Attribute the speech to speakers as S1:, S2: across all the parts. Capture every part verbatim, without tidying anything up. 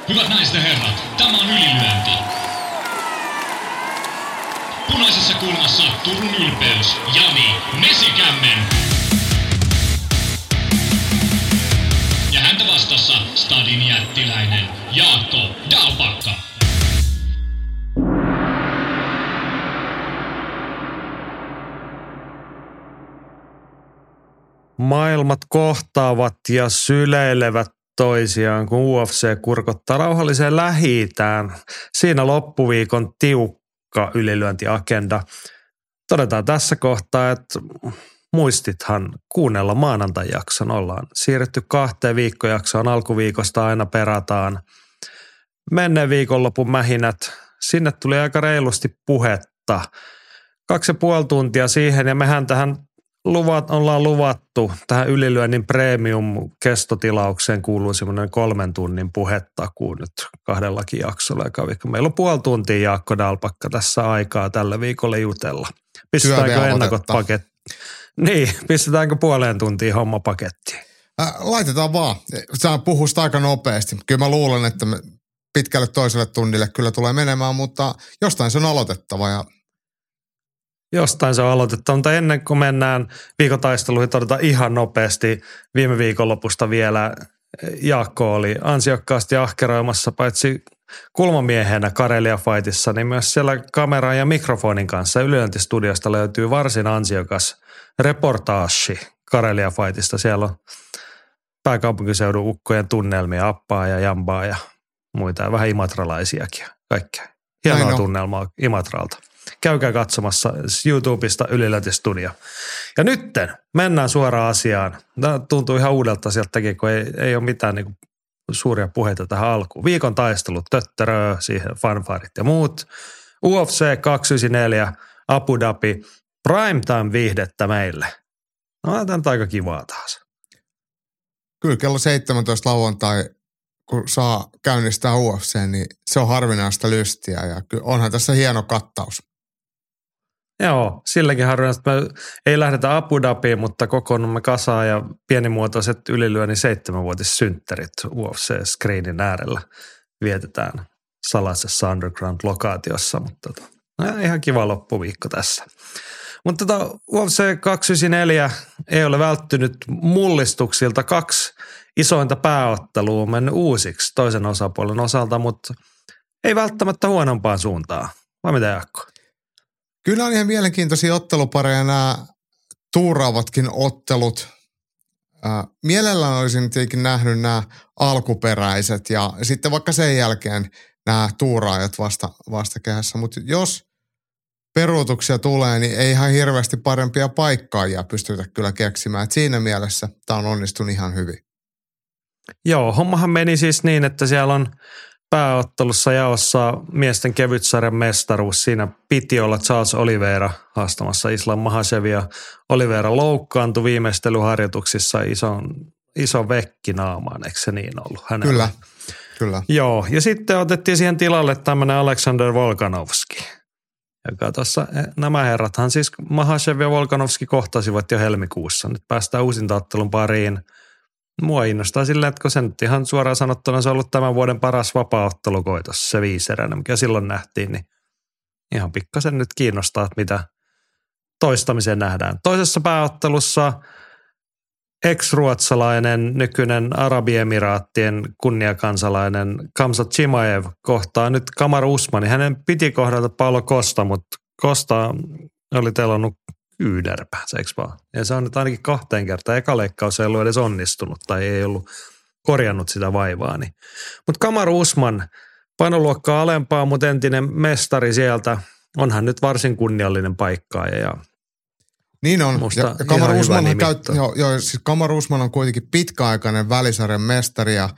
S1: Hyvät naiset ja herrat, tämä on Ylilyönti. Punaisessa kulmassa Turun ylpeys, Jani Mesikämmen. Ja häntä vastassa Stadin jättiläinen Jaakko Dalpakka.
S2: Maailmat kohtaavat ja syleilevät toisiaan, kun U F C kurkottaa rauhalliseen Lähi-itään. Siinä loppuviikon tiukka ylilyöntiagenda. Todetaan tässä kohtaa, että muistithan kuunnella maanantai-jakson. Ollaan siirretty kahteen viikkojaksoon. Alkuviikosta aina perataan. Menneen viikonlopun mähinät. Sinne tuli aika reilusti puhetta. Kaksi ja puoli tuntia siihen ja mehän tähän Luvat, ollaan luvattu tähän ylilyönnin premium-kestotilaukseen kuuluu semmoinen kolmen tunnin puhetakuu nyt kahdellakin jaksolla. Meillä on puoli tuntia Jaakko Dalpakka tässä aikaa tällä viikolla jutella. Pistetäänkö ennakot pakettiin? Niin, pistetäänkö puoleen tuntiin homma pakettiin?
S3: Äh, laitetaan vaan. Sä puhusta aika nopeasti. Kyllä mä luulen, että me pitkälle toiselle tunnille kyllä tulee menemään, mutta jostain se on aloitettava ja
S2: Jostain se on aloitettava, mutta ennen kuin mennään viikotaisteluihin, todetaan ihan nopeasti viime viikonlopusta vielä. Jaakko oli ansiokkaasti ahkeroimassa paitsi kulmamiehenä Karelia Fightissa, niin myös siellä kameran ja mikrofonin kanssa Ylilyöntistudiosta löytyy varsin ansiokas reportaasi Karelia Fightista. Siellä on pääkaupunkiseudun ukkojen tunnelmia, appaa ja jambaa ja muita ja vähän imatralaisiakin kaikkea. Hienoa Aino. tunnelmaa Imatralta. Käykää katsomassa YouTubesta Ylilyöntistudio. Ja nytten mennään suoraan asiaan. Tämä tuntuu ihan uudelta sieltäkin, kun ei, ei ole mitään niin kuin suuria puheita tähän alkuun. Viikon taistelut, töttäröö, siihen fanfarit ja muut. U F C kaksisataayhdeksänkymmentäneljä, Abu Dhabi, primetime viihdettä meille. No tämä on aika kivaa taas.
S3: Kyllä kello seitsemäntoista lauantai, kun saa käynnistää U F C, niin se on harvinaista lystiä ja kyllä onhan tässä hieno kattaus.
S2: Joo, silläkin harvinaista. Me ei lähdetä Abu Dhabiin, mutta kokoonnumme kasaan ja pienimuotoiset ylilyönnin seitsemänvuotissynttärit U F C-screenin äärellä vietetään salaisessa underground-lokaatiossa, mutta tota, no, ihan kiva loppuviikko tässä. Mutta tota, U F C kaksisataayhdeksänkymmentäneljä ei ole välttynyt mullistuksilta. Kaksi isointa pääottelua on mennyt uusiksi toisen osapuolen osalta, mutta ei välttämättä huonompaan suuntaan. Vai mitä, Jaakko?
S3: Kyllä on ihan mielenkiintoisia ottelupareja nämä tuuraavatkin ottelut. Äh, mielellään olisin tietenkin nähnyt nämä alkuperäiset ja sitten vaikka sen jälkeen nämä tuuraajat vasta, vastakehässä. Mutta jos peruutuksia tulee, niin ei ihan hirveästi parempia paikkaajia pystytä kyllä keksimään. Et siinä mielessä tämä on onnistunut ihan hyvin.
S2: Joo, hommahan meni siis niin, että siellä on pääottelussa jaossa miesten kevytsarjan mestaruus. Siinä piti olla Charles Oliveira haastamassa Islam Makhachevia. Oliveira loukkaantui viimeistelyharjoituksissa ison, ison vekkinaamaan, eikö se niin ollut hänellä?
S3: Kyllä, kyllä.
S2: Joo, ja sitten otettiin siihen tilalle tämmöinen Alexander Volkanovski, joka tuossa, nämä herrathan siis Makhachev ja Volkanovski kohtasivat jo helmikuussa. Nyt päästään uusintaottelun pariin. Mua innostaa silleen, että kun se nyt ihan suoraan sanottuna se on ollut tämän vuoden paras vapaa-ottelukoitos, se viiseränä, mikä silloin nähtiin, niin ihan pikkasen nyt kiinnostaa, että mitä toistamiseen nähdään. Toisessa pääottelussa ex-ruotsalainen, nykyinen Arabiemiraattien kunniakansalainen Khamzat Chimaev kohtaa nyt Kamaru Usmani. Hänen piti kohdata Paulo Costa, mutta Costa oli telonnut kyynärpäänsä, eikö vaan? Ja se on nyt ainakin kahteen kertaan. Eka leikkaus ei ollut edes onnistunut tai ei ollut korjannut sitä vaivaa. Niin. Mutta Kamaru Usman, painoluokkaa alempaa, mutta entinen mestari sieltä, onhan nyt varsin kunniallinen paikkaaja ja
S3: niin on. Ja, ja Kamaru Usman on, käyt, joo, joo, siis Kamaru Usman on kuitenkin pitkäaikainen välisarjan mestari ja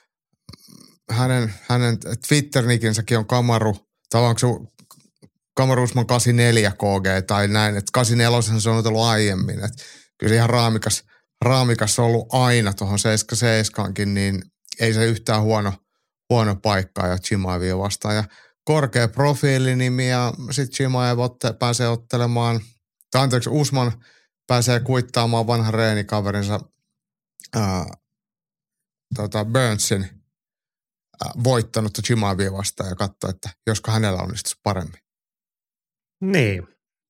S3: hänen, hänen Twitter-nikinsäkin on Kamaru, tai onko se Kamaru Usman kahdeksankymmentäneljä K G tai näin, että kahdeksankymmentäneljä se on ollut aiemmin. Että kyllä se ihan raamikas, raamikas on ollut aina tuohon seitsemän seitsemänkin, niin ei se yhtään huono, huono paikka ja Chimaevia vastaan. Ja korkea profiilinimi ja sitten Chimaev otte, pääsee ottelemaan, tai anteeksi, Usman pääsee kuittaamaan vanhan reenikaverinsa ää, tota Burnsin voittanut Chimaevia vastaan ja katsoa, että josko hänellä onnistuisi paremmin.
S2: Niin.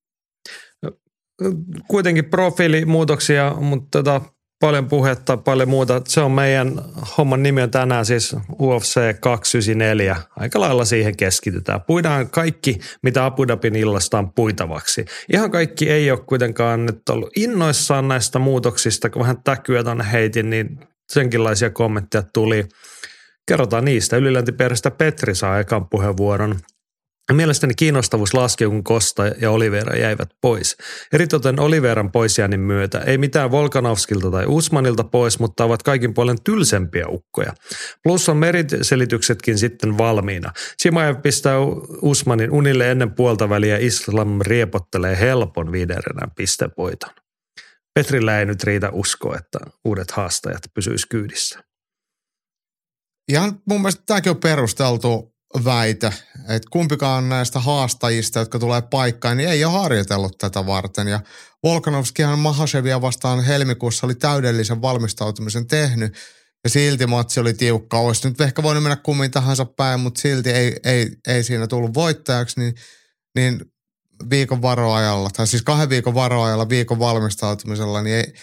S2: Kuitenkin profiilimuutoksia, mutta tota, paljon puhetta, paljon muuta. Se on meidän homman nimi on tänään siis U F C kaksisataayhdeksänkymmentäneljä. Aika lailla siihen keskitytään. Puidaan kaikki, mitä Abu Dhabin illasta on puitavaksi. Ihan kaikki ei ole kuitenkaan nyt ollut innoissaan näistä muutoksista, kun vähän täkyä tuonne heitin, niin senkinlaisia kommentteja tuli. Kerrotaan niistä. Yliläntiperheestä Petri saa ekan puheenvuoron. Mielestäni kiinnostavuus laski, kun Costa ja Oliveira jäivät pois. Eritoten Oliveran poisjäännin myötä ei mitään Volkanovskilta tai Usmanilta pois, mutta ovat kaikin puolen tylsempiä ukkoja. Plus on meriselityksetkin sitten valmiina. Chimaev pistää Usmanin unille ennen puolta väliä, Islam riepottelee helpon viidenrenän pistevoiton. Petrillä ei nyt riitä uskoa, että uudet haastajat pysyisivät kyydissä.
S3: Ihan mun mielestä tämäkin on perusteltu väite, että kumpikaan näistä haastajista, jotka tulee paikkaan, niin ei ole harjoitellut tätä varten. Ja Volkanovskihan Mahashevia vastaan helmikuussa oli täydellisen valmistautumisen tehnyt, ja silti matsi oli tiukka. Olisi nyt ehkä voinut mennä kummin tahansa päin, mutta silti ei, ei, ei siinä tullut voittajaksi, niin, niin viikon varoajalla, tai siis kahden viikon varoajalla, viikon valmistautumisella, niin ei,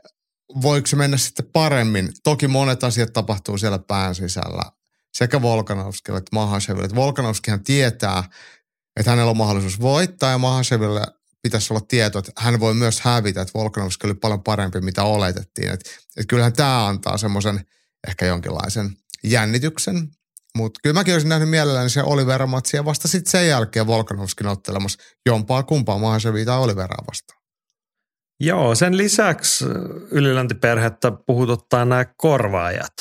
S3: voiko se mennä sitten paremmin? Toki monet asiat tapahtuu siellä pään sisällä. Sekä Volkanovskille että Mahasheville. Että Volkanovskihan tietää, että hänellä on mahdollisuus voittaa ja Mahasheville pitäisi olla tieto, että hän voi myös hävitä, että Volkanovski oli paljon parempi, mitä oletettiin. Että, että kyllähän tämä antaa semmoisen ehkä jonkinlaisen jännityksen. Mutta kyllä mäkin olisin nähnyt mielelläni se Oliveira-matsi ja vasta sitten sen jälkeen Volkanovskin ottelemassa jompaa kumpaa Mahashevia tai Oliveraa vastaan.
S2: Joo, sen lisäksi yliläntiperhettä puhututtaa nämä korvaajat.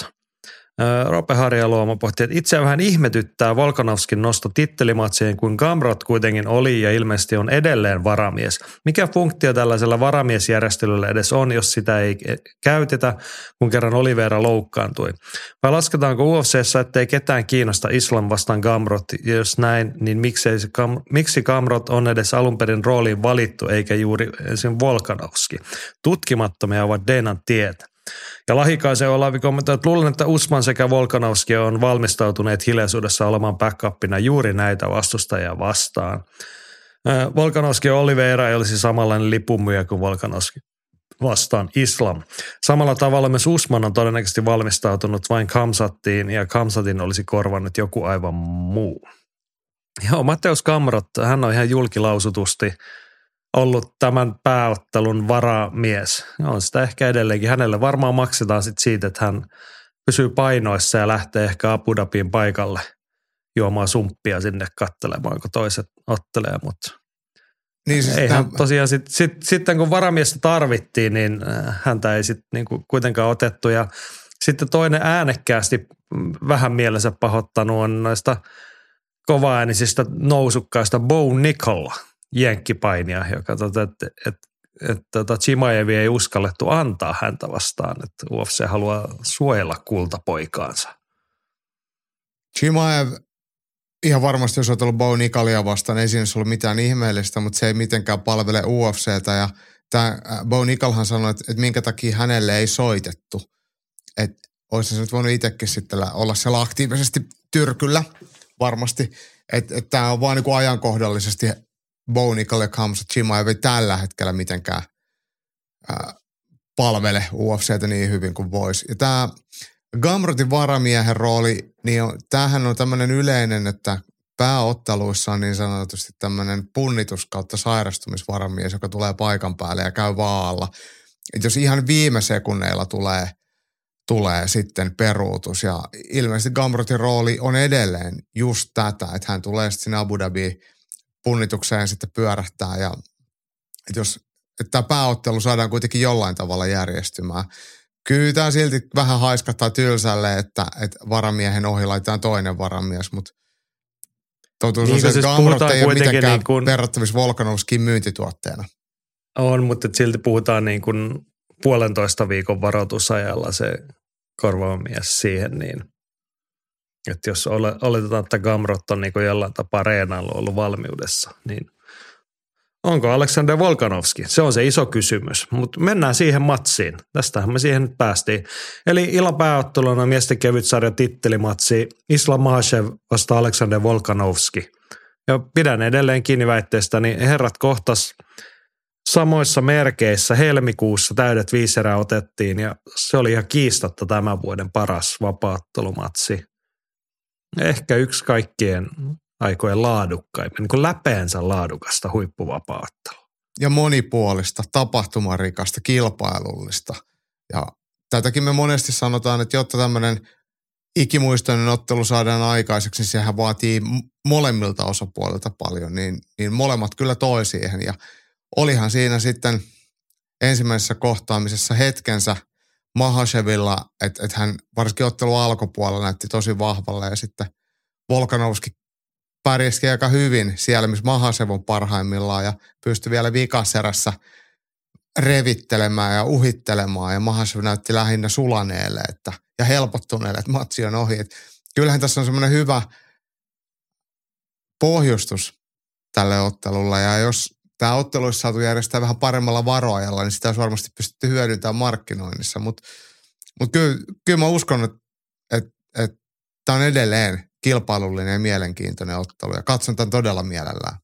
S2: Roope Harjaluoma pohti, että itseään vähän ihmetyttää Volkanovskin nosto tittelimatsiin, kun Gamrot kuitenkin oli ja ilmeisesti on edelleen varamies. Mikä funktio tällaisella varamiesjärjestelyllä edes on, jos sitä ei käytetä, kun kerran Oliveira loukkaantui? Vai lasketaanko U F C:ssä, ettei ketään kiinnosta Islam vastaan Gamrot? Ja jos näin, niin miksei se, miksi Gamrot on edes alun perin rooliin valittu, eikä juuri esim. Volkanovski? Tutkimattomia ovat Deinan tiet. Ja Lahikaisen Olavi kommentoi, että luulen, että Usman sekä Volkanovski on valmistautuneet hiljaisuudessa olemaan backupina juuri näitä vastustajia vastaan. Volkanovski ja Oliveira ei olisi samanlainen lipunmyyjä kuin Volkanovski vastaan Islam. Samalla tavalla myös Usman on todennäköisesti valmistautunut vain Khamzattiin ja Khamzatin olisi korvannut joku aivan muu. Joo, Mateusz Gamrot, hän on ihan julkilausutusti ollut tämän pääottelun varamies. On sitä ehkä edelleenkin. Hänelle varmaan maksetaan sit siitä, että hän pysyy painoissa ja lähtee ehkä Abu Dhabiin paikalle juomaan sumppia sinne katselemaan, kun toiset ottelee. Mutta niin siis eihän tämän tosiaan sit, sit, sitten kun varamiestä tarvittiin, niin häntä ei sitten niinku kuitenkaan otettu. Ja sitten toinen äänekkäästi vähän mielensä pahoittanut on noista kovaäänisistä nousukkaista Bo Nickal, jenkkipainia, joka tota, että et, et, et, Chimaevi ei uskallettu antaa häntä vastaan, että U F C haluaa suojella kultapoikaansa.
S3: Chimaev ihan varmasti, jos olet ollut Bo Nickalia vastaan, ei siinä ollut mitään ihmeellistä, mutta se ei mitenkään palvele U F C:tä ja tämä Bo Nickalhan sanoi, että, että minkä takia hänelle ei soitettu. Että olisi se nyt voinut itsekin sitten olla siellä aktiivisesti tyrkyllä varmasti, että, että tämä on vaan niin kuin ajankohdallisesti Bo Nickal ja Khamzat Chimaev ei tällä hetkellä mitenkään ää, palvele U F C:tä niin hyvin kuin voisi. Ja tämä Gamrotin varamiehen rooli, niin on, tämähän on tämmöinen yleinen, että pääotteluissa on niin sanotusti tämmöinen punnitus kautta sairastumisvaramies, joka tulee paikan päälle ja käy vaalla. Että jos ihan viime sekunneilla tulee, tulee sitten peruutus ja ilmeisesti Gamrotin rooli on edelleen just tätä, että hän tulee sitten sinne Abu Dhabiin punnitukseen sitten pyörähtää ja että jos että tämä pääottelu saadaan kuitenkin jollain tavalla järjestymään. Kyllä tämä silti vähän haiskattaa tylsälle, että, että varamiehen ohi laitetaan toinen varamies, mutta totuus niin, on se, että siis Gamrot ei ole mitenkään niin kuin verrattavissa Volkanovskin myyntituotteena.
S2: On, mutta silti puhutaan niin kuin puolentoista viikon varoitusajalla se korvaava mies siihen, niin että jos oletetaan, että Gamrot on niin kuin jollain tapaa reenailu ollut valmiudessa, niin onko Aleksander Volkanovski? Se on se iso kysymys, mutta mennään siihen matsiin. Tästähän me siihen nyt päästiin. Eli illan pääotteluna miesten kevytsarjan tittelimatsi Islam Makhachev vasta Aleksander Volkanovski. Ja pidän edelleen kiinni väitteestäni, niin herrat kohtas samoissa merkeissä helmikuussa täydet viisi erää otettiin ja se oli ihan kiistatta tämän vuoden paras vapaattelumatsi. Ehkä yksi kaikkien aikojen laadukkaimmin, niin kuin läpeensä laadukasta huippuvapaaottelua.
S3: Ja monipuolista, tapahtumarikasta, kilpailullista. Ja tätäkin me monesti sanotaan, että jotta tämmöinen ikimuistoinen ottelu saadaan aikaiseksi, niin sehän vaatii molemmilta osapuolilta paljon, niin, niin molemmat kyllä toi siihen. Ja olihan siinä sitten ensimmäisessä kohtaamisessa hetkensä Makhachevilla, että et hän varsinkin ottelun alkupuolella näytti tosi vahvalle ja sitten Volkanovski pärjäski aika hyvin siellä, missä Makhachev on parhaimmillaan ja pystyi vielä vikaserässä revittelemään ja uhittelemaan ja Makhachev näytti lähinnä sulaneelle että, ja helpottuneelle, että matsi on ohi. Et kyllähän tässä on semmoinen hyvä pohjustus tälle ottelulle ja jos tämä ottelu olisi saatu järjestää vähän paremmalla varoajalla, niin sitä olisi varmasti pystytty hyödyntämään markkinoinnissa. Mutta mut kyllä, kyllä mä uskon, että et, et tämä on edelleen kilpailullinen ja mielenkiintoinen ottelu ja katson tämän todella mielellään.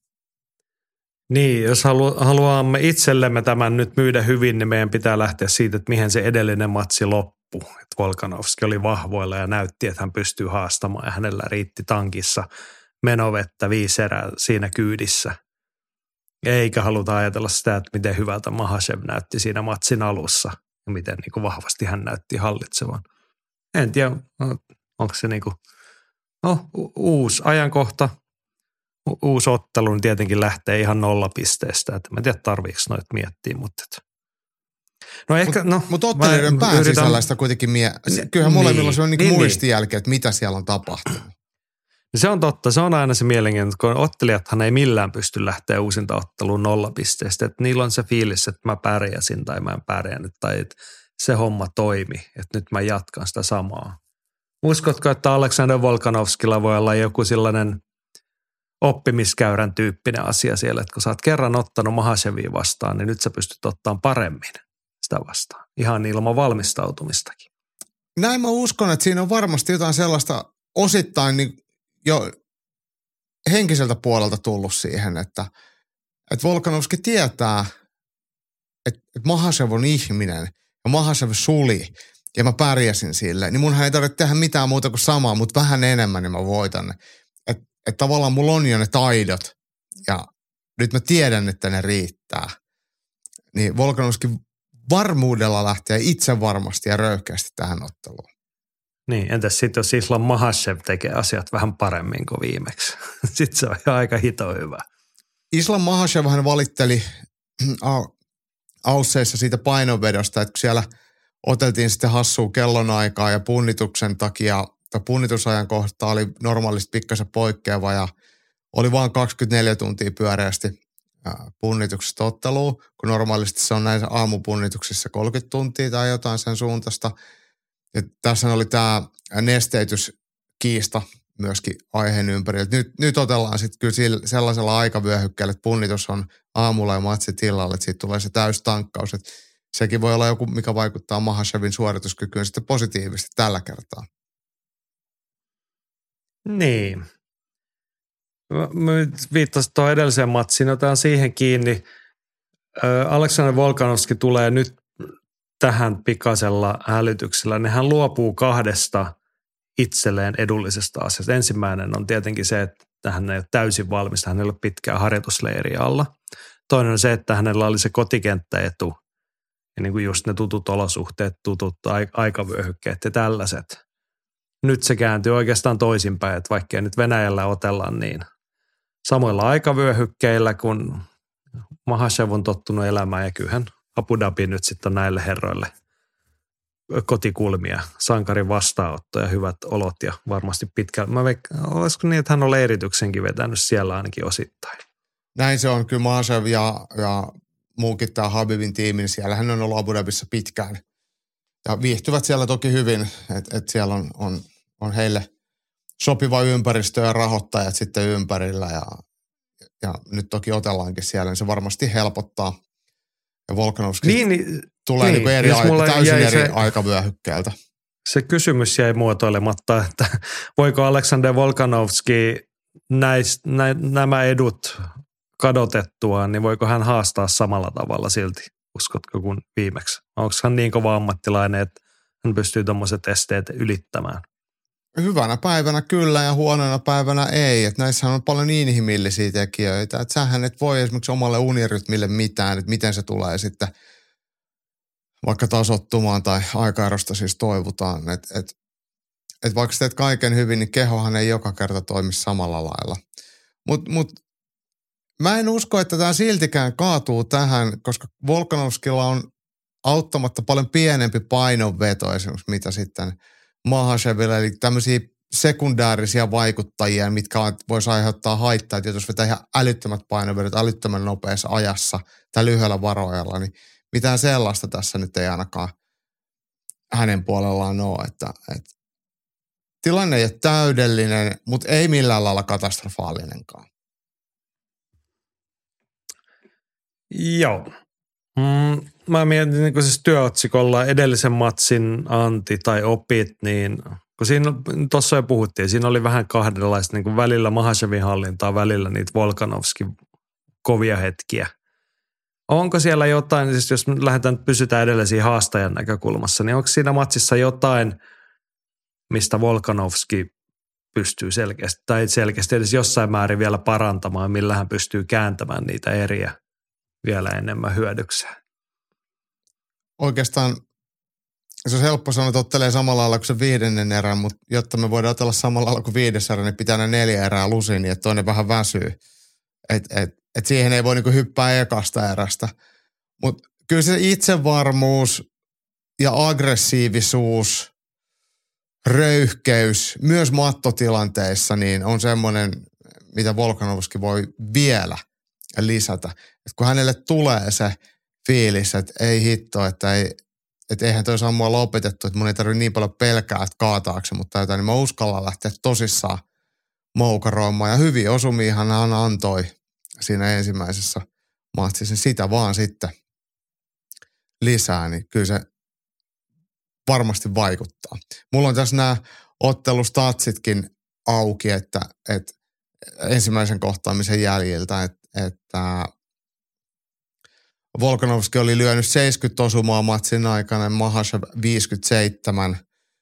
S2: Niin, jos halu, haluamme itsellemme tämän nyt myydä hyvin, niin meidän pitää lähteä siitä, että mihin se edellinen matsi loppui. Että Volkanovski oli vahvoilla ja näytti, että hän pystyy haastamaan ja hänellä riitti tankissa menovettä viisi erää siinä kyydissä. Eikä haluta ajatella sitä, että miten hyvältä Makhachev näytti siinä matsin alussa ja miten niin kuin vahvasti hän näytti hallitsevan. En tiedä, onko se niin kuin, no, uusi ajankohta, u- uusi ottelu, niin tietenkin lähtee ihan nollapisteestä. Että mä en tiedä, tarviiko noita miettiä, mutta et. No ehkä,
S3: Mut,
S2: no.
S3: Mutta ottelijoiden pään yritän sisällä sitä kuitenkin, mie- kyllähän niin, molemmilla se on niin, niin muistijälkeä, että mitä siellä on tapahtunut.
S2: Se on totta. Se on aina se mielenkiintoinen, kun ottelijathan ei millään pysty lähteä uusinta otteluun nollapisteestä. Että niillä on se fiilis, että mä pärjäsin tai mä en pärjännyt tai että se homma toimi. Että nyt mä jatkan sitä samaa. Uskotko, että Aleksander Volkanovskilla voi olla joku sellainen oppimiskäyrän tyyppinen asia siellä, että kun sä oot kerran ottanut Makhachevia vastaan, niin nyt sä pystyt ottamaan paremmin sitä vastaan. Ihan ilman valmistautumistakin.
S3: Näin mä uskon, että siinä on varmasti jotain sellaista osittain niin jo henkiseltä puolelta tullut siihen, että, että Volkanovski tietää, että, että Makhachev on ihminen ja Makhachev suli ja mä pärjäsin sille, niin munhan ei tarvitse tehdä mitään muuta kuin samaa, mutta vähän enemmän niin mä voitan. Että et tavallaan mulla on jo ne taidot ja nyt mä tiedän, että ne riittää. Niin Volkanovski varmuudella lähtee itse varmasti ja röyhkeästi tähän otteluun.
S2: Niin, entäs sitten jos Islam Makhachev tekee asiat vähän paremmin kuin viimeksi? Sitten se on jo aika hito hyvä.
S3: Islam Makhachev hän valitteli Ausseissa siitä painonvedosta, että kun siellä oteltiin sitten hassua kellonaikaa ja punnituksen takia, tai punnitusajan kohta oli normaalisti pikkasen poikkeava ja oli vain kaksikymmentäneljä tuntia pyöreästi punnituksesta otteluun, kun normaalisti se on näissä aamupunnituksissa kolmekymmentä tuntia tai jotain sen suuntaista. Ja tässä oli tämä nesteytyskiista myöskin aiheen ympärillä. Nyt, nyt otellaan sitten kyllä sellaisella aikavyöhykkeellä, että punnitus on aamulla ja matsit illalla, että siitä tulee se täystankkaus. Että sekin voi olla joku, mikä vaikuttaa Makhachevin suorituskykyyn sitten positiivisesti tällä kertaa.
S2: Niin. Mä viittasin tuohon edelliseen matsiin, otetaan siihen kiinni. Aleksander Volkanovski tulee nyt tähän pikaisella hälytyksellä, niin hän luopuu kahdesta itselleen edullisesta asiasta. Ensimmäinen on tietenkin se, että hän ei ole täysin valmis, hänellä ei ole pitkää harjoitusleiriä alla. Toinen on se, että hänellä oli se kotikenttäetu ja niin kuin just ne tutut olosuhteet, tutut aikavyöhykkeet ja tällaiset. Nyt se kääntyy oikeastaan toisinpäin, että vaikka nyt Venäjällä otellaan niin samoilla aikavyöhykkeillä, kun Makhachev on tottunut elämään ja kyllähän Abu Dhabi nyt sitten on näille herroille kotikulmia, sankarin vastaanotto ja hyvät olot ja varmasti pitkä. Mä veikkaan, olisiko niin, että hän on leirityksenkin vetänyt siellä ainakin osittain?
S3: Näin se on. Kyllä Makhachev ja, ja muukin tämä Habibin tiimi, niin siellä hän on ollut Abu Dhabissa pitkään. Ja viihtyvät siellä toki hyvin, että et siellä on, on, on heille sopiva ympäristö ja rahoittajat sitten ympärillä. Ja, ja nyt toki otellaankin siellä, niin se varmasti helpottaa. Ja Volkanovski
S2: niin, niin,
S3: tulee niin, niin eri aika, täysin eri se, aikavyöhykkeeltä.
S2: Se kysymys jäi muotoilematta, että voiko Aleksander Volkanovski näis, nä, nämä edut kadotettua, niin voiko hän haastaa samalla tavalla silti, uskotko, kuin viimeksi? Onko hän niin kova ammattilainen, että hän pystyy tuommoiset esteet ylittämään?
S3: Hyvänä päivänä kyllä ja huonona päivänä ei. Että näissähän on paljon inhimillisiä tekijöitä. Että sähän et voi esimerkiksi omalle unirytmille mitään, että miten se tulee sitten vaikka tasottumaan tai aikaerosta siis toivotaan. Että et, et vaikka teet kaiken hyvin, niin kehohan ei joka kerta toimi samalla lailla. Mutta mut, mä en usko, että tämä siltikään kaatuu tähän, koska Volkanovskilla on auttamatta paljon pienempi painonveto esimerkiksi, mitä sitten Mahashevilla, eli tämmöisiä sekundäärisiä vaikuttajia, mitkä voisi aiheuttaa haittaa, että jos vetää ihan älyttömät painovedot älyttömän nopeassa ajassa tai lyhyellä varoajalla, niin mitään sellaista tässä nyt ei ainakaan hänen puolellaan ole, että, että tilanne ei ole täydellinen, mutta ei millään lailla katastrofaalinenkaan.
S2: Joo. Mm, mä mietin niin siis työotsikolla edellisen matsin anti tai opit, niin kun siinä tuossa jo puhuttiin, siinä oli vähän kahdenlaista niin kuin välillä Mahashevin hallintaa, välillä niitä Volkanovskin kovia hetkiä. Onko siellä jotain, siis jos lähdetään pysytään edellisiin haastajan näkökulmassa, niin onko siinä matsissa jotain, mistä Volkanovski pystyy selkeästi, tai selkeästi edes jossain määrin vielä parantamaan, millä hän pystyy kääntämään niitä eriä vielä enemmän hyödykseen?
S3: Oikeastaan se on helppo sanoa, että ottelee samalla lailla kuin se viidennen erän, mutta jotta me voidaan otella samalla lailla kuin viides erä, niin pitää ne neljä erää lusiin, niin että toinen vähän väsyy. Että et, et siihen ei voi niinku hyppää ekasta erästä. Mutta kyllä se itsevarmuus ja aggressiivisuus, röyhkeys, myös mattotilanteissa, niin on semmoinen, mitä Volkanovski voi vielä lisätä. Et kun hänelle tulee se fiilis, että ei hitto, että ei, että eihän toi sammua lopetettu, että mun ei tarvitse niin paljon pelkää, että kaataakse, mutta jotain, niin mä uskallan lähteä tosissaan moukaroimaan. Ja hyviä osumiahan hän antoi siinä ensimmäisessä matsissa, sitä vaan sitten lisää, niin kyllä se varmasti vaikuttaa. Mulla on tässä nämä ottelustatsitkin auki, että, että ensimmäisen kohtaamisen jäljiltä, että, että Volkanovski oli lyönyt seitsemänkymmentä osumaa matsin aikana, Mahashev viisikymmentäseitsemän.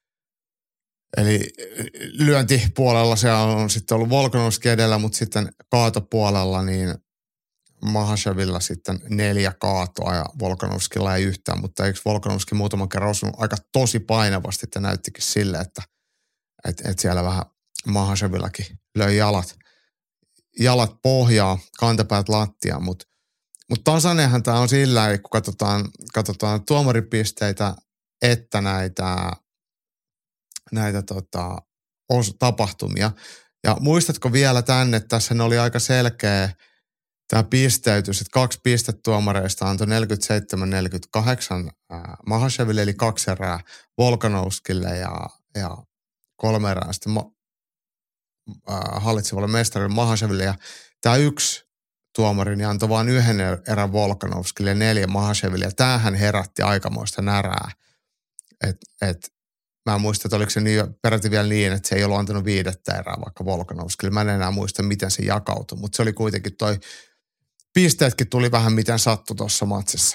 S3: Eli lyöntipuolella se on sitten ollut Volkanovski edellä, mutta sitten kaatopuolella niin Mahashevilla sitten neljä kaatoa ja Volkanovskilla ei yhtään, mutta eikö Volkanovski muutaman kerran osunut aika tosi painavasti, että näyttikin sille, että, että, että siellä vähän Mahashevillakin löi jalat, jalat pohjaa, kantapäät lattiaan, mutta Mutta tasainenhan tämä on sillä, kun katsotaan, katsotaan tuomaripisteitä, että näitä, näitä tota, os, tapahtumia. Ja muistatko vielä tänne, että tässä oli aika selkeä tämä pisteytys, että kaksi pistetuomareista antoi neljäkymmentäseitsemän neljäkymmentäkahdeksan ää, Mahasheville, eli kaksi erää Volkanovskille ja, ja kolme erää sitten ma, ää, hallitsevalle mestarille Mahasheville. Ja tämä yksi tuomari niin antoi vain yhden erän Volkanovskille ja neljä Mahasheville. Ja tämähän herätti aikamoista närää. Et, et, mä en muista, että oliko se niin, peräti vielä niin, että se ei ollut antanut viidettä erää vaikka Volkanovskille. Mä en enää muista, miten se jakautui, mutta se oli kuitenkin toi, pisteetkin tuli vähän miten sattui tuossa matsissa.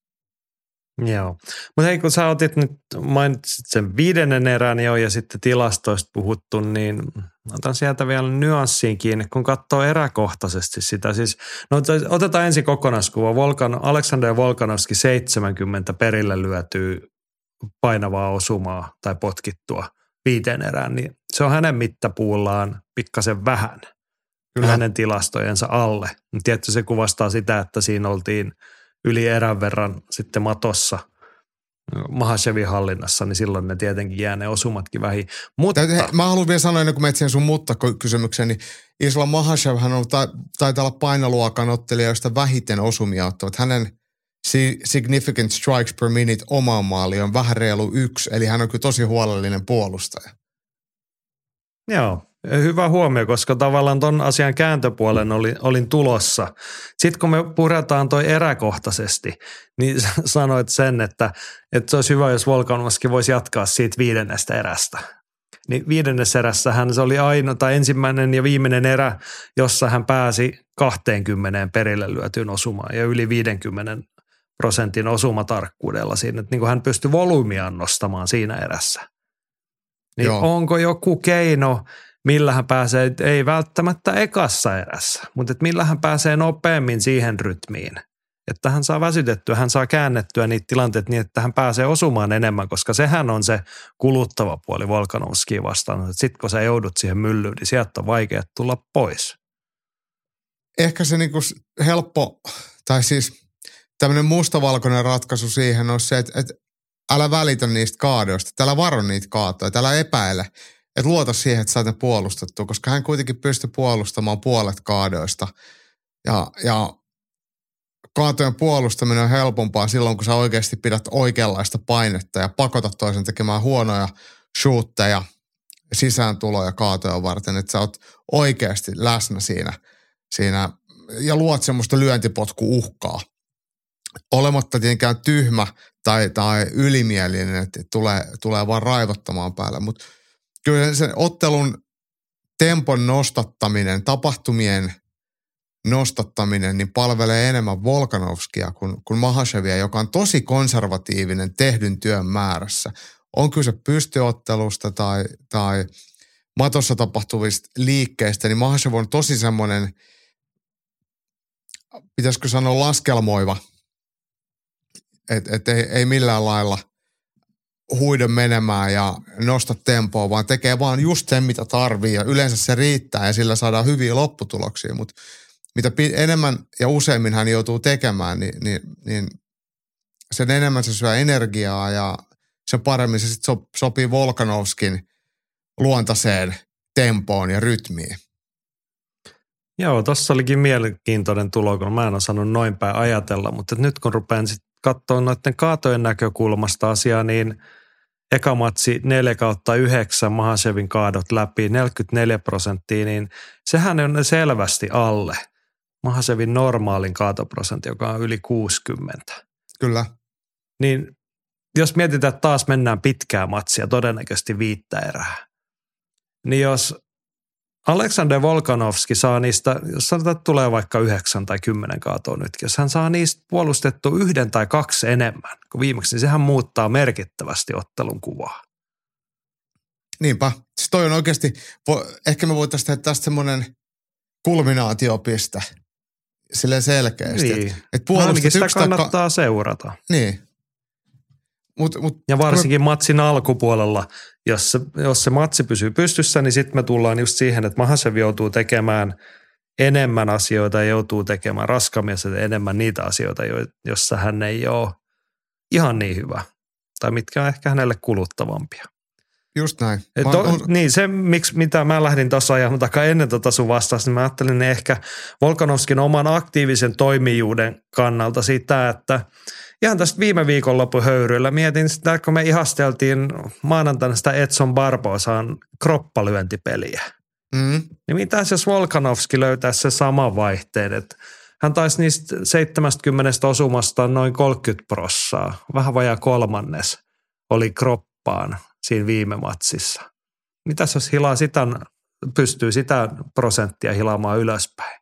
S2: Joo, mutta hei kun sä otit nyt, mainitsit sen viidennen erän jo ja sitten tilastoista puhuttu, niin otan sieltä vielä nyanssiin kiinni, kun katsoo eräkohtaisesti sitä. Siis, no otetaan ensin kokonaiskuva. Volkan, Aleksander Volkanovski seitsemänkymmentä perille lyötyy painavaa osumaa tai potkittua viiteen erään, niin se on hänen mittapuullaan pikkasen vähän. Kyllä hänen tilastojensa alle. Tietysti se kuvastaa sitä, että siinä oltiin yli erän verran sitten matossa Mahashevin hallinnassa, niin silloin ne tietenkin jää ne osumatkin vähin. Mutta
S3: mä haluan vielä sanoa, ennen kuin mä etsin sun mutta-kysymyksen, niin Islam Mahashev, hän on, taitaa olla painoluokan ottelijoista vähiten osumia ottavat. Hänen significant strikes per minute omaan maali on vähän reilu yksi, eli hän on kyllä tosi huolellinen puolustaja.
S2: Joo, Hyvä huomio, koska tavallaan ton asian kääntöpuolen olin, olin tulossa. Sitten kun me puretaan toi eräkohtaisesti, niin sanoit sen, että, että se olisi hyvä, jos Volkanovski voisi jatkaa siitä viidennestä erästä. Niin viidennessä erässähän se oli ainoa tai ensimmäinen ja viimeinen erä, jossa hän pääsi kaksikymmentä perille lyötyyn osumaan ja yli viidenkymmenen prosentin osumatarkkuudella siinä, että niin kuin hän pystyi volyymiaan nostamaan siinä erässä. Niin Joo. onko joku keino, millä hän pääsee, ei välttämättä ekassa erässä, mutta että millä hän pääsee nopeammin siihen rytmiin, että hän saa väsytettyä, hän saa käännettyä niitä tilanteita niin, että hän pääsee osumaan enemmän, koska sehän on se kuluttava puoli Volkanovskia vastaan. Sitten kun sä joudut siihen myllyyn, niin sieltä on vaikea tulla pois.
S3: Ehkä se niinku helppo, tai siis tämmöinen mustavalkoinen ratkaisu siihen on se, että, että älä välitä niistä kaadoista, älä varo niitä kaatoja, älä epäile, että luota siihen, että saat ne puolustettua, koska hän kuitenkin pystyy puolustamaan puolet kaadoista. Ja, ja kaatojen puolustaminen on helpompaa silloin, kun sä oikeasti pidät oikeanlaista painetta ja pakotat toisen tekemään huonoja shootteja, sisääntuloja kaatoja varten, että sä oot oikeasti läsnä siinä, siinä ja luot semmoista lyöntipotku-uhkaa. Olematta tietenkään tyhmä tai, tai ylimielinen, että tulee, tulee vaan raivottamaan päälle, mutta kyllä sen ottelun tempon nostattaminen, tapahtumien nostattaminen, niin palvelee enemmän Volkanovskia kuin, kuin Makhačevia, joka on tosi konservatiivinen tehdyn työn määrässä. On kyse pystyottelusta tai, tai matossa tapahtuvista liikkeistä, niin Makhačev on tosi semmoinen, pitäisikö sanoa laskelmoiva, että et ei, ei millään lailla huida menemään ja nosta tempoa, vaan tekee vaan just sen, mitä tarvii ja yleensä se riittää ja sillä saadaan hyviä lopputuloksia, mutta mitä enemmän ja useimmin hän joutuu tekemään, niin, niin, niin sen enemmän se syö energiaa ja sen paremmin se sitten so, sopii Volkanovskin luontaiseen tempoon ja rytmiin.
S2: Joo, tuossa olikin mielenkiintoinen tulo, kun mä en osannut noin päin ajatella, mutta nyt kun rupean sitten katsoa noiden kaatojen näkökulmasta asiaa, niin eka matsi neljä kautta yhdeksän Makhačevin kaadot läpi, neljäkymmentäneljä prosenttia, niin sehän on selvästi alle Makhačevin normaalin kaatoprosentti, joka on yli kuusikymmentä.
S3: Kyllä.
S2: Niin jos mietitään, että taas mennään pitkää matsia, todennäköisesti viittä erää, niin jos Aleksander Volkanovski saa niistä, jos sanotaan, että tulee vaikka yhdeksän tai kymmenen kaatoa nyt, jos hän saa niistä puolustettua yhden tai kaksi enemmän kuin viimeksi, niin sehän muuttaa merkittävästi ottelun kuvaa.
S3: Niinpä. Siis toi on oikeasti, ehkä me voitaisiin tehdä tästä semmoinen kulminaatiopiste silleen selkeästi.
S2: Niin. Että no ainakin sitä kannattaa ka- seurata.
S3: Niin. Mut, mut,
S2: ja varsinkin me... matsin alkupuolella, jos se, jos se matsi pysyy pystyssä, niin sitten me tullaan just siihen, että Makhačev joutuu tekemään enemmän asioita ja joutuu tekemään raskaammin enemmän niitä asioita, joissa hän ei ole ihan niin hyvä. Tai mitkä on ehkä hänelle kuluttavampia.
S3: Just näin.
S2: To, on... Niin se, miksi, mitä mä lähdin tuossa ajan takaa ennen tota sun vastausta, niin mä ajattelin niin ehkä Volkanovskin oman aktiivisen toimijuuden kannalta sitä, että ihan tästä viime viikonlopun höyryillä mietin sitä, kun me ihasteltiin maanantaina sitä Edson Barbosaan kroppalyöntipeliä. Mm. Niin mitäs jos Volkanovski löytäisi se saman vaihteen, että hän taisi niistä seitsemänkymmentä osumasta noin kolmekymmentä prossaa, vähän vajaa kolmannes oli kroppaan siinä viime matsissa. Mitäs jos hilaa sitä, pystyy sitä prosenttia hilaamaan ylöspäin?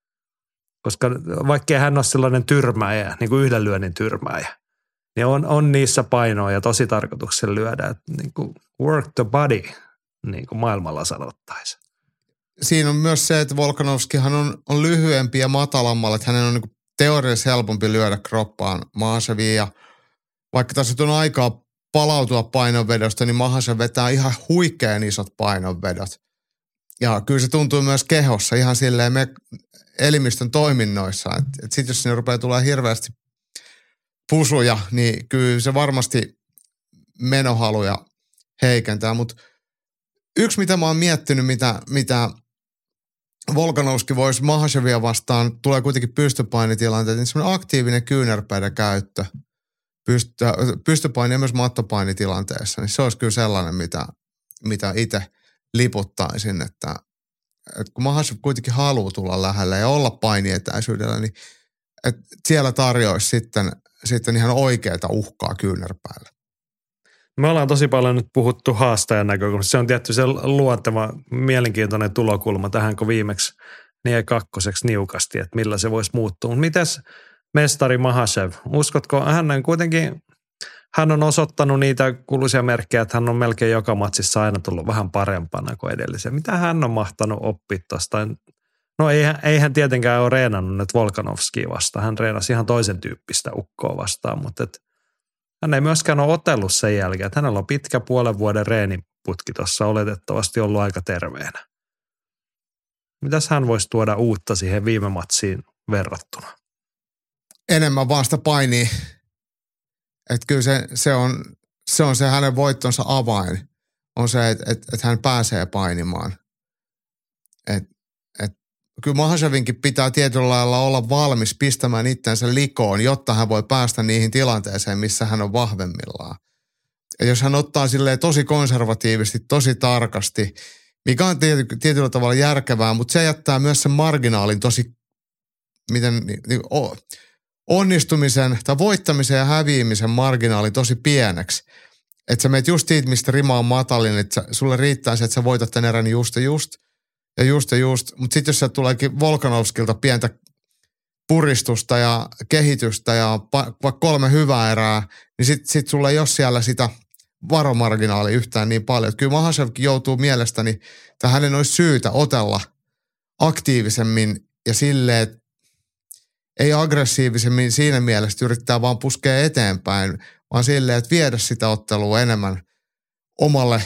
S2: Koska vaikkei hän ole sellainen tyrmäjä, niin kuin yhden lyönnin tyrmäjä, niin on, on niissä painoa ja tosi tarkoituksella lyödä, että niin kuin work the body, niin kuin maailmalla sanottaisiin.
S3: Siinä on myös se, että Volkanovskihan on, on lyhyempi ja matalammalla, että hänen on niin kuin teoriassa helpompi lyödä kroppaan Makhačeviin ja vaikka tässä on aikaa palautua painonvedosta, niin Makhačev vetää ihan huikean isot painonvedot. Ja kyllä se tuntuu myös kehossa ihan silleen me elimistön toiminnoissa. Että et sitten jos sinne rupeaa tulemaan hirveästi pusuja, niin kyllä se varmasti menohaluja heikentää. Mutta yksi, mitä mä oon miettinyt, mitä, mitä Volkanovski voisi Makhačevia vastaan, tulee kuitenkin pystypainitilanteet, niin semmoinen aktiivinen kyynärpäiden käyttö pystypaini ja myös mattopainitilanteessa, niin se olisi kyllä sellainen, mitä, mitä itse liputtaisin, että, että kun Makhachev kuitenkin haluaa tulla lähelle ja olla painietäisyydellä, niin että siellä tarjoisi sitten, sitten ihan oikeaa uhkaa kyynärpäällä.
S2: Me ollaan tosi paljon nyt puhuttu haastajan näkökulmasta. Se on tietty se luonteva, mielenkiintoinen tulokulma tähän, kun viimeksi neljä kakkoseksi niukasti, että millä se voisi muuttua. Mutta mitäs mestari Makhachev? Uskotko, hän on kuitenkin, hän on osoittanut niitä kuuluisia merkkejä, että hän on melkein joka matsissa aina tullut vähän parempana kuin edellisen. Mitä hän on mahtanut oppia tuosta? No eihän, eihän tietenkään ole reenannut nyt Volkanovskia vastaan. Hän reenasi ihan toisen tyyppistä ukkoa vastaan, mutta et hän ei myöskään ole otellut sen jälkeen, että hänellä on pitkä puolen vuoden reeniputki tuossa oletettavasti ollut aika terveenä. Mitäs hän voisi tuoda uutta siihen viime matsiin verrattuna?
S3: Enemmän vaan sitä painia. Että kyllä se, se, on, se on se hänen voittonsa avain. On se, että et, et hän pääsee painimaan. Et, et, kyllä Makhachevinkin pitää tietyllä lailla olla valmis pistämään itsensä likoon, jotta hän voi päästä niihin tilanteeseen, missä hän on vahvemmillaan. Ja jos hän ottaa silleen tosi konservatiivisesti, tosi tarkasti, mikä on tiety, tietyllä tavalla järkevää, mutta se jättää myös sen marginaalin tosi, miten, niin, onnistumisen tai voittamisen ja häviämisen marginaalin tosi pieneksi. Että sä meet just siitä, mistä rima on matalin, että sulle riittää se, että sä voitat tämän erän just ja just ja just ja just. Mutta sitten jos sä tuleekin Volkanovskilta pientä puristusta ja kehitystä ja vaikka kolme hyvää erää, niin sitten sit sulla ei ole siellä sitä varomarginaalia yhtään niin paljon. Että kyllä Makhachevkin joutuu mielestäni, että hänen olisi syytä otella aktiivisemmin ja silleen, että ei aggressiivisemmin siinä mielessä yrittää vaan puskea eteenpäin, vaan silleen, että viedä sitä ottelua enemmän omalle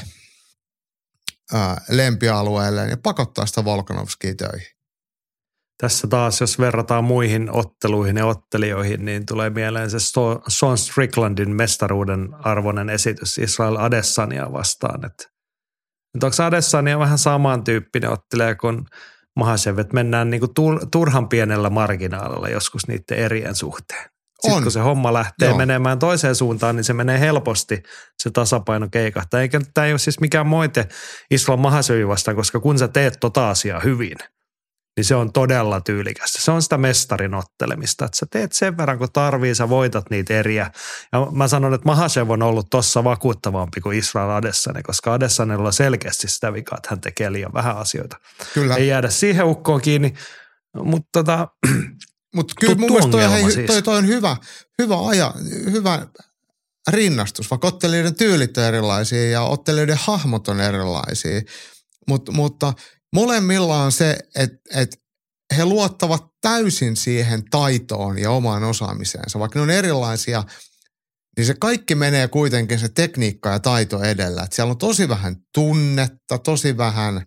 S3: ää, lempialueelleen ja pakottaa sitä Volkanovskia töihin.
S2: Tässä taas, jos verrataan muihin otteluihin ja ottelijoihin, niin tulee mieleen se Sean Stricklandin mestaruuden arvoinen esitys Israel Adesanya vastaan. Että, että onko Adesanya vähän samantyyppinen ottelija kuin Makhachev, että mennään niinku turhan pienellä marginaalilla joskus niiden erien suhteen. Sitten on. Kun se homma lähtee Joo. menemään toiseen suuntaan, niin se menee helposti, se tasapaino keikahtaa. Eikä tämä ei ole siis mikään moite Islam Makhachevin vastaan, koska kun sä teet tota asiaa hyvin, niin se on todella tyylikästä. Se on sitä mestarin ottelemista, että sä teet sen verran, kun tarvii, sä voitat niitä eriä. Ja mä sanon, että Makhachev on ollut tossa vakuuttavampi kuin Israel Adesanya, koska Adesanyalla on selkeästi sitä vikaa, että hän tekee liian vähän asioita. Kyllä. Ei jäädä siihen ukkoon kiinni, mutta tota,
S3: Mutta kyllä mun mielestä toi, hei, siis. toi, toi on hyvä, hyvä, aja, hyvä rinnastus, vaikka ottelijoiden tyylit on erilaisia ja ottelijoiden hahmot on erilaisia, Mut, mutta molemmilla on se, että et he luottavat täysin siihen taitoon ja omaan osaamiseensa. Vaikka ne on erilaisia, niin se kaikki menee kuitenkin se tekniikka ja taito edellä. Et siellä on tosi vähän tunnetta, tosi vähän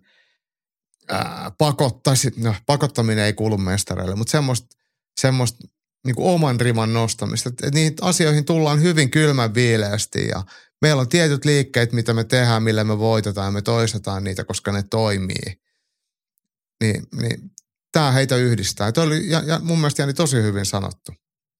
S3: ää, pakottaisi, no, pakottaminen ei kuulu mestareille, mutta semmoista semmoista niin kuin oman riman nostamista. Että niihin asioihin tullaan hyvin kylmän viileästi ja meillä on tietyt liikkeet, mitä me tehdään, millä me voitetaan ja me toistetaan niitä, koska ne toimii. Niin, niin tämä heitä yhdistää. Ja, oli, ja, ja mun mielestä Jani tosi hyvin sanottu.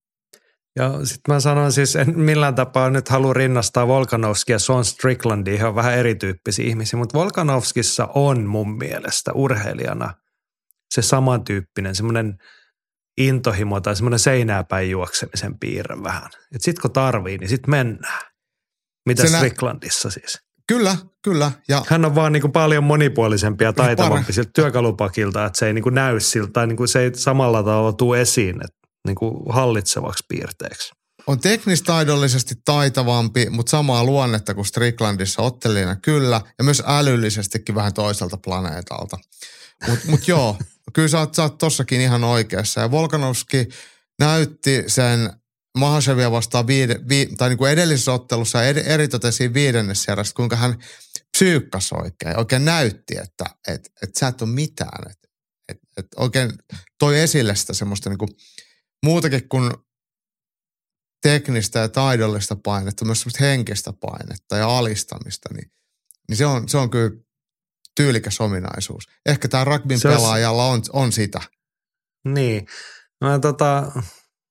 S2: Ja sitten mä sanon siis, en millään tapaa nyt halua rinnastaa Volkanovskia ja Sean Stricklandia, ihan vähän erityyppisiä ihmisiä, mutta Volkanovskissa on mun mielestä urheilijana se samantyyppinen, semmoinen intohimo tai semmoinen seinääpäin juoksemisen piirre vähän. Että sit kun tarvii, niin sit mennään. Mitä Senä... Stricklandissa siis?
S3: Kyllä, kyllä. Ja
S2: hän on vaan niinku paljon monipuolisempi ja taitavampi siltä työkalupakilta, että se ei niinku näy siltä tai niinku se ei samalla tavalla tule esiin että niinku hallitsevaksi piirteeksi.
S3: On teknistaidollisesti taitavampi, mutta samaa luonnetta kuin Stricklandissa ottelijana kyllä ja myös älyllisestikin vähän toiselta planeetalta. Mutta mut joo, kyllä sä oot, sä oot tossakin ihan oikeassa. Ja Volkanovski näytti sen Makhachevia vastaan viide, vi, tai niin kuin edellisessä ottelussa ed, eritoten siinä viidennessä erässä, kuinka hän psyykkasi oikein. Oikein näytti, että et, et sä et ole mitään. Et, et, et oikein toi esille sitä semmoista niin kuin muutakin kuin teknistä ja taidollista painetta, myös semmoista henkistä painetta ja alistamista. Niin, niin se, on, se on kyllä tyylikäs ominaisuus. Ehkä tämä rugbyn pelaajalla on, on sitä.
S2: Niin. Mä tota,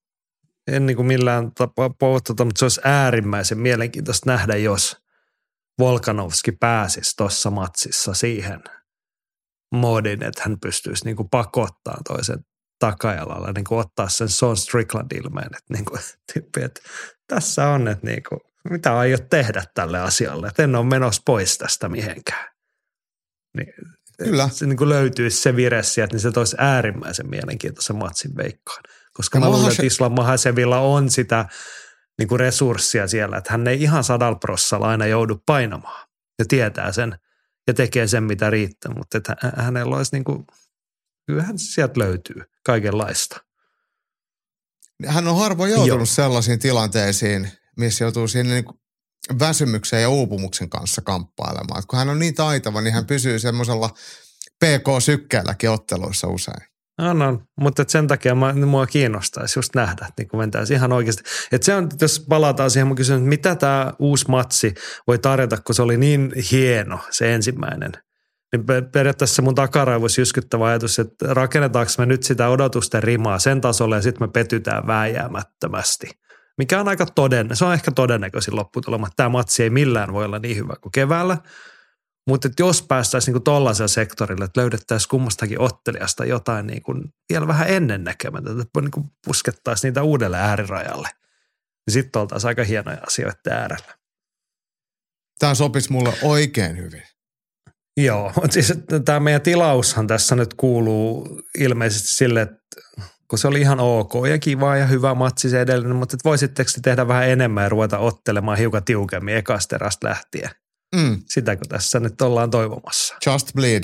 S2: en niin kuin millään tapaa puhuttu, mutta se olisi äärimmäisen mielenkiintoista nähdä, jos Volkanovski pääsisi tuossa matsissa siihen moodin, että hän pystyisi niin kuin pakottaa toisen takajalalla, niin kuin ottaa sen Sean Strickland-ilmeen, että, niin kuin, tyyppi, että tässä on, että niin kuin, mitä aiot tehdä tälle asialle, että en ole menossa pois tästä mihinkään. Niin,
S3: Kyllä.
S2: Se niin kuin löytyisi se vire sieltä, niin se toisi äärimmäisen mielenkiintoisen matsin veikkaan. Koska ja mä luulen, että Islam Mahasevilla on sitä niin kuin resurssia siellä, että hän ei ihan sadalla prossalla aina joudu painamaan ja tietää sen ja tekee sen, mitä riittää, mutta että hänellä olisi niin kuin, kyllähän sieltä löytyy kaikenlaista.
S3: Hän on harvoin joutunut Joo. sellaisiin tilanteisiin, missä joutuu siinä niin kuin väsymyksen ja uupumuksen kanssa kamppailemaan. Että kun hän on niin taitava, niin hän pysyy semmoisella P K-sykkeelläkin otteluissa usein.
S2: On, on. Mutta sen takia mä, mua kiinnostaisi just nähdä, että niin mentäisiin ihan oikeasti. Että se on, jos palataan siihen, mä kysyn, että mitä tämä uusi matsi voi tarjota, kun se oli niin hieno se ensimmäinen. Niin periaatteessa mun takaraivoissa jyskyttävä ajatus, että rakennetaanko me nyt sitä odotusten rimaa sen tasolle ja sitten me petytään vääjäämättömästi. Mikä on aika todennäköinen, se on ehkä todennäköisin lopputulema, että tämä matsi ei millään voi olla niin hyvä kuin keväällä. Mutta jos päästäisiin niinku tollaisella sektorilla, että löydettäisiin kummastakin ottelijasta jotain niinku vielä vähän ennennäkemättä, että niinku puskettaisiin niitä uudelle äärirajalle, niin sitten oltaisiin aika hienoja asioita äärellä.
S3: Tämä sopisi mulle oikein hyvin.
S2: Joo, mutta siis tämä meidän tilaushan tässä nyt kuuluu ilmeisesti sille, että kun se oli ihan ok ja kiva ja hyvä matsi se edellinen, mutta et voisitteko te tehdä vähän enemmän ja ruveta ottelemaan hiukan tiukemmin ekasta erästä lähtien? Mm. Sitäkö tässä nyt ollaan toivomassa?
S3: Just bleed.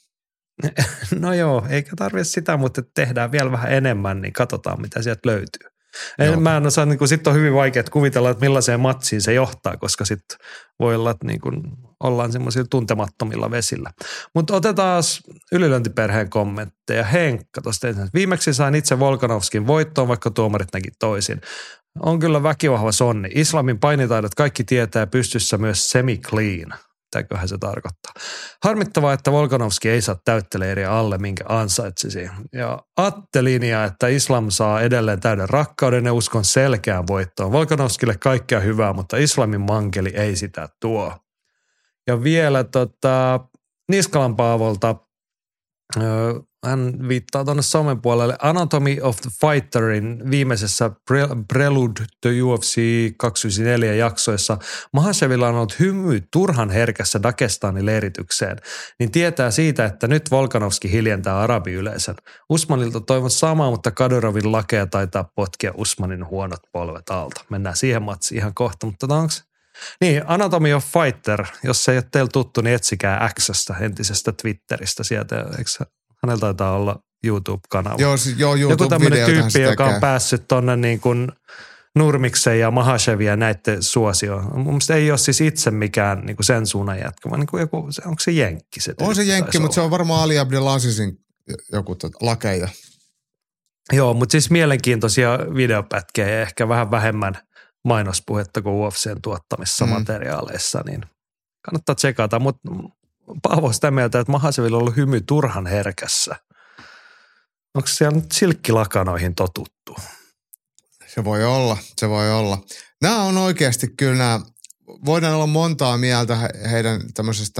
S2: No joo, eikä tarvitse sitä, mutta tehdään vielä vähän enemmän, niin katsotaan mitä sieltä löytyy. En, mä en osaa, niin sitten on hyvin vaikea kuvitella, että millaiseen matsiin se johtaa, koska sitten voi olla, että niin kuin ollaan semmoisilla tuntemattomilla vesillä. Mutta otetaan ylilöintiperheen kommentteja. Henkka tuosta ensin. Viimeksi sain itse Volkanovskin voittoon, vaikka tuomarit näki toisin. On kyllä väkivahva sonni. Islamin painitaidot kaikki tietää pystyssä myös semi-clean. Mitäköhän se tarkoittaa. Harmittavaa, että Volkanovski ei saa täyttä leiriä alle, minkä ansaitsisi. Ja Atte linjaa, että Islam saa edelleen täyden rakkauden ja uskon selkeään voittoon. Volkanovskille kaikkea hyvää, mutta Islamin mankeli ei sitä tuo. Ja vielä tota, Niskalan Paavolta, öö, hän viittaa tuonne somen puolelle Anatomy of the Fighterin viimeisessä Prelude to U F C kaksikymmentäneljä jaksoissa. Mahashevilla on ollut hymy turhan herkässä Dagestanin leiritykseen, niin tietää siitä, että nyt Volkanovski hiljentää arabiyleisön. Usmanilta toivon samaa, mutta Kadyrovin lakeja taitaa potkia Usmanin huonot polvet alta. Mennään siihen matsiin ihan kohta, mutta onko niin, Anatomy of Fighter, jos se ei ole teillä tuttu, niin etsikää X:stä, entisestä Twitteristä sieltä, eikö hänellä taitaa olla YouTube-kanava.
S3: Joo, joo YouTube-videoita
S2: joku tämmöinen tyyppi, joka on päässyt tuonne niin kuin Nurmiksen ja Mahashevin ja näiden suosioon. Mun mielestä ei ole siis itse mikään niin kuin sen suunnan jätkä, vaan niin kuin joku, onko se jenkki se tyyppi?
S3: On se jenkki, mutta se on varmaan Ali Abdelazizin joku lakeja.
S2: Joo, mutta siis mielenkiintoisia videopätkiä ja ehkä vähän vähemmän mainospuhetta kuin U F C:n tuottamissa mm. materiaaleissa, niin kannattaa tsekata, mutta Paavo sitä mieltä, että Mahashevilla on ollut hymy turhan herkässä. Onko siellä nyt silkkilakanoihin totuttu?
S3: Se voi olla, se voi olla. Nämä on oikeasti kyllä nämä, voidaan olla montaa mieltä heidän tämmöisestä,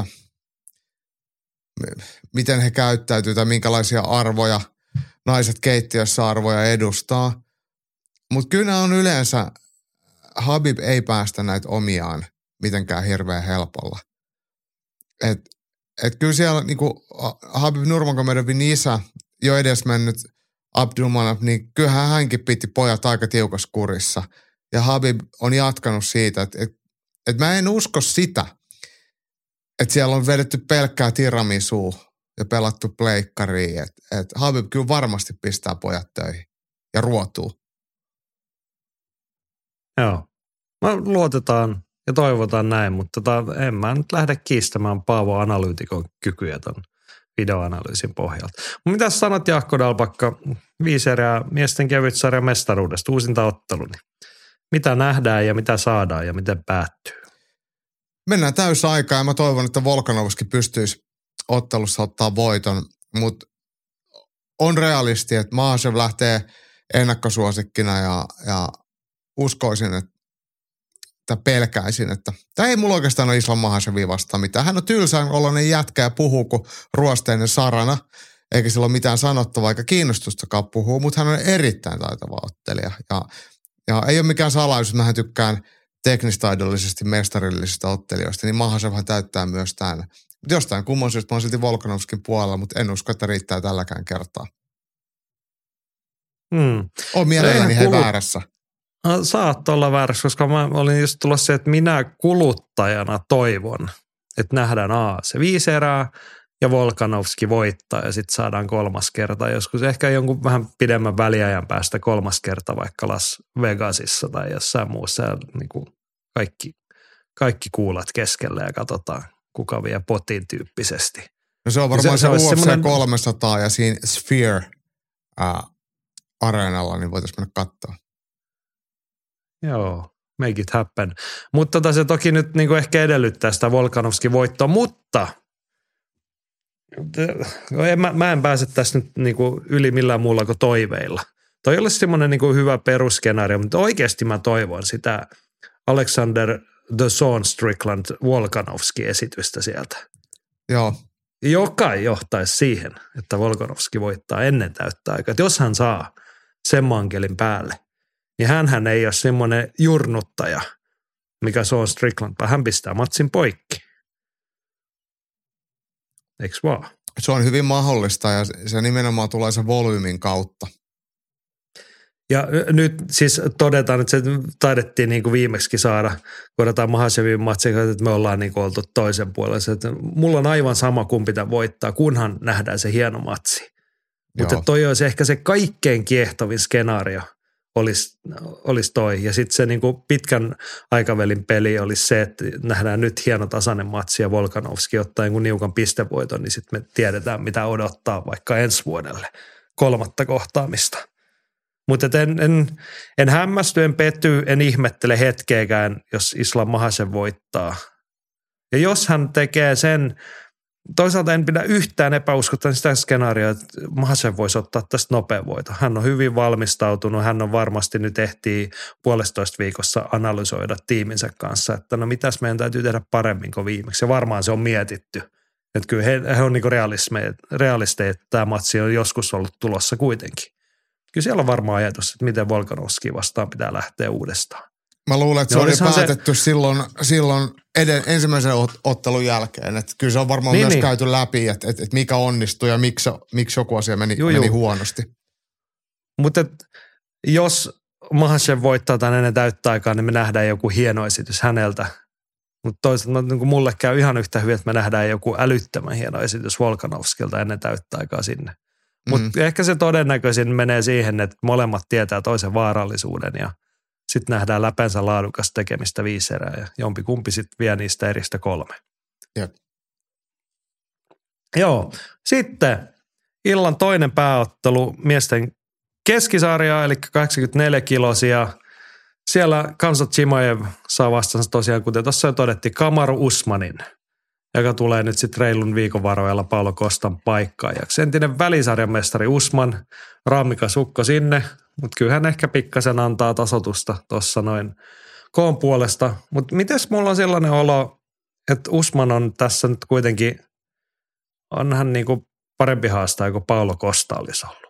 S3: miten he käyttäytyy tai minkälaisia arvoja naiset keittiössä arvoja edustaa. Mutta kyllä nämä on yleensä, Habib ei päästä näitä omiaan mitenkään hirveän helpolla. Et, et kyllä siellä niinku Habib Nurmagomedovin isä, jo edesmennyt Abdulmanap, niin kyllähän hänkin piti pojat aika tiukassa kurissa. Ja Habib on jatkanut siitä, että et, et mä en usko sitä, että siellä on vedetty pelkkää tiramisua ja pelattu pleikkariin. Että et Habib kyllä varmasti pistää pojat töihin ja ruotuu.
S2: Joo. No, luotetaan ja toivotaan näin, mutta tota, en mä nyt lähde kiistämään Paavo analyytikon kykyjä ton videoanalyysin pohjalta. Mitä sanot Jaakko Dalpakka, viisi erää miesten kevytsarjan mestaruudesta, uusinta ottelu, niin mitä nähdään ja mitä saadaan ja miten päättyy?
S3: Mennään täysaikaan ja mä toivon, että Volkanovski pystyisi ottelussa ottaa voiton, mutta on realisti, että Makhachev lähtee ennakkosuosikkina ja, ja uskoisin, että pelkäisin, että tämä ei mulla oikeastaan ole Islam Mahashevia vastaan mitään. Hän on tylsän oloinen jätkä ja puhuu kuin ruosteinen sarana, eikä sillä ole mitään sanottavaa eikä kiinnostustakaan puhuu, mutta hän on erittäin taitava ottelija. Ja, ja ei ole mikään salaisuus, että mähän tykkään teknistaidollisesti mestarillisista ottelijoista, niin Mahashevhan täyttää myös tämän. Mutta jostain kumman syystä mä oon silti Volkanovskin puolella, mutta en usko, että riittää tälläkään kertaa.
S2: Hmm.
S3: On mielelläni he väärässä.
S2: Saat olla väärässä, koska mä olin just tulossa se, että minä kuluttajana toivon, että nähdään A, se viisi erää ja Volkanovski voittaa ja sitten saadaan kolmas kerta. Joskus ehkä jonkun vähän pidemmän väliajan päästä kolmas kerta vaikka Las Vegasissa tai jossain muussa niin kuin kaikki, kaikki kuulat keskellä ja katsotaan, kuka vie potin tyyppisesti.
S3: No se on varmaan se, se, se U F C semmoinen kolmesataa ja siinä Sphere ää, areenalla, niin voitaisiin mennä katsoa.
S2: Joo, make it happen. Mutta tota, se toki nyt niin kuin ehkä edellyttää sitä Volkanovskin voittoa, mutta en, mä, mä en pääse tässä nyt niin kuin yli millään muulla kuin toiveilla. Toi olisi semmoinen niin kuin hyvä perusskenaario, mutta oikeasti mä toivon sitä Alexander the Sean Strickland Volkanovski-esitystä sieltä.
S3: Joo.
S2: Joka johtaisi siihen, että Volkanovski voittaa ennen täyttä aikaa. Että jos hän saa sen mankelin päälle, niin hänhän ei ole semmoinen jurnuttaja, mikä Sean Strickland, hän pistää matsin poikki. Eiks vaan?
S3: Se on hyvin mahdollista ja se nimenomaan tulee sen volyymin kautta.
S2: Ja nyt siis todetaan, että se taidettiin niin kuin viimeksi saada, kun odotetaan Mahashevin matsia, että me ollaan niin kuin oltu toisen puolella. Että mulla on aivan sama, kumpi pitää voittaa, kunhan nähdään se hieno matsi. Mutta toi olisi ehkä se kaikkein kiehtovin skenaario. Olisi, olisi toi. Ja sitten se niinku pitkän aikavälin peli olisi se, että nähdään nyt hieno tasainen matsi ja Volkanovski ottaa jonkun niukan pistevoiton, niin sitten me tiedetään, mitä odottaa vaikka ensi vuodelle kolmatta kohtaamista. Mutta en, en, en hämmästy, en petty, en ihmettele hetkeäkään, jos Islam Makhachev voittaa. Ja jos hän tekee sen, toisaalta en pidä yhtään epäuskottavaa sitä skenaarioa, että Makhachev voisi ottaa tästä nopean voiton. Hän on hyvin valmistautunut, hän on varmasti nyt ehtii puolestoista viikossa analysoida tiiminsä kanssa, että no mitäs meidän täytyy tehdä paremmin kuin viimeksi. Ja varmaan se on mietitty. Että kyllä he, he on niinku realisteja, että tämä matsi on joskus ollut tulossa kuitenkin. Kyllä siellä on varmaan ajatus, että miten Volkanovski vastaan pitää lähteä uudestaan.
S3: Mä luulen, että se oli päätetty se silloin, silloin eden, ensimmäisen ottelun jälkeen. Että kyllä se on varmaan niin, myös niin. käyty läpi, että, että, että mikä onnistui ja miksi, miksi joku asia meni, juu, meni juu. huonosti.
S2: Mutta jos Makhachev voittaa tämän ennen täyttä aikaa, niin me nähdään joku hieno esitys häneltä. Mutta toisaalta niin mulle käy ihan yhtä hyvin, että me nähdään joku älyttömän hieno esitys Volkanovskilta ennen täyttä aikaa sinne. Mutta mm. ehkä se todennäköisin menee siihen, että molemmat tietää toisen vaarallisuuden ja sitten nähdään läpänsä laadukasta tekemistä viisi erää ja jompikumpi sitten vie niistä eristä kolme.
S3: Jep.
S2: Joo. Sitten illan toinen pääottelu miesten keskisarjaa, eli kahdeksankymmentäneljä kilosia. Siellä Khamzat Chimaev saa vastansa tosiaan, kuten tuossa jo todettiin, Kamaru Usmanin, joka tulee nyt sitten reilun viikon varoilla Paulo Costan paikkaajaksi. Entinen välisarjamestari Usman, raamikas ukko sinne, mutta kyllähän ehkä pikkasen antaa tasotusta tuossa noin koon puolesta. Mutta mites mulla on sellainen olo, että Usman on tässä nyt kuitenkin, onhan niinku parempi haastaja kuin Paulo Costa olisi ollut.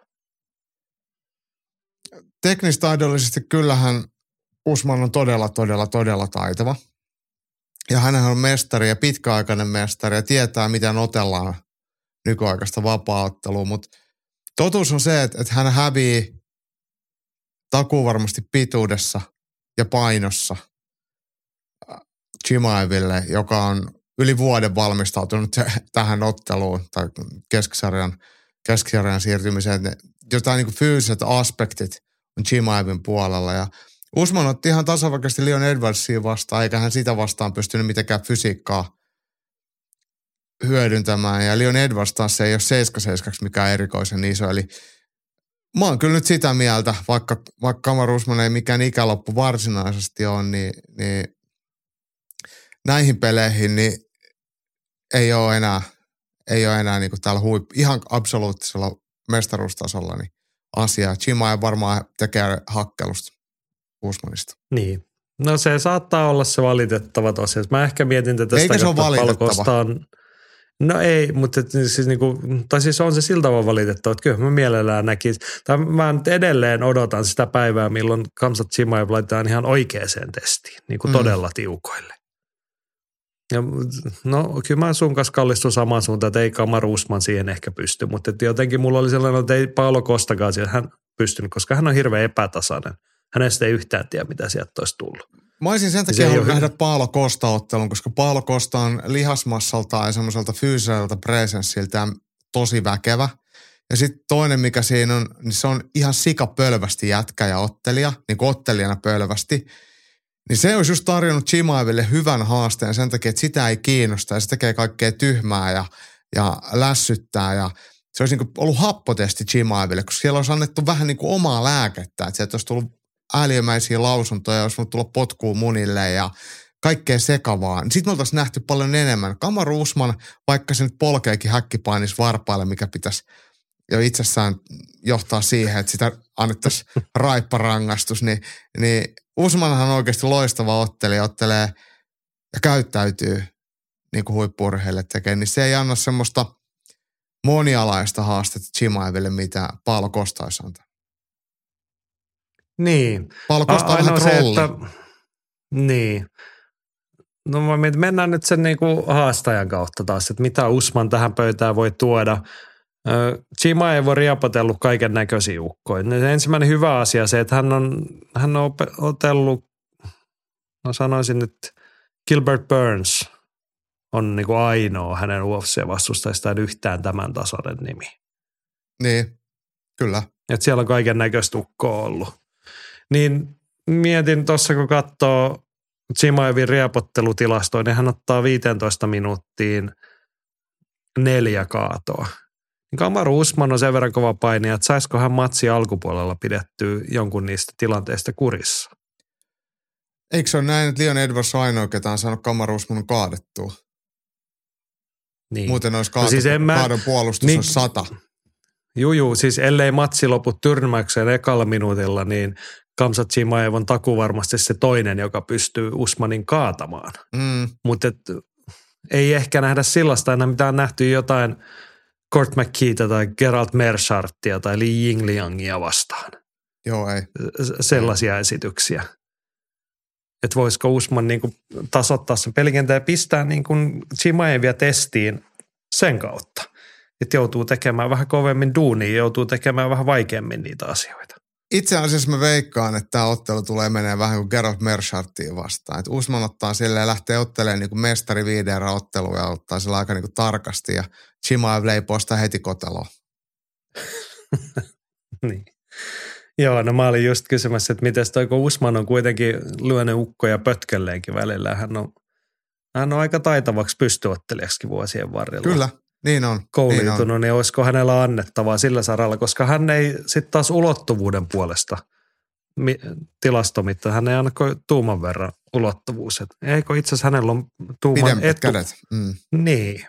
S3: Teknistaidollisesti kyllähän Usman on todella, todella, todella taitava. Ja hänhän on mestari ja pitkäaikainen mestari ja tietää, miten otellaan nykyaikaista vapaa-ottelua. Mutta totuus on se, että, että hän hävii takuvarmasti pituudessa ja painossa Chimaeville, joka on yli vuoden valmistautunut tähän otteluun tai keskisarjan, keskisarjan siirtymiseen. Jotain niin kuin fyysiset aspektit on Chimaevin puolella ja Usman otti ihan tasaväkäisesti Leon Edwardsia vastaan, eikä hän sitä vastaan pystynyt mitenkään fysiikkaa hyödyntämään. Ja Leon Edwards taas se ei ole seitsemän seitsemän mikään erikoisen iso. Eli mä oon kyllä nyt sitä mieltä, vaikka, vaikka Kamaru Usman ei mikään ikäloppu varsinaisesti ole, niin, niin näihin peleihin niin ei ole enää, ei ole enää niin kuin täällä huip, ihan absoluuttisella mestaruustasolla niin asiaa. Chimaev varmaan tekee hakkelusta Usmanista.
S2: Niin. No se saattaa olla se valitettava tosiaan. Mä ehkä mietin tätä
S3: sitä, että
S2: Palkosta on... No ei, mutta siis niinku, tai siis on se sillä tavalla valitettava, että kyllä mä mielellään näkisin. Tai mä nyt edelleen odotan sitä päivää, milloin Khamzat Chimaev laitetaan ihan oikeaan testiin, niin kuin mm. todella tiukoille. Ja, no kyllä mä sun kanssa kallistun samaan suuntaan, että ei Kamaru Usman siihen ehkä pysty, mutta jotenkin mulla oli sellainen, että ei Paulo Costakaan siihen hän pystynyt, koska hän on hirveän epätasainen. Hänestä ei yhtään tiedä, mitä sieltä olisi tullut.
S3: Mä olisin sen takia halunnut nähdä Paulo Costa-ottelun, koska Paulo Costa on lihasmassalta ja semmoiselta fyysiseltä presenssiltään tosi väkevä. Ja sitten toinen, mikä siinä on, niin se on ihan sikapölvästi jätkä ja ottelija, niin kuin ottelijana pölvästi. Niin se olisi just tarjonnut Chimaeville hyvän haasteen sen takia, että sitä ei kiinnosta ja se tekee kaikkea tyhmää ja, ja lässyttää. Ja se olisi niin kuin ollut happotesti Chimaeville, koska siellä olisi annettu vähän niin kuin omaa lääkettä, että sieltä olisi tullut ääliömäisiä lausuntoja, olisi voinut tulla potkua munille ja kaikkea sekavaa. Sitten me oltaisiin nähty paljon enemmän. Kamaru Usman, vaikka se nyt polkeekin häkkipainisi varpaille, mikä pitäisi jo itsessään johtaa siihen, että sitä annettaisiin raipparangastus, niin, niin Usmanhan on oikeasti loistava ottelija, ottelee ja käyttäytyy niin kuin huippu-urheilijat tekee, niin se ei anna semmoista monialaista haastetta Chimaeville, mitä Paulo Costa olisi antanut.
S2: Niin.
S3: Paulo Costa on vähän trolli.
S2: Että, niin. No mä mietin, mennään nyt sen niinku haastajan kautta taas, että mitä Usman tähän pöytään voi tuoda. Chimaev on riepotellut kaiken näköisiä ukkoja. Ensimmäinen hyvä asia se, että hän on, hän on otellut, no sanoisin nyt Gilbert Burns on niinku ainoa hänen U F C-vastustajistaan yhtään tämän tasoinen nimi.
S3: Niin, kyllä.
S2: Että siellä on kaiken näköistä ukkoa ollut. Niin mietin tuossa, kun katsoo Chimaevin riepottelutilastoja, niin hän ottaa viisitoista minuuttiin neljä kaatoa. Kamaru Usman on sen verran kova painija, että saisiko hän matsi alkupuolella pidettyä jonkun niistä tilanteista kurissa?
S3: Eikö se ole näin, että Leon Edwards on ainoa, ketä on saanut Kamaru Usman kaadettua?
S2: Niin.
S3: Muuten olisi kaadon, no siis mä, kaadon puolustus niin, olisi sata.
S2: Juu, juu, siis ellei matsi lopu tyrmäykseen ekalla minuutilla, niin Khamzat Chimaev on takuvarmasti se toinen, joka pystyy Usmanin kaatamaan. Mm. Mutta ei ehkä nähdä sellaista enää, mitä on nähty jotain Court McKeetä tai Gerald Meerschaertia tai Li Jingliangia vastaan.
S3: Joo, ei.
S2: Sellaisia ei. esityksiä. Että voisiko Usman niinku tasoittaa sen pelikentän ja pistää niinku Chimaevia testiin sen kautta. Että joutuu tekemään vähän kovemmin duunia, joutuu tekemään vähän vaikeammin niitä asioita.
S3: Itse asiassa mä veikkaan, että tämä ottelu tulee menee vähän kuin Gerald Meerschaertia vastaan. Että Usman ottaa silleen ja lähtee ottelemaan niin kuin mestari viidera ottelua ja ottaa sillä aika niin kuin tarkasti ja Chimaev leipoo sitä heti koteloon.
S2: Niin. Joo, no mä olin just kysymässä, että miten toi, kun Usman on kuitenkin lyönyt ukkoja pötkelleenkin välillä. Hän on, hän on aika taitavaksi pystyottelijaksikin vuosien varrella.
S3: Kyllä. Niin on.
S2: Koulutunut,
S3: niin,
S2: on. niin olisiko hänellä annettavaa sillä saralla, koska hän ei sitten taas ulottuvuuden puolesta mi- tilastomitta, hän ei anna tuuman verran ulottuvuus. Et eikö itse asiassa hänellä on tuuman
S3: pidemmät
S2: etu.
S3: kädet. Mm.
S2: Niin.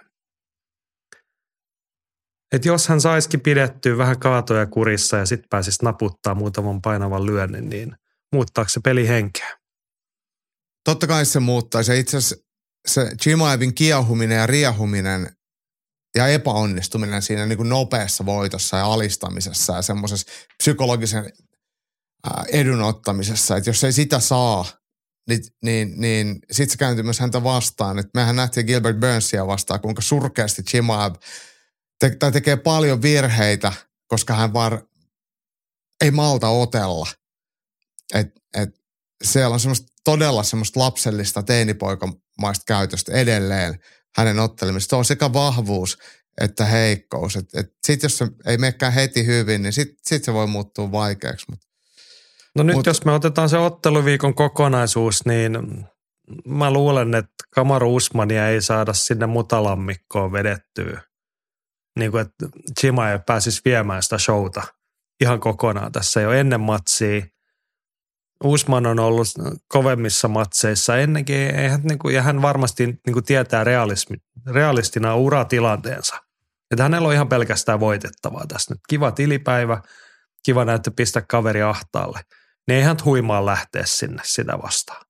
S2: Että jos hän saisikin pidettyä vähän kaatoja kurissa ja sitten pääsisi naputtaa muutaman painavan lyönnin, niin muuttaako se peli henkeä?
S3: Totta kai se muuttaisi. Se itse asiassa se Chimaevin kiehuminen ja riehuminen ja epäonnistuminen siinä niin kuin nopeassa voitossa ja alistamisessa ja semmoisessa psykologisen edun ottamisessa, että jos ei sitä saa, niin, niin, niin sitten se kääntyy myös häntä vastaan. Et mehän nähtiin Gilbert Burnsia vastaan, kuinka surkeasti Chimaev te- tai tekee paljon virheitä, koska hän vaan ei malta otella. Et, et siellä on semmoista todella semmoista lapsellista teinipoikamaista käytöstä edelleen hänen ottelemista. Se on sekä vahvuus että heikkous. Että et sitten jos se ei menekään heti hyvin, niin sitten sit se voi muuttua vaikeaksi. Mut,
S2: no nyt
S3: mut,
S2: jos me otetaan se otteluviikon kokonaisuus, niin mä luulen, että Kamaru Usmania ei saada sinne mutalammikkoon vedettyä. Niin kuin, että Chimaev pääsisi viemään sitä showta ihan kokonaan tässä jo ennen matsia. Usman on ollut kovemmissa matseissa ennenkin, eihän, niin kuin, ja hän varmasti niin kuin tietää realismi, realistina uratilanteensa. Että hänellä on ihan pelkästään voitettavaa tässä nyt. Kiva tilipäivä, kiva näyttö pistää kaveri ahtaalle. Niin eihän huimaan lähteä sinne sitä vastaan.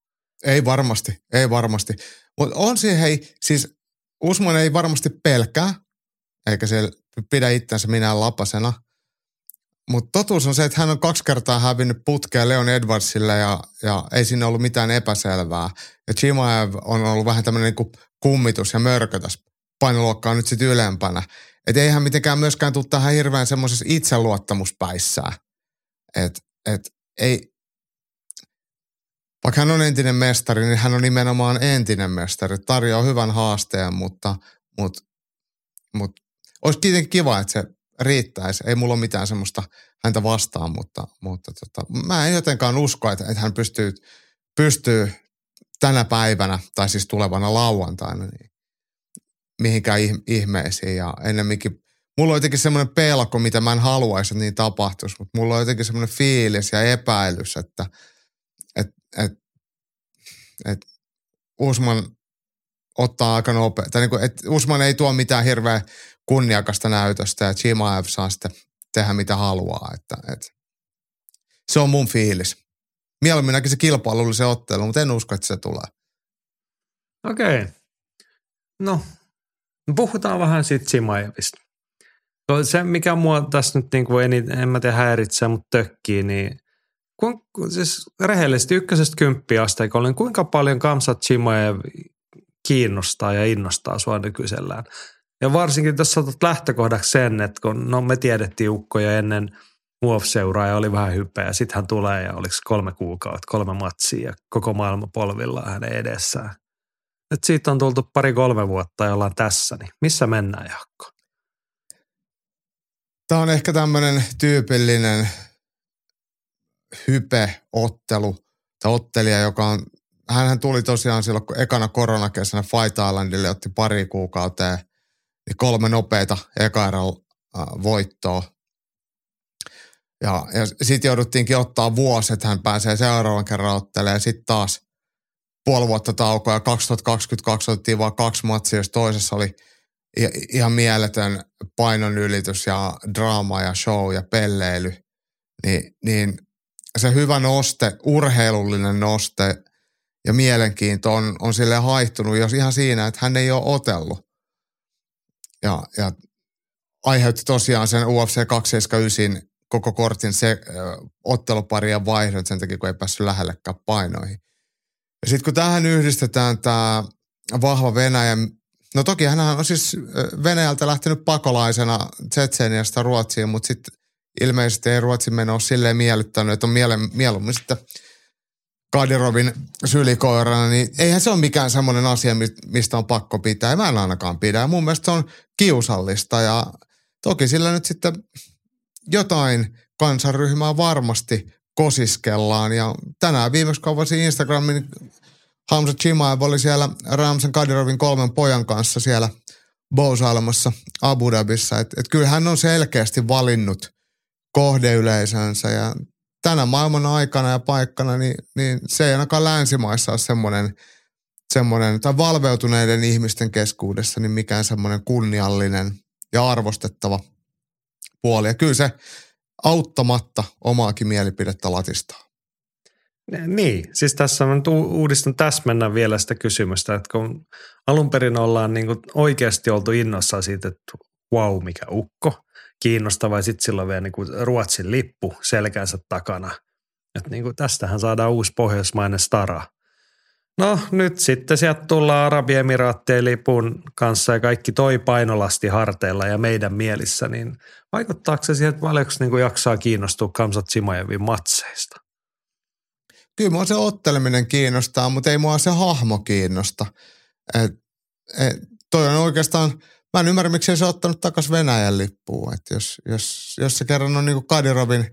S3: Ei varmasti, ei varmasti. Mutta on siihen, hei, siis Usman ei varmasti pelkää, eikä se pidä itsensä minään lapasena. Mutta totuus on se, että hän on kaksi kertaa hävinnyt putkea Leon Edwardsille ja, ja ei sinne ollut mitään epäselvää. Ja Chimaev on ollut vähän tämmöinen niinku kummitus ja mörkö tässä painoluokkaa nyt sitten ylempänä. Että eihän mitenkään myöskään tule tähän hirveän semmoisessa itseluottamuspäissään. Että et, ei, vaikka hän on entinen mestari, niin hän on nimenomaan entinen mestari. Tarjoaa hyvän haasteen, mutta, mutta, mutta olisi kuitenkin kiva, että se riittäisi. Ei mulla ole mitään semmoista häntä vastaan, mutta, mutta tota, mä en jotenkaan usko, että, että hän pystyy, pystyy tänä päivänä, tai siis tulevana lauantaina, niin mihinkään ihmeisiin. Ja ennemminkin, mulla on jotenkin semmoinen pelko, mitä mä en haluaisi, että niin tapahtuisi, mutta mulla on jotenkin semmoinen fiilis ja epäilys, että et, et, et Usman ottaa aika nopea, tai niin kuin, että Usman ei tuo mitään hirveän kunniakasta näytöstä ja Chimaev saa sitten tehdä mitä haluaa. Että, että se on mun fiilis. Mieluummin näkisin kilpailullisen ottelun, mutta en usko, että se tulee.
S2: Okei. Okay. No, puhutaan vähän siitä Chimaevista. Se, mikä mua tässä nyt niin kuin en, en mä tiedä häiritsee, mutta tökkii, niin kun, siis rehellisesti ykkösestä kymppiä asteikolla, niin kuinka paljon Khamzat Chimaev kiinnostaa ja innostaa sua nykyisellään? Ja varsinkin tässä otat lähtökohdaksi sen, että kun no me tiedettiin ukkoja ennen U F C-uraa ja oli vähän hypeä. Sitten hän tulee ja oliko kolme kuukautta, kolme matsia ja koko maailma polvillaan hänen edessään. Nyt siitä on tultu pari-kolme vuotta ja ollaan tässä, niin missä mennään, Jaakko?
S3: Tämä on ehkä tämmöinen tyypillinen hype-ottelu. Tämä ottelija, joka on, hänhän tuli tosiaan silloin kun ekana koronakesänä Fight Islandille, otti pari kuukauteen niin kolme nopeita eka erän äh, voittoa. Ja, ja sitten jouduttiinkin ottaa vuosi, että hän pääsee seuraavan kerran ottelemaan. Sitten taas puoli vuotta taukoa ja kaksituhattakaksikymmentäkaksi otettiin vaan kaksi matsia, jos toisessa oli ihan mieletön painon ylitys ja draama ja show ja pelleily. Ni, niin se hyvä noste, urheilullinen noste ja mielenkiinto on, on sille haihtunut jos ihan siinä, että hän ei ole otellut. Ja, ja aiheutti tosiaan sen U F C kaksisataaseitsemänkymmentäyhdeksän koko kortin se ö, ottelupari ja vaihdot sen takia, kun ei päässyt lähellekään painoihin. Ja sitten kun tähän yhdistetään tämä vahva Venäjä, no toki hän on siis Venäjältä lähtenyt pakolaisena Tsetseeniasta Ruotsiin, mutta sitten ilmeisesti ei Ruotsin meno ole silleen miellyttänyt, että on miele, mieluummin sitten Kadirovin sylikoirana, niin eihän se ole mikään semmoinen asia, mistä on pakko pitää. Ja mä en ainakaan pidä. Ja mun mielestä se on kiusallista ja toki sillä nyt sitten jotain kansanryhmää varmasti kosiskellaan. Ja tänään viimeksi kaupasi Instagramin Khamzat Chimaev oli siellä Ramzan Kadirovin kolmen pojan kanssa siellä bousailemassa Abu Dhabissa. Että et kyllä hän on selkeästi valinnut kohdeyleisönsä ja tänä maailman aikana ja paikkana, niin, niin se ei ainakaan länsimaissa ole semmoinen, semmoinen, tai valveutuneiden ihmisten keskuudessa, niin mikään semmoinen kunniallinen ja arvostettava puoli. Ja kyllä se auttamatta omaakin mielipidettä latistaa.
S2: Niin, siis tässä on uudistunut täsmennä vielä sitä kysymystä, että kun alun perin ollaan niin kuin oikeasti oltu innossaan siitä, että vau, mikä ukko, kiinnostava ja sitten silloin vielä niin kuin Ruotsin lippu selkänsä takana. Että niin kuin tästähän saadaan uusi pohjoismainen stara. No nyt sitten sieltä tullaan Arabiemiraattien lipun kanssa ja kaikki toi painolasti harteilla ja meidän mielissä, niin vaikuttaako se siihen, että paljonko niin kuin jaksaa kiinnostua Khamzat Chimaevin matseista?
S3: Kyllä mua se otteleminen kiinnostaa, mutta ei mua se hahmo kiinnosta. Et, et, toi on oikeastaan, mä en ymmärrä, miksi ei se ottanut takaisin Venäjän lippuun. Että jos, jos, jos se kerran on niin kuin Kadirovin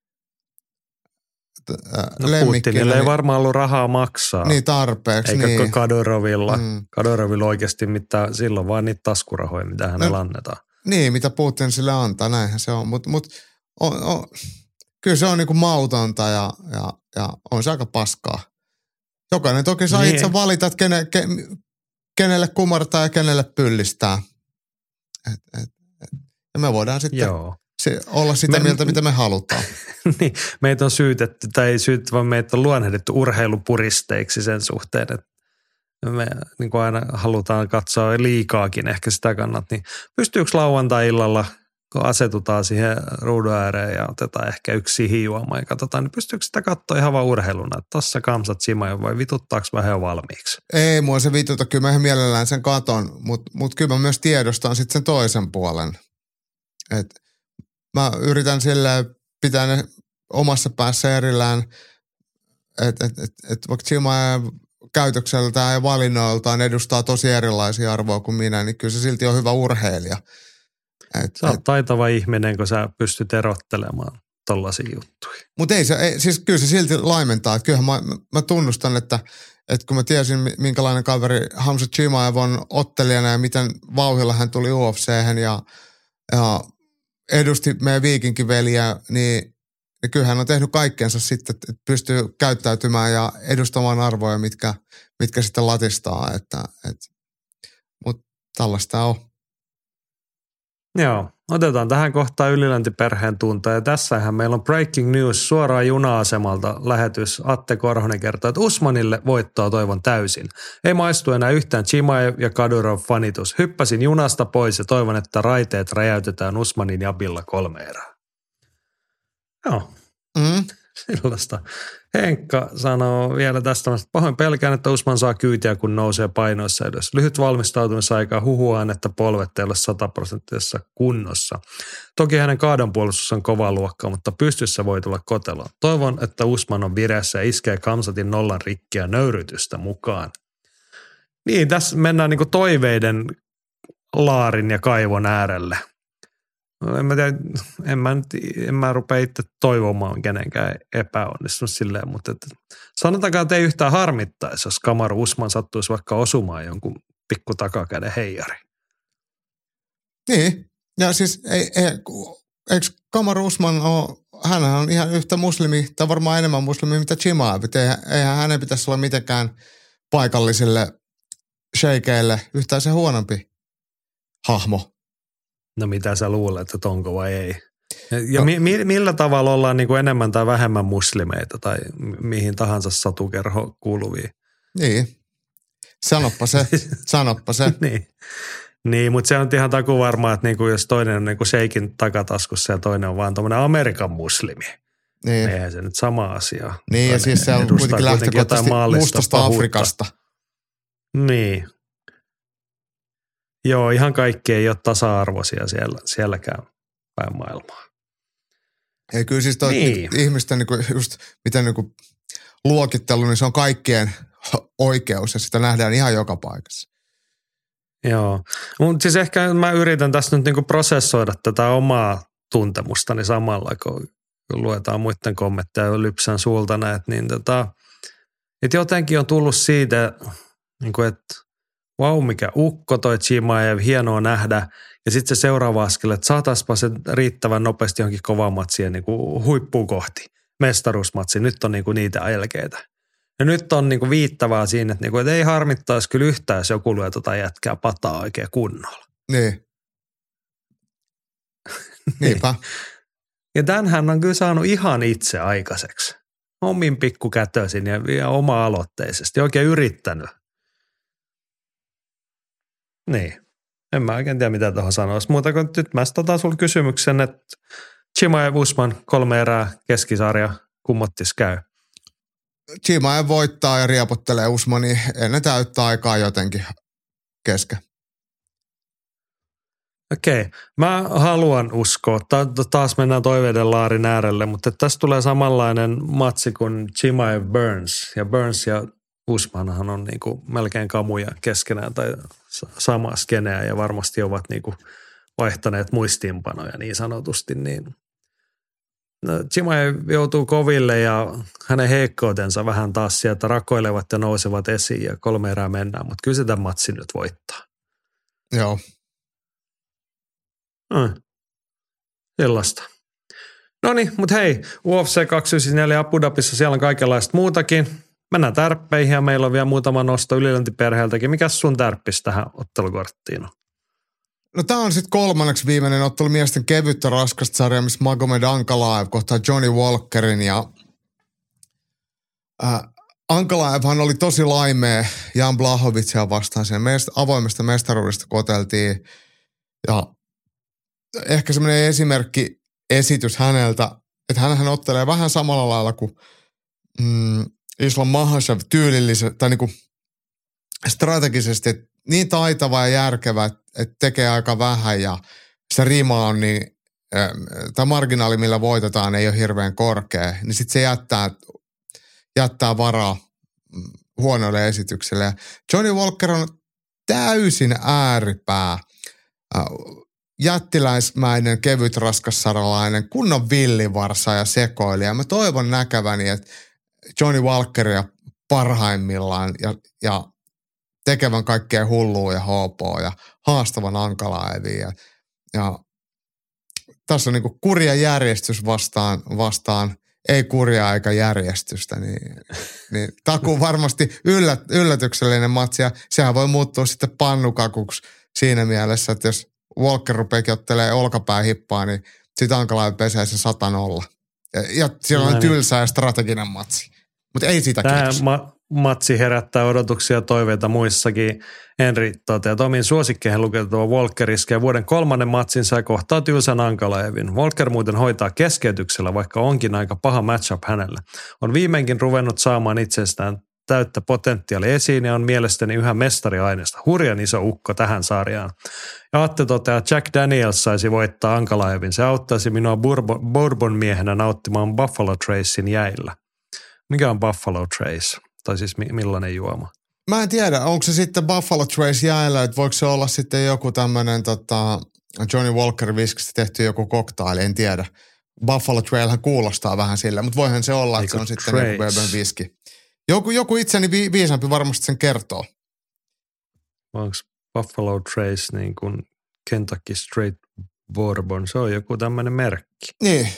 S2: no Putinille ei niin, varmaan ollut rahaa maksaa.
S3: Niin tarpeeksi.
S2: Eikä
S3: niin.
S2: Kadirovilla. Mm. Kadirovilla oikeasti mitään, silloin vaan niitä taskurahoja, mitä hänellä no, annetaan.
S3: Niin, mitä Putin sille antaa, näinhän se on. Mutta mut, on, on, kyllä se on niinku mautonta ja, ja, ja on se aika paskaa. Jokainen toki saa niin. itse valita, että kene, ke, kenelle kumartaa ja kenelle pyllistää. Et, et, et. Ja me voidaan sitten Joo. se, olla sitä me, mieltä, mitä me halutaan.
S2: Niin, meitä on syytetty, tai ei syytetty, vaan meitä on luonnehdittu urheilupuristeiksi sen suhteen, että me niin kuin aina halutaan katsoa liikaakin ehkä sitä kannat, niin pystyykö lauantai-illalla, kun asetutaan siihen ruudun ääreen ja otetaan ehkä yksi hiijuamaan ja katsotaan, niin pystyykö sitä katsoa ihan vaan urheiluna, että tossa kamsat Chimaev vai vituttaako vähän jo valmiiksi?
S3: Ei mua se vitutta, kyllä mä ihan mielellään sen katon, mutta mut kyllä mä myös tiedostan sitten sen toisen puolen. Et mä yritän silleen pitää ne omassa päässä erillään, että et, et, et vaikka Chimaev käytökseltään ja valinnoiltaan edustaa tosi erilaisia arvoja kuin minä, niin kyllä se silti on hyvä urheilija.
S2: Et, sä oot et, taitava ihminen, kun sä pystyt erottelemaan tollaisia juttuja.
S3: Mutta ei se, ei, siis kyllä se silti laimentaa. Että kyllähän mä, mä tunnustan, että, että kun mä tiesin, minkälainen kaveri Khamzat Chimaev on ottelijana ja miten vauhdilla hän tuli U F C:hen ja, ja edusti meidän viikinkiveliä, niin ja kyllä hän on tehnyt kaikkeensa sitten, että pystyy käyttäytymään ja edustamaan arvoja, mitkä, mitkä sitten latistaa. Että, et, mutta tällaista on.
S2: Joo, otetaan tähän kohtaan yliläntiperheen tunta. Ja tässähän meillä on breaking news suoraan juna-asemalta lähetys. Atte Korhonen kertoo, että Usmanille voittoa toivon täysin. Ei maistu enää yhtään Chimaev ja Kadyrov fanitus. Hyppäsin junasta pois ja toivon, että raiteet räjäytetään Usmanin jabilla kolme erää. Joo,
S3: mm.
S2: sellaista. Henkka sanoo vielä tästä, että pahoin pelkään, että Usman saa kyytiä, kun nousee painoissa edes. Lyhyt valmistautumisaika huhuaan, että polvet ei ole sataprosenttisessa kunnossa. Toki hänen kaadonpuolustus on kova luokka, mutta pystyssä voi tulla koteloon. Toivon, että Usman on vireessä ja iskee Khamzatin nollan rikkiä nöyrytystä mukaan. Niin, tässä mennään niin kuin toiveiden laarin ja kaivon äärelle. En mä tiedä, en mä, nyt, en mä rupea itse toivomaan kenenkään epäonnistunut silleen, mutta että sanotaanko, että ei yhtään harmittaisi, jos Kamaru Usman sattuisi vaikka osumaan jonkun pikku takakäden heijari.
S3: Niin, ja siis ei, ei, eikö Kamaru Usman ole, hänhän on ihan yhtä muslimi, tai varmaan enemmän muslimi, mitä Chimaev. Eihän hänen pitäisi olla mitenkään paikallisille sheikeille yhtään se huonompi hahmo.
S2: No mitä sä luulet, että onko vai ei? Ja, ja no. mi, mi, millä tavalla ollaan niin kuin enemmän tai vähemmän muslimeita tai mihin tahansa satukerho kuuluvia?
S3: Niin, sanoppa se, sanoppa se.
S2: niin. niin, mutta se on ihan taku varmaa, että niin kuin jos toinen on niin kuin sheikin takataskussa ja toinen on vaan tuommoinen Amerikan muslimi. Niin. Eihän se nyt sama asia.
S3: Niin, ja siis se on kuitenkin lähtökohtaisesti mustasta Afrikasta.
S2: Niin. Joo, ihan kaikki ei ole tasa-arvoisia siellä, sielläkään päin maailmaa.
S3: Ei kyllä siis toi niin. ihmisten niinku just miten niinku luokittelu, niin se on kaikkien oikeus ja sitä nähdään ihan joka paikassa.
S2: Joo, mutta siis ehkä mä yritän tässä nyt niinku prosessoida tätä omaa tuntemustani samalla, kun luetaan muiden kommentteja ja lypsän suulta näet, niin tota, että jotenkin on tullut siitä, niinku, että vau, mikä ukko toi Chimaev, hienoa nähdä. Ja sitten se seuraava askel, että saataispa se riittävän nopeasti johonkin kovaan matsiin niin kuin huippuun kohti. Mestaruusmatsi, nyt on niin kuin niitä elkeitä. Ja nyt on niin kuin viittävää siinä, että, niin kuin, että ei harmittaisi kyllä yhtään, jos joku lyö tota jätkää pataa oikein kunnolla.
S3: Niin. Niinpä.
S2: Ja tämänhän on kyllä saanut ihan itse aikaiseksi. Omin pikkukätöisin ja, ja oma-aloitteisesti. Oikein yrittänyt. Niin. En mä oikein tiedä, mitä tuohon sanoisi. Muuta kuin nyt mä otan sulle kysymyksen, että Chimaev Usman kolme erää keskisarja, kummottis käy?
S3: Chimaev voittaa ja riepottelee Usmani ennen täyttä aikaa jotenkin kesken.
S2: Okei. Mä haluan uskoa. Ta- taas mennään toiveiden laarin äärelle, mutta tässä tulee samanlainen matsi kuin Chimaev Burns. Ja Burns ja Usmanhan on niinku melkein kamuja keskenään tai samaa skeneä ja varmasti ovat niinku vaihtaneet muistiinpanoja niin sanotusti. Niin. No, Chimaev joutuu koville ja hänen heikkoutensa vähän taas sieltä rakoilevat ja nousevat esiin ja kolme erää mennään, mutta kyllä se tämän matsin nyt voittaa.
S3: Joo.
S2: Mm. Sellaista. No niin, mutta hei, U F C kaksisataayhdeksänkymmentäneljä Abu Dhabissa, siellä on kaikenlaista muutakin. Mennään tärppeihin ja meillä on vielä muutama nosto yliläntiperheeltäkin. Mikäs sun tärppis tähän ottelukorttiin on?
S3: No tää on sitten kolmanneksi viimeinen ottelu miesten kevyttä raskasta sarjaa, missä Magomed Ankalaev kohtaa Johnny Walkerin ja äh, Ankalaevhan oli tosi laimea Jan Blachowiccia vastaan sen mest- avoimesta mestaruudesta koteltiin ja ehkä semmoinen esimerkki esitys häneltä, että hänhän ottelee vähän samalla lailla kuin mm, Islam Makhachev tyylillisesti tai niinku strategisesti, että niin taitava ja järkevä, että tekee aika vähän ja se rima on niin, tämä marginaali, millä voitetaan, ei ole hirveän korkea, niin sitten se jättää, jättää varaa huonoille esitykselle. Ja Johnny Walker on täysin ääripää, jättiläismäinen, kevyt, raskassaralainen, kunnon villivarsa ja sekoilija. Mä toivon näkeväni, että Johnny Walkeria parhaimmillaan ja, ja tekevän kaikkea hullua ja hoopoa ja haastavan Ankalaevia. Ja, ja tässä on niinku kurja järjestys vastaan, vastaan ei kurjaa eikä järjestystä, niin, niin takuu varmasti yllät, yllätyksellinen matsi ja sehän voi muuttua sitten pannukakuksi siinä mielessä, että jos Walker rupeekin ottelee olkapää hippaa, niin sitten Ankalaev pesee se sata nolla. Ja, ja siellä on no, tylsä ja strateginen matsi. Mutta ei sitä kiitos.
S2: Ma- matsi herättää odotuksia ja toiveita muissakin. Henri toteaa, että omiin suosikkeihin lukeutuvaa Walker iskee vuoden kolmannen matsinsa ja kohtaa tylsän Ankalaevin. Walker muuten hoitaa keskeytyksellä, vaikka onkin aika paha matchup hänellä. On viimeinkin ruvennut saamaan itsestään täyttä potentiaalia esiin ja on mielestäni yhä mestariaineesta. Hurjan iso ukko tähän sarjaan. Ja Atte toteaa, että Jack Daniels saisi voittaa Ankalaevin. Se auttaisi minua bourbon, bourbon miehenä nauttimaan Buffalo Tracein jäillä. Mikä on Buffalo Trace? Tai siis millainen juoma?
S3: Mä en tiedä, onko se sitten Buffalo Trace jäällä, että voiko se olla sitten joku tämmöinen tota, Johnny Walker viskistä tehty joku koktaili, en tiedä. Buffalo Trailhän kuulostaa vähän sille, mutta voihan se olla, että se on sitten joku bourbon viski. Joku, joku itseni vi- viisampi varmasti sen kertoo.
S2: Onko Buffalo Trace niin kuin Kentucky Straight Bourbon? Se on joku tämmöinen merkki.
S3: Niin.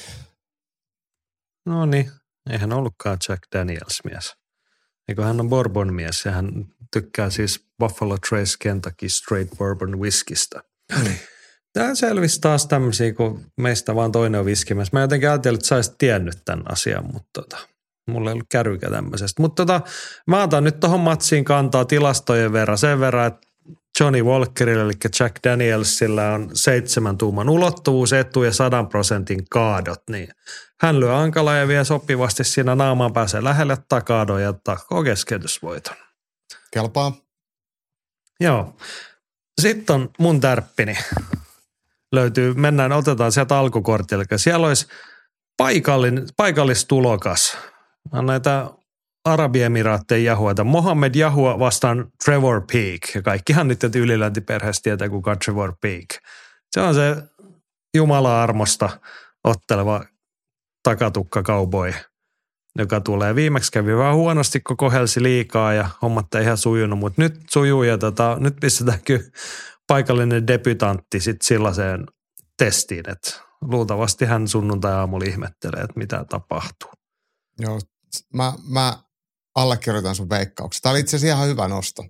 S2: No niin, eihän ollutkaan Jack Daniels mies. Eikö hän on bourbon mies ja hän tykkää siis Buffalo Trace Kentucky Straight Bourbon whiskistä.
S3: Mm.
S2: Tämä selvisi taas tämmöisiä, kun meistä vaan toinen on viskimässä. Mä jotenkin ajattelin, että sä olisit tiennyt tämän asian, mutta tota, mulla ei ollut kärrykä tämmöisestä. Mutta tota, mä otan nyt tohon matsiin kantaa tilastojen verran. Sen verran, että Johnny Walkerilla, eli Jack Danielsilla on seitsemän tuuman ulottuvuus, etu ja sadan prosentin kaadot, niin hän lyö Ankalaevia sopivasti siinä naamaan, pääsee lähelle takaadon ja takoo keskeytysvoiton.
S3: Kelpaa.
S2: Joo. Sitten on mun tärppini. Löytyy, mennään, otetaan sieltä alkukortilla. Siellä olisi paikallin, paikallistulokas. Näitä Arabiemiraattien jahuita. Mohamed Jahua vastaan Trevor Peek. Ja kaikkihan nyt yliläntiperheessä tietää, kuka on Trevor Peek. Se on se Jumala-armosta otteleva takatukka cowboy, joka tulee. Viimeksi kävi vähän huonosti, kun kohelsi liikaa ja hommat ei ihan sujunut, mutta nyt sujuu ja tota, nyt pistetään kyllä paikallinen debutantti sitten sellaiseen testiin, että luultavasti hän sunnuntai-aamulla ihmettelee, että mitä tapahtuu.
S3: Joo, mä, mä allekirjoitan sun veikkauksen. Tämä oli itse asiassa ihan hyvä nosto.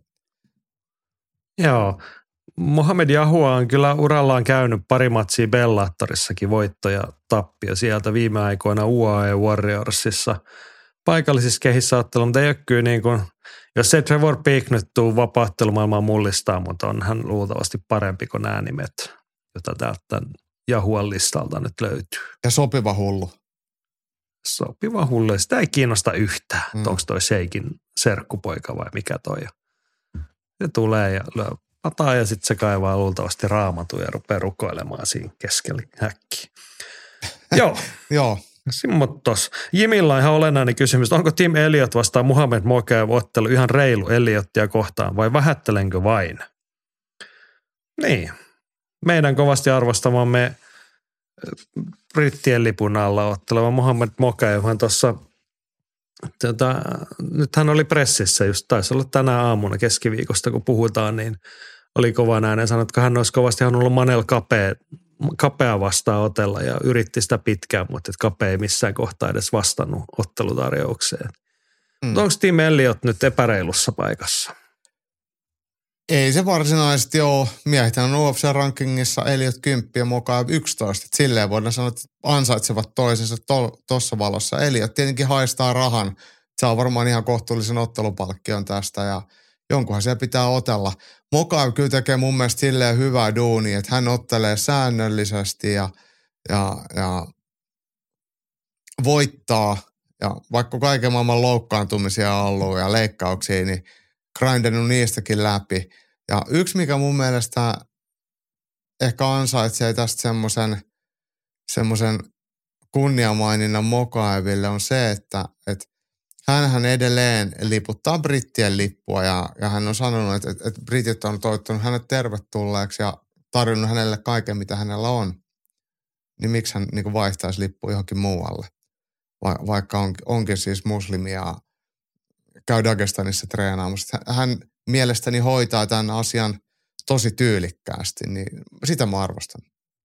S2: Joo, Mohamed Jahua on kyllä urallaan käynyt pari matsia Bellatorissakin voitto ja tappio sieltä viime aikoina U A E Warriorsissa paikallisissa kehissä ottelu, mutta ei ole kyllä niin kuin, jos se Trevor Peek nyt tuu vapaattelumaailmaan mullistaa, mutta on hän luultavasti parempi kuin nämä nimet, jota täältä Jahuan listalta nyt löytyy.
S3: Ja sopiva hullu.
S2: Sopiva hullu. Sitä ei kiinnosta yhtään, mm. onko toi Sheikin serkkupoika vai mikä toi. Se tulee ja lyö pataa ja sitten se kaivaa luultavasti raamatun ja rupeaa rukoilemaan siinä keskellä häkkiä. Joo.
S3: Joo.
S2: Simmottos. Jimillä on ihan olennainen kysymys. Onko Tim Elliott vastaan Muhammed Mokaev ottelu ihan reilu Elliottia kohtaan vai vähättelenkö vain? Niin. Meidän kovasti arvostamamme brittien lipun alla otteleva Muhammed Mokaevhan tuossa, tota, nyt hän oli pressissä just, taisi olla tänä aamuna keskiviikosta, kun puhutaan, niin oli kovan ääneen sanonut, että hän olisi kovasti halunnut Manel kapea, kapea vastaan otella ja yritti sitä pitkään, mutta että kapea ei missään kohtaa edes vastannut ottelutarjoukseen. Mm. Onko Tim Elliott nyt epäreilussa paikassa?
S3: Ei se varsinaisesti ole. Miehethän on U F C-rankingissa Elliot kymmenen ja Mokaev yksitoista. Et silleen voidaan sanoa, että ansaitsevat toisensa tuossa to, valossa. Elliot tietenkin haistaa rahan. Saa varmaan ihan kohtuullisen ottelupalkkion tästä ja jonkunhan siellä pitää otella. Mokaev kyllä tekee mun mielestä silleen hyvää duunia, että hän ottelee säännöllisesti ja, ja, ja voittaa. Ja vaikka kaiken maailman loukkaantumisia on ollut ja leikkauksia, niin grindannut niistäkin läpi. Ja yksi, mikä mun mielestä ehkä ansaitsee tästä semmoisen semmoisen kunniamaininnan Mokaeville on se, että, että hänhän edelleen liputtaa brittien lippua ja, ja hän on sanonut, että, että, että britit on toivottanut hänet tervetulleeksi ja tarjonnut hänelle kaiken, mitä hänellä on. Niin miksi hän niin kuin vaihtaisi lippua johonkin muualle, Va, vaikka on, onkin siis muslimi ja käy Dagestanissa treenaamassa. Hän mielestäni hoitaa tämän asian tosi tyylikkäästi, niin sitä mä arvostan.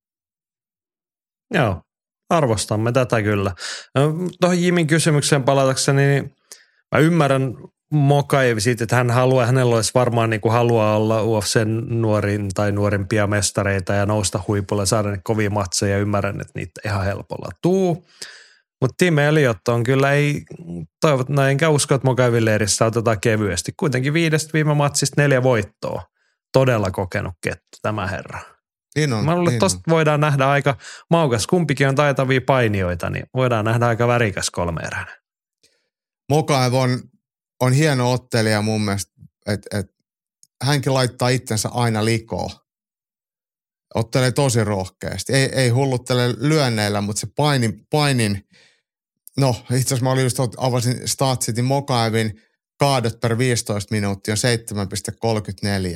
S2: Joo, arvostamme tätä kyllä. Tuohon Jimin kysymykseen palatakseni, niin mä ymmärrän Mokaev siitä, että hän haluaa, hänellä olisi varmaan niin kuin haluaa olla U F C:n nuorin tai nuorempia mestareita ja nousta huipulle, saada ne kovia matseja ja ymmärrän, että niitä ihan helpolla tuu. Mutta Tim Elliott on kyllä ei, toivot, no enkä usko, että Mokaevin leirissä otetaan kevyesti. Kuitenkin viidestä viime matsista neljä voittoa. Todella kokenut kettu tämä herra.
S3: Niin on,
S2: Mä luulen,
S3: niin
S2: että tosta
S3: on.
S2: voidaan nähdä aika maukas. Kumpikin on taitavia painijoita, niin voidaan nähdä aika värikäs kolmeeräinen.
S3: Mokaev on, on hieno ottelija mun mielestä, että et, hänkin laittaa itsensä aina likoon. Ottelee tosi rohkeasti. Ei, ei hulluttele lyönneillä, mutta se painin, painin no itse asiassa mä olin just, avasin Statsitin Mokaevin kaadot per viisitoista minuuttia on seitsemän pilkku kolmekymmentäneljä.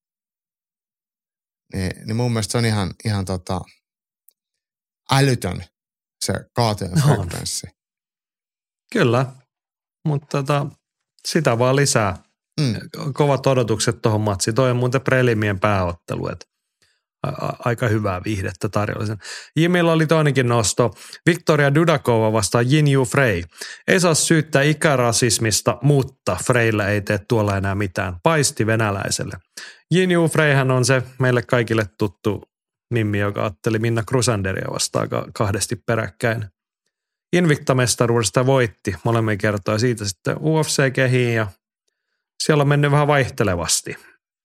S3: Niin, niin mun mielestä se on ihan, ihan tota älytön se kaatojen frekvenssi.
S2: Kyllä, mutta tota, sitä vaan lisää. Mm. Kovat odotukset tuohon matsiin. Toi on muuten prelimien pääottelu, että aika hyvää viihdettä tarjollisen. Jimillä oli toinenkin nosto. Victoria Dudakova vastaan Jinju Frey. Ei saa syyttää ikärasismista, mutta Freyllä ei tee tuolla enää mitään. Paisti venäläiselle. Jinju Freyhän on se meille kaikille tuttu mimmi, joka otteli Minna Crusanderia vastaan kahdesti peräkkäin. Invicta-mestaruudesta voitti molemmin kertoa siitä sitten U F C kehiin ja siellä on mennyt vähän vaihtelevasti.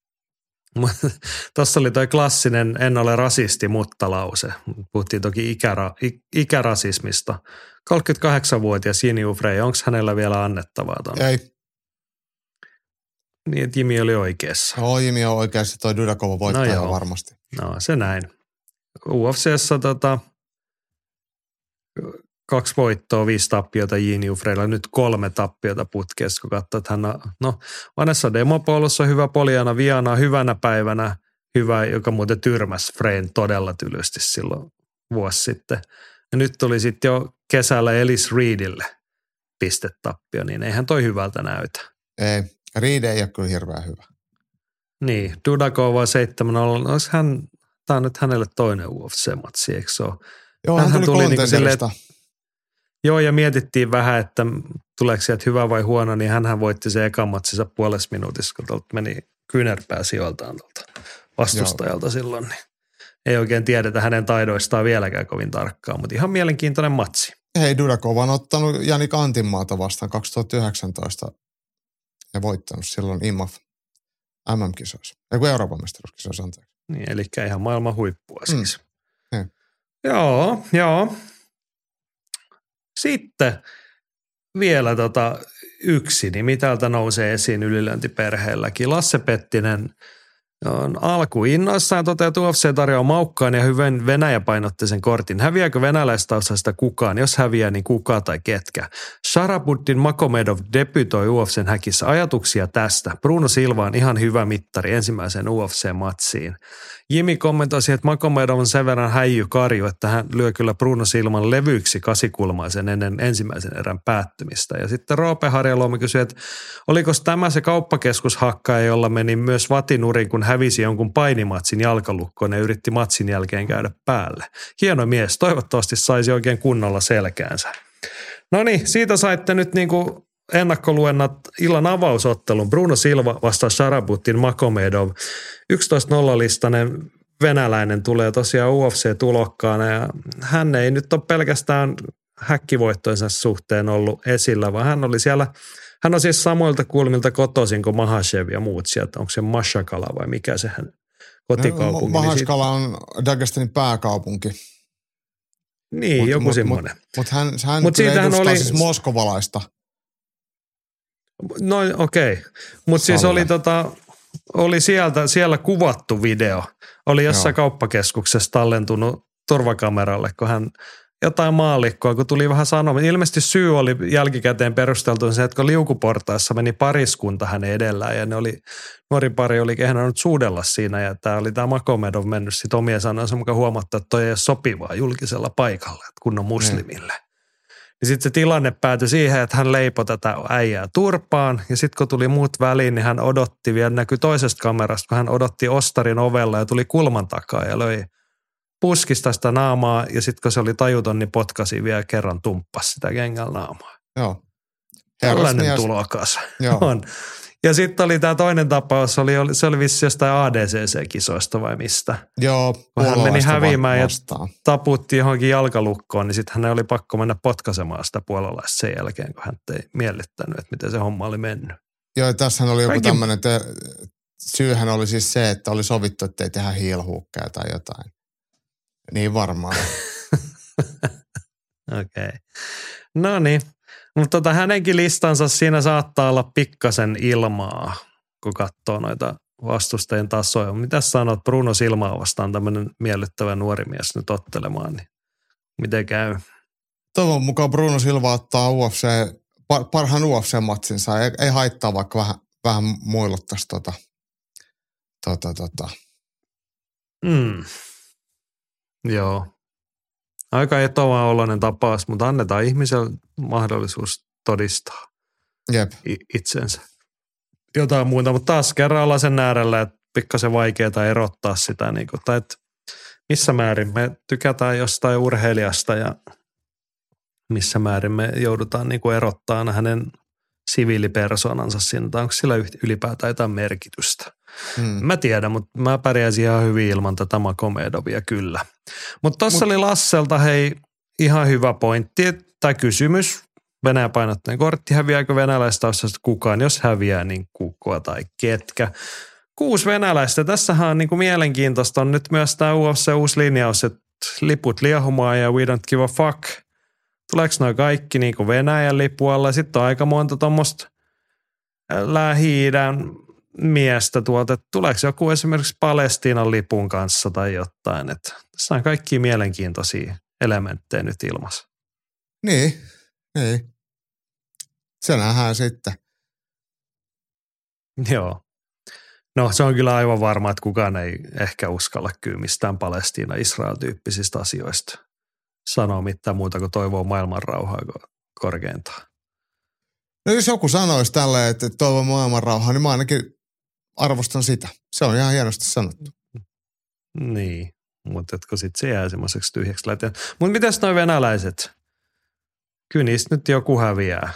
S2: Tuossa oli toi klassinen en ole rasisti, mutta lause. Puhuttiin toki ikära, ikärasismista. kolmekymmentäkahdeksanvuotias Jinju Frey, onko hänellä vielä annettavaa tuonne?
S3: Ei.
S2: Niin, että Jimi oli oikeassa.
S3: Joo, Jimi on oikeassa. Toi Dudakova voittaa
S2: no
S3: varmasti.
S2: No se näin. U F C:ssä tota, kaksi voittoa, viisi tappiota Jinju Freyllä, nyt kolme tappiota putkessa, kun katsoo, että hän on, no Vanessa Demopoulos on hyvä, Poliana Viana hyvänä päivänä, hyvä, joka muuten tyrmäsi Freyn todella tylysti silloin vuosi sitten. Ja nyt tuli sitten jo kesällä Ellis Reedille pistetappio, niin eihän toi hyvältä näytä.
S3: Ei, Reed ei ole kyllä hirveän hyvä.
S2: Niin, Dudakova seitsemän nolla, olisi hän, tämä on nyt hänelle toinen U F C-matsi, eikö se ole?
S3: Joo, hän, hän tuli kontenderista.
S2: Niin joo, ja mietittiin vähän, että tuleeko sieltä hyvä vai huono, niin hänhän voitti se ekan matsinsa puolessa minuutissa, kun tuolta meni kyynärpää sijoiltaan tuolta vastustajalta joo. silloin. Niin ei oikein tiedetä hänen taidoistaan vieläkään kovin tarkkaan, mutta ihan mielenkiintoinen matsi.
S3: Hei, Dudakova on ottanut Janik Antinmaata vastaan kaksituhattayhdeksäntoista ja voittanut silloin I M A F M M-kisoissa. Ei kun Euroopan mestaruuskisoissa, anteeksi.
S2: Niin, eli ihan maailman huippua siis.
S3: Mm.
S2: Joo, joo. Sitten vielä tota yksi nimi täältä nousee esiin ylilöintiperheelläkin. Lasse Pettinen on alkuinnoissaan toteutuu U F C tarjoaa maukkaan ja hyvän Venäjä-painotteisen kortin. Häviääkö venäläistaustaisesta kukaan? Jos häviää, niin kuka tai ketkä? Sharabuddin Magomedov debytoi U F C:n häkissä. Ajatuksia tästä. Bruno Silva on ihan hyvä mittari ensimmäiseen U F C-matsiin. Jimi kommentoisi, että Magomedov on sen verran häijy karju, että hän lyö kyllä Bruno Silman levyksi kasikulmaisen ennen ensimmäisen erän päättymistä. Ja sitten Roope Harjaluomi kysyi, että oliko tämä se kauppakeskushakkaja, jolla meni myös vatinuriin, kun hävisi jonkun painimatsin jalkalukkoon ja yritti matsin jälkeen käydä päälle. Hieno mies, toivottavasti saisi oikein kunnolla selkäänsä. No niin, siitä saitte nyt niinku ennakkoluennat illan avausottelun. Bruno Silva vastaa Sharabutin Magomedov. yksitoista nolla listainen venäläinen tulee tosiaan U F C-tulokkaana ja hän ei nyt ole pelkästään häkkivoittojensa suhteen ollut esillä, vaan hän oli siellä, hän on siis samoilta kulmilta kotoisin kuin Makhachev ja muut sieltä. Onko se Mashakala vai mikä se hän kotikaupunki?
S3: No, Mahashkala on Dagestanin pääkaupunki.
S2: Niin, mut, joku mut, semmoinen.
S3: Mutta mut hän, hän mut kyllä edustaa oli, siis moskovalaista.
S2: No okei, okay. Mutta siis oli, tota, oli sieltä, siellä kuvattu video. Oli jossain Joo. kauppakeskuksessa tallentunut turvakameralle, kun hän jotain maallikkoa, kun tuli vähän sanomaan. Ilmeisesti syy oli jälkikäteen perusteltu se, että kun liukuportaissa meni pariskunta hänen edellään ja ne oli, nuori pari oli kehdannut suudella siinä ja tämä oli tämä Magomedov mennyt sitten omien sanojensa mukaan huomattaa, että toi ei ole sopivaa julkisella paikalla, että kunnon muslimille. Mm. Ja sitten se tilanne päätyi siihen, että hän leipoi tätä äijää turpaan ja sitten kun tuli muut väliin, niin hän odotti vielä, näkyi toisesta kamerasta, kun hän odotti ostarin ovella ja tuli kulman takaa ja löi puskista sitä naamaa ja sitten kun se oli tajuton, niin potkasi vielä kerran tumppas sitä kengällä naamaa.
S3: Joo.
S2: Tällainen tulokas on. Ja sitten oli tämä toinen tapaus, oli, se oli vissi jostain A D C C-kisoista vai mistä.
S3: Joo,
S2: hän meni häviämään vastaan. Ja taputti johonkin jalkalukkoon, niin sitten hän oli pakko mennä potkaisemaan sitä puolalaista sen jälkeen, kun hän ei miellyttänyt, että miten se homma oli mennyt.
S3: Joo, tässähän oli joku Kaikki... tämmöinen, te... syyhän oli siis se, että oli sovittu, että ei tehdä hiilhuukkeja tai jotain. Niin varmaan.
S2: Okei. Okay. No niin. Mutta tota, hänenkin listansa siinä saattaa olla pikkasen ilmaa, kun katsoo noita vastustajien tasoja. Mitä sanot, Bruno Silmaa vastaan tämmöinen miellyttävä nuori mies nyt ottelemaan, niin miten käy?
S3: Toivon mukaan Bruno Silva ottaa U F C, parhaan U F C-matsinsa. Ei, ei haittaa, vaikka vähän, vähän muiluttaisi tota, tota, tota.
S2: Mm. Joo. Aika etovaa oloinen tapaus, mutta annetaan ihmiselle mahdollisuus todistaa
S3: Jep.
S2: itsensä. Jotain muuta, mutta taas kerran ollaan sen äärellä, että pikkasen vaikeaa erottaa sitä. Niin kuin, tai että missä määrin me tykätään jostain urheilijasta ja missä määrin me joudutaan niin kuin erottaa hänen siviilipersoonansa siinä. Tai onko sillä ylipäätään jotain merkitystä? Hmm. Mä tiedän, mutta mä pärjäisin ihan hyvin ilman tätä Magomedovia kyllä. Mutta tossa Mut. oli Lasselta hei ihan hyvä pointti tai kysymys. Venäjä painottaneen kortti, häviääkö venäläistaustasta kukaan? Jos häviää, niin kuka tai ketkä? Kuusi venäläistä. Tässähän on niinku mielenkiintoista. On nyt myös tämä U F C uusi linjaus, että liput liehumaan ja we don't give a fuck. Tuleeko noin kaikki niinku Venäjän lipualla? Sitten on aika monta tuommoista Lähi-idän miestä tuolta, että tuleeko joku esimerkiksi Palestiinan lipun kanssa tai jotain. Että tässä on kaikki mielenkiintoisia elementtejä nyt ilmassa.
S3: Niin, niin. Se nähdään sitten.
S2: Joo. No se on kyllä aivan varma, että kukaan ei ehkä uskalla kyllä mistään Palestiina-Israel-tyyppisistä asioista sanoa mitään muuta kuin toivoo maailman rauhaa korkeintaan.
S3: No jos joku sanoisi tälleen, että toivoo maailman rauhaa, niin mä ainakin arvostan sitä. Se on ihan hienosti sanottu.
S2: Niin, mutta etkö sitten se jää semmoiseksi tyhjäksi lähtien. Mutta mitäs noi venäläiset? Kyllä niistä nyt joku häviää.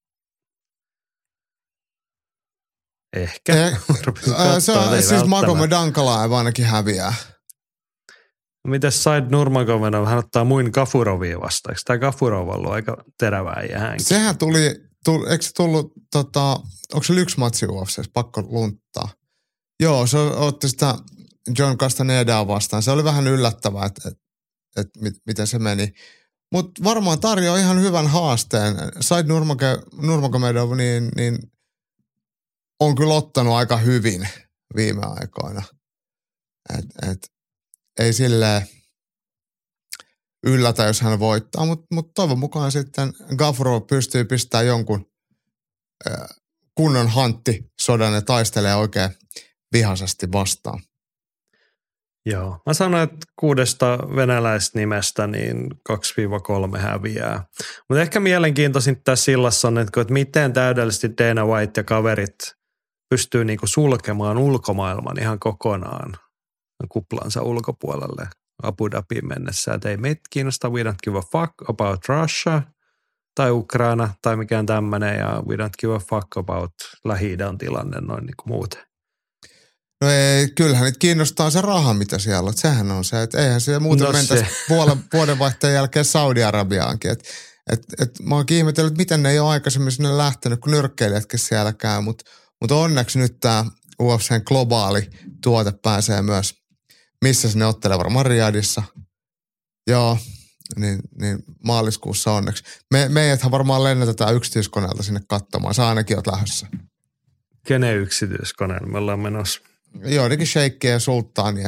S2: Ehkä.
S3: Eh, äh, se on siis Magomed Ankalaev ainakin häviää.
S2: Mites Said Nurmagomedov, hän ottaa muin Gafurovia vastaan. Eikö tämä Gafurov ollut aika terävää ja hänkin?
S3: Sehän tuli, tuli eikö se tullut, tota, onko se yksi matsi U F C:ssä, pakko lunttaa? Joo, se otti sitä John Castanedaa vastaan. Se oli vähän yllättävää, että et, et, et, miten se meni. Mutta varmaan tarjoaa ihan hyvän haasteen. Said Nurmagomedov niin, niin on kyllä ottanut aika hyvin viime aikoina. Et, et, ei silleen yllätä, jos hän voittaa, mutta mut toivon mukaan sitten Gafurov pystyy pistämään jonkun äh, kunnon hanttisodan ja taistelee oikein vihaisesti vastaan.
S2: Joo. Mä sanoin, että kuudesta venäläisnimestä niin kaksi kolme häviää. Mutta ehkä mielenkiintoisin tässä sillassa on, että miten täydellisesti Dana White ja kaverit pystyy niinku sulkemaan ulkomaailman ihan kokonaan kuplansa ulkopuolelle Abu Dhabiin mennessä. Että ei meitä kiinnosta, we don't give a fuck about Russia. tai Ukraina tai mikään tämmöinen ja we don't give a fuck about Lähi-idän tilanne noin niin kuin muuten.
S3: No ei, kyllähän nyt kiinnostaa se raha, mitä siellä on. Sehän on se, että eihän se muuten no mentäisi puolen vuodenvaihteen jälkeen Saudi-Arabiaankin. Et, et, et, mä oonkin ihmetellyt, miten ne ei ole aikaisemmin sinne lähtenyt, kun nyrkkeilijätkin siellä käy. Mutta mut onneksi nyt tämä U F C:n globaali tuote pääsee myös, missä sinne ottelee varmaan Riyadhissa. Joo, niin, niin maaliskuussa onneksi. Me, meidäthän varmaan lennätetään yksityiskoneelta sinne katsomaan. Sä ainakin oot lähdössä.
S2: Kenen yksityiskoneella me ollaan menossa?
S3: Joidenkin sheikkejä ja sulttaania.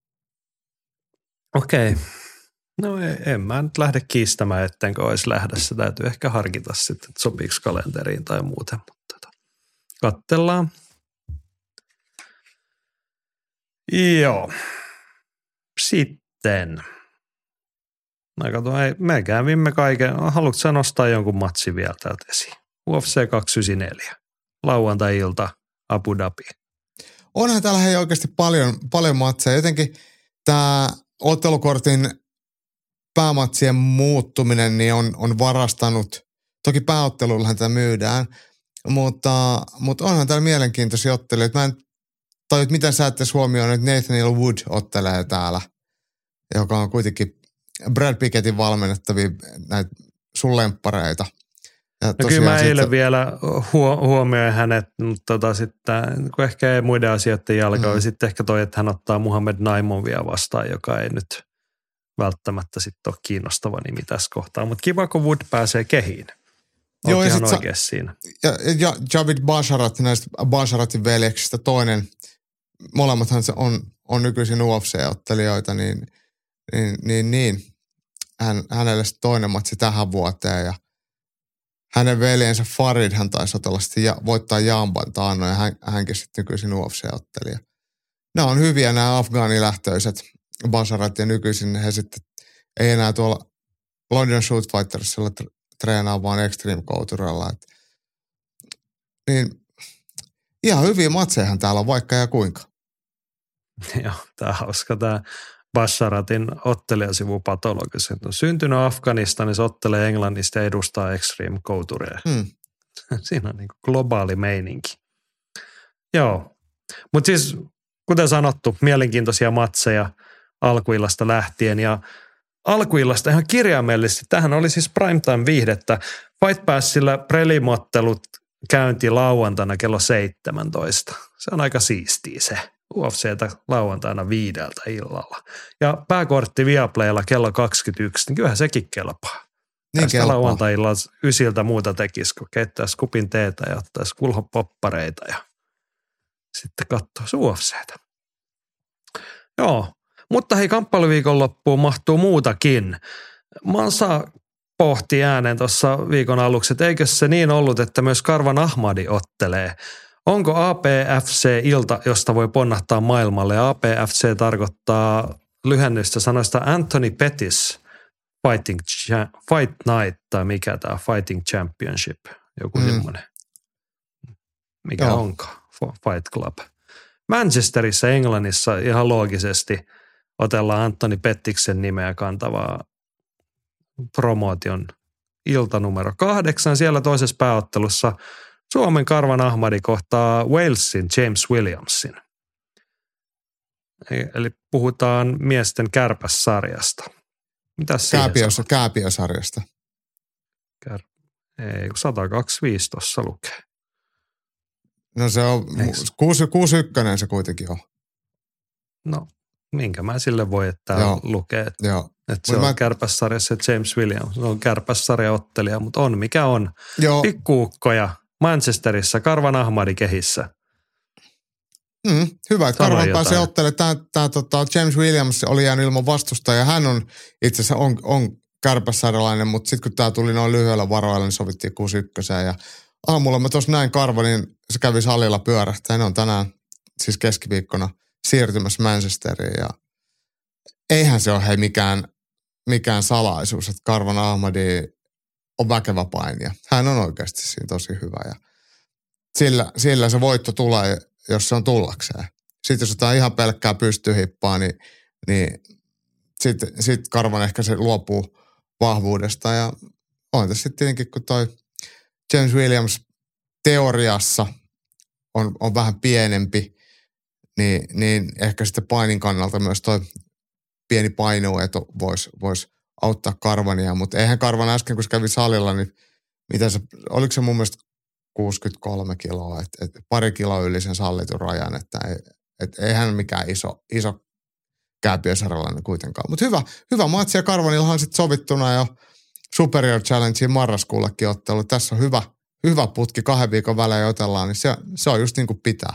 S2: Okei. No en mä nyt lähde kiistämään, ettenkö olisi lähdössä. Täytyy ehkä harkita sitten, että sopiiko kalenteriin tai muuten. Mutta katsellaan. Joo. Sitten. Mä katson, ei, me kävimme kaiken. Haluatko sä nostaa jonkun matsin vielä täältä esiin? U F C kaksisataayhdeksänkymmentäneljä. Lauantai-ilta Abu Dhabi.
S3: Onhan täällä hei oikeasti paljon, paljon matseja. Jotenkin tämä ottelukortin päämatsien muuttuminen niin on, on varastanut. Toki pääotteluillahan tätä myydään, mutta, mutta onhan täällä mielenkiintoisia ottelijoita. Mä en tajua, miten sä ette huomioon, että Nathaniel Wood ottelee täällä, joka on kuitenkin Brad Pickettin valmennettavia näitä sun lemppareita.
S2: Ja no kyllä mä eilen sit vielä huo, huomioin hänet, mutta tota sitten, kun ehkä ei muiden asioiden jalkaa, mm. sitten ehkä toi, että hän ottaa Muhammad Naimovia vastaan, joka ei nyt välttämättä sitten ole kiinnostava nimi tässä kohtaa. Mutta kiva, kun Wood pääsee kehiin. Olet Joo, ihan oikeassa siinä.
S3: Ja, ja Javid Basharat, näistä Basharatin veljeksistä toinen, molemmathan se on, on nykyisin U F C-ottelijoita, niin, niin, niin, niin. Hän, hänelle toinen matsi tähän vuoteen ja hänen veljensä Farid, hän taisi otella sitten ja voittaa Jamban taannoin ja hän, hänkin sitten nykyisin U F C-ottelija. Nämä on hyviä nämä afgaanilähtöiset Basharat ja nykyisin he sitten ei enää tuolla London Shoot Fightersilla treenaa vaan Extreme Couturella. Niin ihan hyviä matsejahan täällä on vaikka ja kuinka.
S2: Joo, tämä on hauska tämä Basharatin ottelijasivu patologissa. On syntynyt Afganistanissa, ottelee Englannista ja edustaa Extreme Couturea. Hmm. Siinä on niin kuin globaali meininki. Joo, mutta siis kuten sanottu, mielenkiintoisia matseja alkuillasta lähtien ja alkuillasta ihan kirjaimellisesti. Tähän oli siis primetime-viihdettä. Fight Passilla prelimottelut käynti lauantaina kello seitsemäntoista. Se on aika siistiä se. U F C:tä lauantaina viideltä illalla. Ja pääkortti Viaplaylla kello kaksikymmentäyksi, niin kyllähän sekin kelpaa.
S3: Niin
S2: tästä lauantai-illalla ysiltä muuta tekisi, kun keittäisi kupin teetä ja ottaisi kulhopoppareita ja sitten katsoisi U F C:tä. Joo, mutta hei, kamppailuviikon loppuun mahtuu muutakin. Mansa pohti ääneen tuossa viikon aluksi, että eikö se niin ollut, että myös Karvan Ahmadi ottelee. Onko A P F C-ilta, josta voi ponnahtaa maailmalle? A P F C tarkoittaa lyhennystä sanoista Anthony Pettis Fighting Cha- Fight Night tai mikä tämä Fighting Championship, joku mm. semmoinen. Mikä Joo. onkaan? Fight Club. Manchesterissa, Englannissa ihan loogisesti otellaan Anthony Pettiksen nimeä kantavaa promootion ilta numero kahdeksan. Siellä toisessa pääottelussa Suomen Karvan Ahmadi kohtaa Walesin James Williamsin. Eli puhutaan miesten kärpässarjasta. Mitäs siihen
S3: Kääpiössä, Kääpiösarjasta.
S2: Kär... Ei, sata kaksikymmentäviisi tuossa lukee.
S3: No se on, kuusi yksi se kuitenkin on.
S2: No, minkä mä sille voi, että täällä lukee, että,
S3: Joo.
S2: että se Mut on mä... kärpässarjassa James Williams. Se on kärpässarjaottelija, mutta on mikä on. Pikkuukkoja Manchesterissa, Karvan Ahmadi kehissä.
S3: Mm, hyvä, että Karvan pääsee ottelemaan. Tämä, tämä tota, James Williams oli jäänyt ilman vastusta ja hän on itse asiassa on, on kärpässarjalainen, mutta sitten kun tämä tuli noin lyhyellä varoilla, niin sovittiin kuusi yksi ja aamulla mä tuossa näin Karva, niin se kävi salilla pyörähtää. Ne on tänään siis keskiviikkona siirtymässä Manchesteriin ja eihän se ole hei mikään, mikään salaisuus, että Karvan Ahmadi on väkevä painija. Hän on oikeasti siinä tosi hyvä ja sillä, sillä se voitto tulee, jos se on tullakseen. Sitten jos otetaan ihan pelkkää pystyhippaa, niin, niin sitten sit Karvan ehkä se luopuu vahvuudesta ja on tässä sitten tietenkin, kun toi James Williams teoriassa on, on vähän pienempi, niin, niin ehkä sitten painin kannalta myös toi pieni painueto voisi vois auttaa Karvania, mutta eihän Karvan äsken, kun se kävi salilla, niin mitä se, oliko se mun mielestä kuusikymmentäkolme kiloa, että et pari kiloa yli sen sallitun rajan, että ei, et eihän mikään iso, iso kääpiösarjalainen kuitenkaan. Mutta hyvä, hyvä matsi ja Karvanillahan sitten sovittuna jo Superior Challengeen marraskuullekin ottelu. Tässä on hyvä, hyvä putki, kahden viikon välein otellaan, niin se, se on just niin kuin pitää.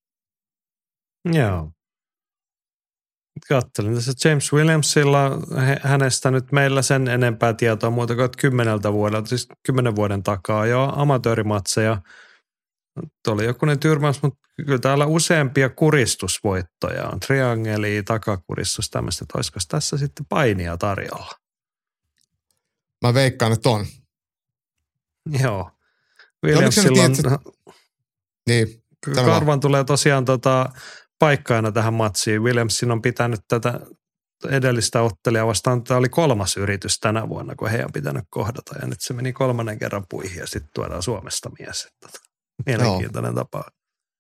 S2: Joo. Kattelin tässä James Williamsilla, hänestä nyt meillä sen enempää tietoa muuta kuin kymmeneltä vuodelta, siis kymmenen vuoden takaa jo amatöörimatseja. Tuo oli jokunen tyrmäys, mutta kyllä täällä useampia kuristusvoittoja on. Triangeli, takakuristus, tämmöistä, että olisiko tässä sitten painia tarjolla?
S3: Mä veikkaan, että on.
S2: Joo. Williamsilla on... Niin. Karvan tulee tosiaan tota... paikkaina tähän matsiin. Williamsin on pitänyt tätä edellistä ottelijaa vastaan. Tämä oli kolmas yritys tänä vuonna, kun heidän on pitänyt kohdata. Ja nyt se meni kolmannen kerran puihin ja sitten tuodaan Suomesta mies. Että mielenkiintoinen Joo. tapa.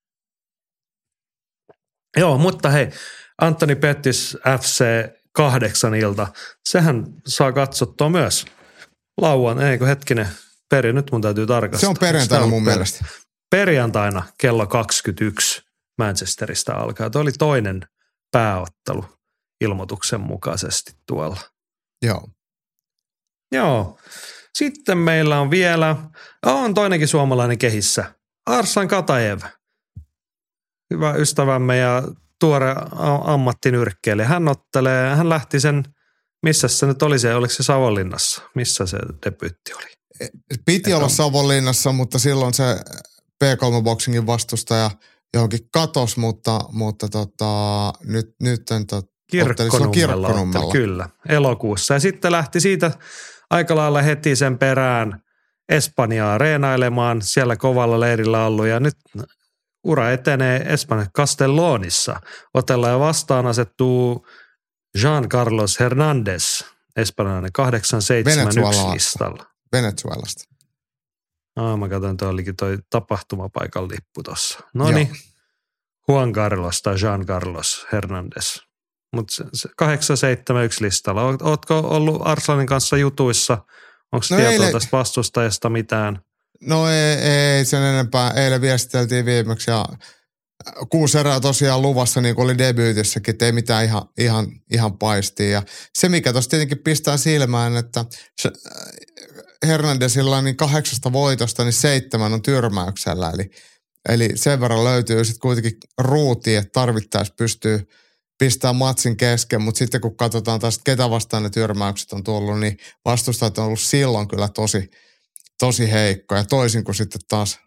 S2: Joo, mutta hei, Anthony Pettis F C kahdeksan ilta. Sehän saa katsottua myös lauan. Eikö hetkinen, peri, nyt mun täytyy tarkastaa.
S3: Se on perjantaina mun per- mielestä.
S2: Perjantaina kello kaksikymmentäyksi. Manchesterista alkaa. Tuo oli toinen pääottelu ilmoituksen mukaisesti tuolla.
S3: Joo.
S2: Joo. Sitten meillä on vielä, on toinenkin suomalainen kehissä. Arslan Katajev. Hyvä ystävämme ja tuore ammattinyrkkeilijä. Hän ottelee, hän lähti sen, missä se nyt oli se, oliko se Savonlinnassa? Missä se debyytti oli?
S3: Piti Et olla on... Savonlinnassa, mutta silloin se P kolme Boxingin vastustaja johonkin katos, mutta, mutta tota, nyt, nyt en tot,
S2: Kirkkonummella, Kirkkonummella. Kyllä, elokuussa. Ja sitten lähti siitä aika lailla heti sen perään Espanjaa reenailemaan, siellä kovalla leirillä ollut. Ja nyt ura etenee Espanjan Castellonissa. Otellaan ja vastaan asettuu Jean Carlos Hernandez, espanjalainen kahdeksan seitsemän yksi listalla.
S3: Venezuelasta.
S2: Ah, mä katson, toi olikin toi tapahtumapaikan lippu tossa. No niin, Juan Carlos tai Jean Carlos Hernandez. Mutta kahdeksan seitsemän yksi listalla. Ootko ollut Arslanin kanssa jutuissa? Onko no tietoa eilen... tästä vastustajasta mitään?
S3: No ei, ei sen enempää. Eilen viestiteltiin viimeksi ja kuusi erää tosiaan luvassa, niin kuin oli debyytissäkin, että ei mitään ihan, ihan, ihan paistia. Ja se, mikä tuossa tietenkin pistää silmään, että se, Hernandezilla niin kahdeksasta voitosta, niin seitsemän on tyrmäyksellä. Eli, eli sen verran löytyy sitten kuitenkin ruuti, että tarvittaessa pystyy pistämään matsin kesken. Mutta sitten kun katsotaan taas, ketä vastaan ne tyrmäykset on tullut, niin vastustajat on ollut silloin kyllä tosi, tosi heikko. Ja toisin kuin sitten taas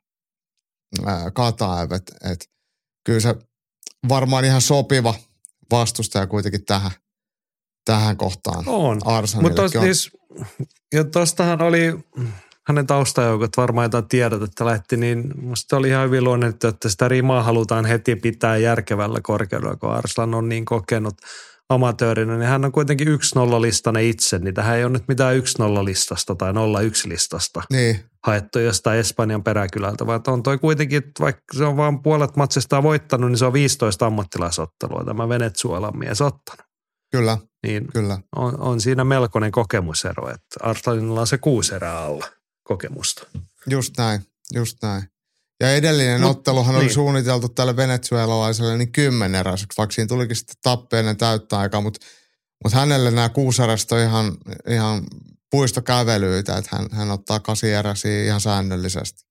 S3: ää, Kataev, että et, kyllä se varmaan ihan sopiva vastustaja kuitenkin tähän, tähän kohtaan.
S2: On, mutta siis, ja tuostahan oli hänen taustajoukot, varmaan jotain tiedot, että lähti, niin musta oli ihan hyvin luonnettu, että sitä rimaa halutaan heti pitää järkevällä korkeudella, kun Arslan on niin kokenut amatöörinä, niin hän on kuitenkin yksi nolla listainen itse, niin tähän ei ole nyt mitään yksi nolla listasta tai nolla yksi listasta
S3: niin
S2: haettu jostain Espanjan peräkylältä, vaan on toi kuitenkin, vaikka se on vaan puolet matsista voittanut, niin se on viisitoista ammattilaisottelua tämä Venezuelan mies ottanut.
S3: Kyllä,
S2: niin
S3: kyllä.
S2: On, on siinä melkoinen kokemusero, että Arslanilla on se kuusi erää alla kokemusta.
S3: Just näin, just näin. Ja edellinen Mut, otteluhan niin. oli suunniteltu tälle venezuelalaiselle niin kymmeneräiseksi, vaikka siinä tulikin sitten tappioinen täyttä aikaa, mutta, mutta hänelle nämä kuuserästä on ihan, ihan puistokävelyitä, että hän, hän ottaa kasieräisiä ihan säännöllisesti.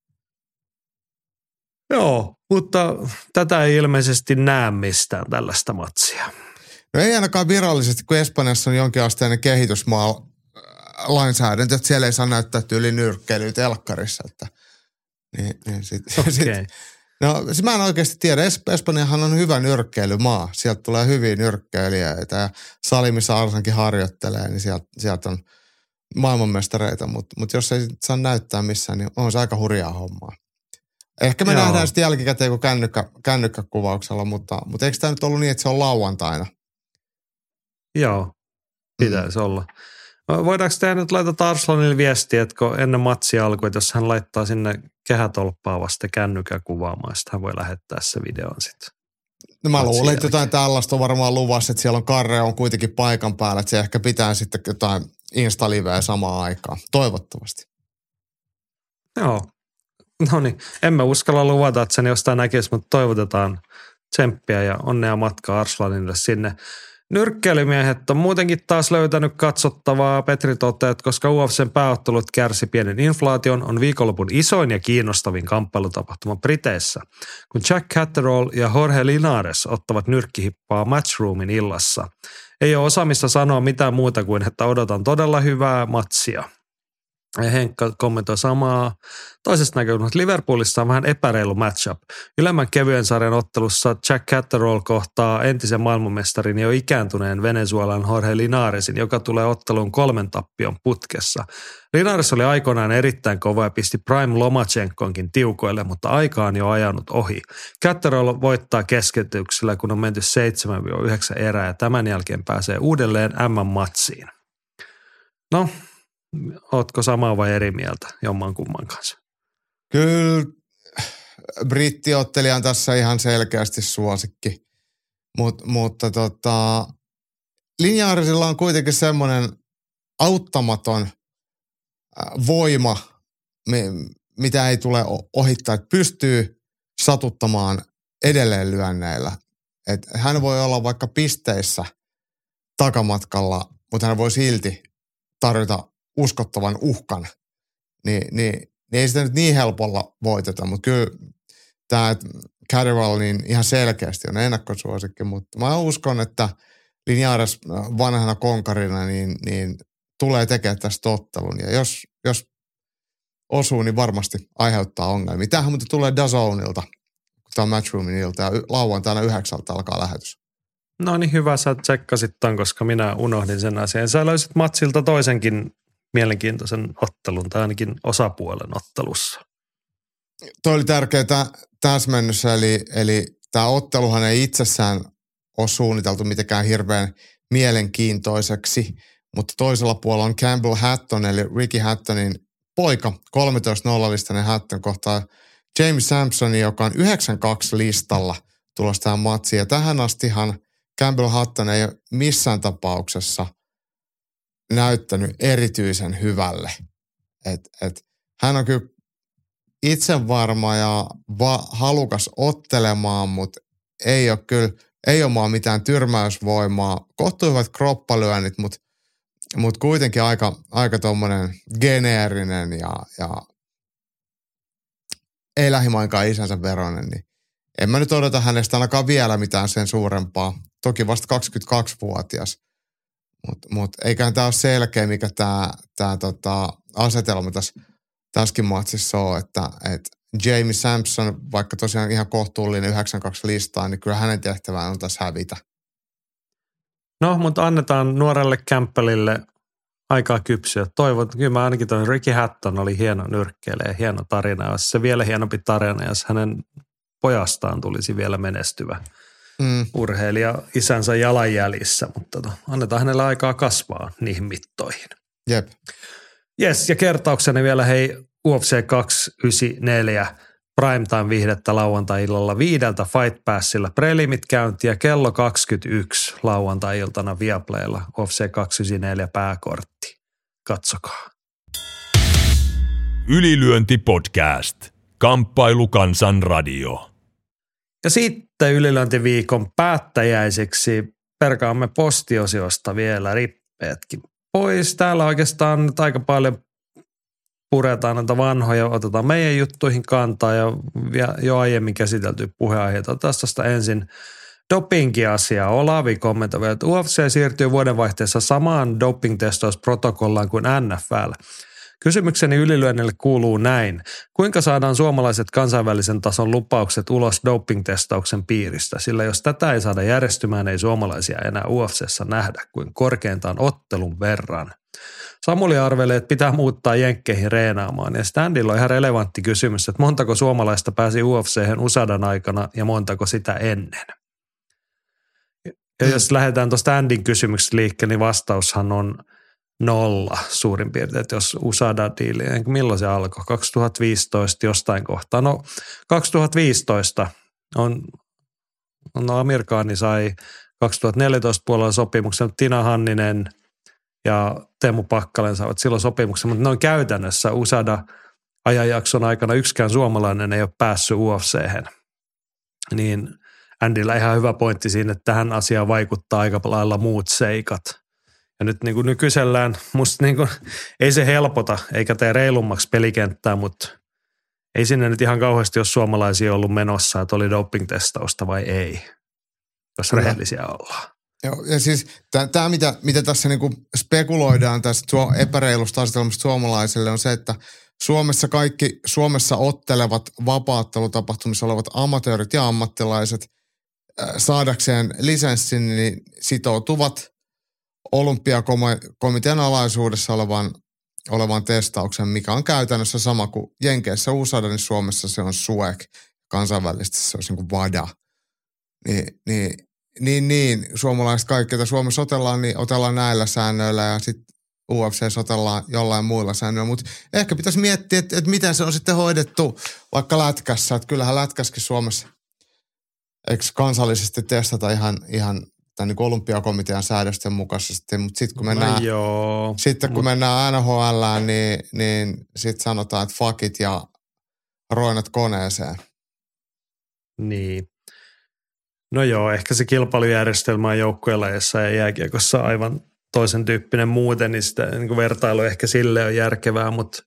S2: Joo, mutta tätä ei ilmeisesti näe mistään tällaista matsia.
S3: No ei ainakaan virallisesti, kun Espanjassa on jonkinasteinen kehitysmaa lainsäädäntö, että siellä ei saa näyttää tyyli nyrkkeilyä telkkarissa, että niin, niin sit,
S2: okay.
S3: sit, no siis mä en oikeasti tiedä. Es- Espanjahan on hyvä nyrkkeilymaa. Sieltä tulee hyviä nyrkkeilijöitä ja sali, missä Arsankin harjoittelee, niin sieltä, sieltä on maailmanmestareita. Mutta mut jos ei saa näyttää missään, niin on se aika hurjaa hommaa. Ehkä me Joo. nähdään sitten jälkikäteen kuin kännykkä, kännykkäkuvauksella, mutta, mutta eikö tämä nyt ollut niin, että se on lauantaina?
S2: Joo, pitäisi mm. olla. Voidaanko tehdä nyt laittaa Arslanille viestiä, että kun ennen matsia alkoi, että jos hän laittaa sinne kehätolppaa vasta kännykän kuvaamaan, sitten hän voi lähettää se videon sitten.
S3: No mä luulen, että jotain tällaista on varmaan luvassa, että siellä on Karre on kuitenkin paikan päällä, että se ehkä pitää sitten jotain Insta-liveä samaan aikaan. Toivottavasti.
S2: Joo. No niin, emme uskalla luvata, että sen jostain näkisi, mutta toivotetaan tsemppiä ja onnea matkaa Arslanille sinne. Nyrkkeilymiehet on muutenkin taas löytänyt katsottavaa. Petri toteaa, että koska U F C:n pääottelut kärsi pienen inflaation, on viikonlopun isoin ja kiinnostavin kamppailutapahtuma Briteissä, kun Jack Catterall ja Jorge Linares ottavat nyrkkihippaa Matchroomin illassa. Ei ole osaamista sanoa mitään muuta kuin, että odotan todella hyvää matsia. Ja Henkka kommentoi samaa. Toisesta näkökulmasta Liverpoolissa on vähän epäreilu matchup. Ylemmän kevyen sarjan ottelussa Jack Catterall kohtaa entisen maailmanmestarin jo ikääntyneen Venezuelan Jorge Linaresin, joka tulee otteluun kolmen tappion putkessa. Linares oli aikoinaan erittäin kova ja pisti Prime Lomachenkonkin tiukoille, mutta aika on jo ajanut ohi. Catterall voittaa keskeytyksellä, kun on menty seitsemän yhdeksän erää ja tämän jälkeen pääsee uudelleen M M-matsiin. No, ootko samaa vai eri mieltä jomman kumman kanssa?
S3: Kyllä brittiottelija on tässä ihan selkeästi suosikki, Mut, mutta tota, Linaresilla on kuitenkin semmoinen auttamaton voima, mitä ei tule ohittaa, että pystyy satuttamaan edelleen lyönneillä. Et hän voi olla vaikka pisteissä takamatkalla, mutta hän voi silti tarjota uskottavan uhkan, Ni, niin, niin ei sitä nyt niin helpolla voiteta, mutta kyllä tämä Catterall niin ihan selkeästi on ennakkosuosikki, mutta mä uskon, että Linares vanhana konkarina niin, niin tulee tekemään tästä ottelun ja jos, jos osuu, niin varmasti aiheuttaa ongelmia. Tämähän muuten tulee D A Z Nilta, kun tämä on Matchroomin ilta ja lauantaina yhdeksältä alkaa lähetys.
S2: No niin, hyvä sä tsekkasit ton, koska minä unohdin sen asian. Sä löysit matsilta toisenkin mielenkiintoisen ottelun tai ainakin osapuolen ottelussa.
S3: Toi oli tärkeää täsmennys, eli, eli tämä otteluhan ei itsessään ole suunniteltu mitenkään hirveän mielenkiintoiseksi, mutta toisella puolella on Campbell Hatton, eli Ricky Hattonin poika, kolmetoista nolla-listainen Hatton kohtaa James Sampsonin, joka on yhdeksän kaksi listalla tulossa tähän matsiin. Ja tähän astihan Campbell Hatton ei ole missään tapauksessa näyttänyt erityisen hyvälle. Et, et, hän on kyllä itsevarma ja va- halukas ottelemaan, mutta ei ole kyllä, ei ole maan mitään tyrmäysvoimaa. Kohtuivat kroppalyönnit, mutta mut kuitenkin aika, aika tommonen geneerinen ja, ja ei lähimainkaan isänsä veroinen, niin en mä nyt odota hänestä ainakaan vielä mitään sen suurempaa. Toki vasta kaksikymmentäkaksivuotias. Mutta mut, eiköhän tämä ole selkeä, mikä tämä tää, tota, asetelma tässä, tässäkin matsissa on, että et James Sampson, vaikka tosiaan ihan kohtuullinen yhdeksän kaksi listaa, niin kyllä hänen tehtävään on tässä hävitä.
S2: No, mutta annetaan nuorelle Campbellille aikaa kypsyä. Toivon, kyllä mä ainakin tuon Ricky Hatton oli hieno nyrkkeilijä, hieno tarina. Olisi se vielä hienompi tarina, jos hänen pojastaan tulisi vielä menestyvä mm. urheilija isänsä jalanjäljissä, mutta to, annetaan hänelle aikaa kasvaa niihin mittoihin.
S3: Jep.
S2: Jes, ja kertaukseni vielä hei U F C kaksisataayhdeksänkymmentäneljä primetime-viihdettä lauantai-illalla viideltä Fight Passilla. Prelimit käyntiä kello kaksikymmentäyksi lauantai-iltana Viaplaylla U F C kaksisataayhdeksänkymmentäneljä pääkortti. Katsokaa.
S1: Ylilyönti podcast. Kamppailu Kansan radio.
S2: Ja sitten ylilyöntiviikon päättäjäiseksi perkaamme postiosiosta vielä rippeetkin pois. Täällä oikeastaan nyt aika paljon puretaan näitä vanhoja, otetaan meidän juttuihin kantaa ja jo aiemmin käsiteltyä puheenaiheita. Otetaan tästä ensin dopingi-asiaa. Olavi kommentoi, että U F C siirtyy vuodenvaihteessa samaan doping-testausprotokollaan kuin N F L. Kysymykseni ylilyönnille kuuluu näin. Kuinka saadaan suomalaiset kansainvälisen tason lupaukset ulos doping-testauksen piiristä? Sillä jos tätä ei saada järjestymään, ei suomalaisia enää U F C:ssä nähdä kuin korkeintaan ottelun verran. Samuli arvelee, että pitää muuttaa jenkkeihin reenaamaan. Ja Standilla on ihan relevantti kysymys, että montako suomalaista pääsi U F C:hen U S A Dan aikana ja montako sitä ennen? Ja jos lähdetään tuosta Standin kysymyksestä liikkeelle, niin vastaushan on nolla suurin piirtein, että jos U S A D-diili, milloin se alkoi? kaksituhattaviisitoista jostain kohtaa. No kaksituhattaviisitoista on, no Amerikaani sai kaksituhattaneljätoista puolella sopimuksen, Tina Hanninen ja Teemu Pakkalen saavat silloin sopimuksen, mutta noin käytännössä U S A D-ajanjakson aikana yksikään suomalainen ei ole päässyt U F C:hen. Niin Andyllä ihan hyvä pointti siinä, että tähän asiaan vaikuttaa aika lailla muut seikat. Ja nyt niin kuin nykyisellään musta niin kuin, ei se helpota eikä tee reilummaksi pelikenttää, mutta ei sinne nyt ihan kauheasti ole suomalaisia ollut menossa, että oli doping-testausta vai ei, jos rehellisiä ollaan.
S3: Joo, ja siis tämä, mitä, mitä tässä niinku spekuloidaan tästä epäreilusta asetelmasta suomalaisille, on se, että Suomessa kaikki Suomessa ottelevat vapaattelutapahtumissa olevat amatöörit ja ammattilaiset äh, saadakseen lisenssin, niin sitoutuvat olympiakomitean alaisuudessa olevan, olevan testauksen, mikä on käytännössä sama kuin Jenkeissä U S A, niin Suomessa se on S U E C, kansainvälisesti se olisi niin kuin VADA. Niin, niin, niin, niin suomalaiset kaikki, joita Suomessa otellaan, niin otellaan näillä säännöillä ja sitten U F C otellaan jollain muilla säännöillä. Mutta ehkä pitäisi miettiä, että, että miten se on sitten hoidettu vaikka lätkässä. Että kyllähän lätkäskin Suomessa, eikö kansallisesti testata ihan, ihan tämän niin olympiakomitean säädösten mukaisesti, mutta sitten kun mennään,
S2: no joo,
S3: sitten, kun
S2: mut...
S3: mennään N H L:ään, niin, niin sitten sanotaan, että fuck it ja roinat koneeseen.
S2: Niin. No joo, ehkä se kilpailujärjestelmä on joukkuelajeissa ja jääkiekossa aivan toisen tyyppinen muuten, niin sitä niin kuin vertailu ehkä sille on järkevää, mutta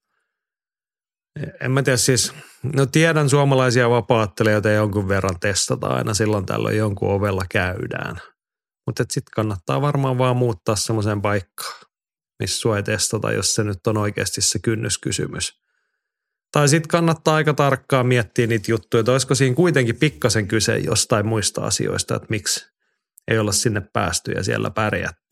S2: en mä tiedä siis, no tiedän suomalaisia vapaattelijoita jonkun verran testata aina silloin tällöin jonkun ovella käydään. Mutta sitten kannattaa varmaan vaan muuttaa semmoiseen paikkaan, missä sua ei testata, jos se nyt on oikeasti se kynnyskysymys. Tai sitten kannattaa aika tarkkaan miettiä niitä juttuja, että olisiko siinä kuitenkin pikkasen kyse jostain muista asioista, että miksi ei olla sinne päästy ja siellä pärjätty.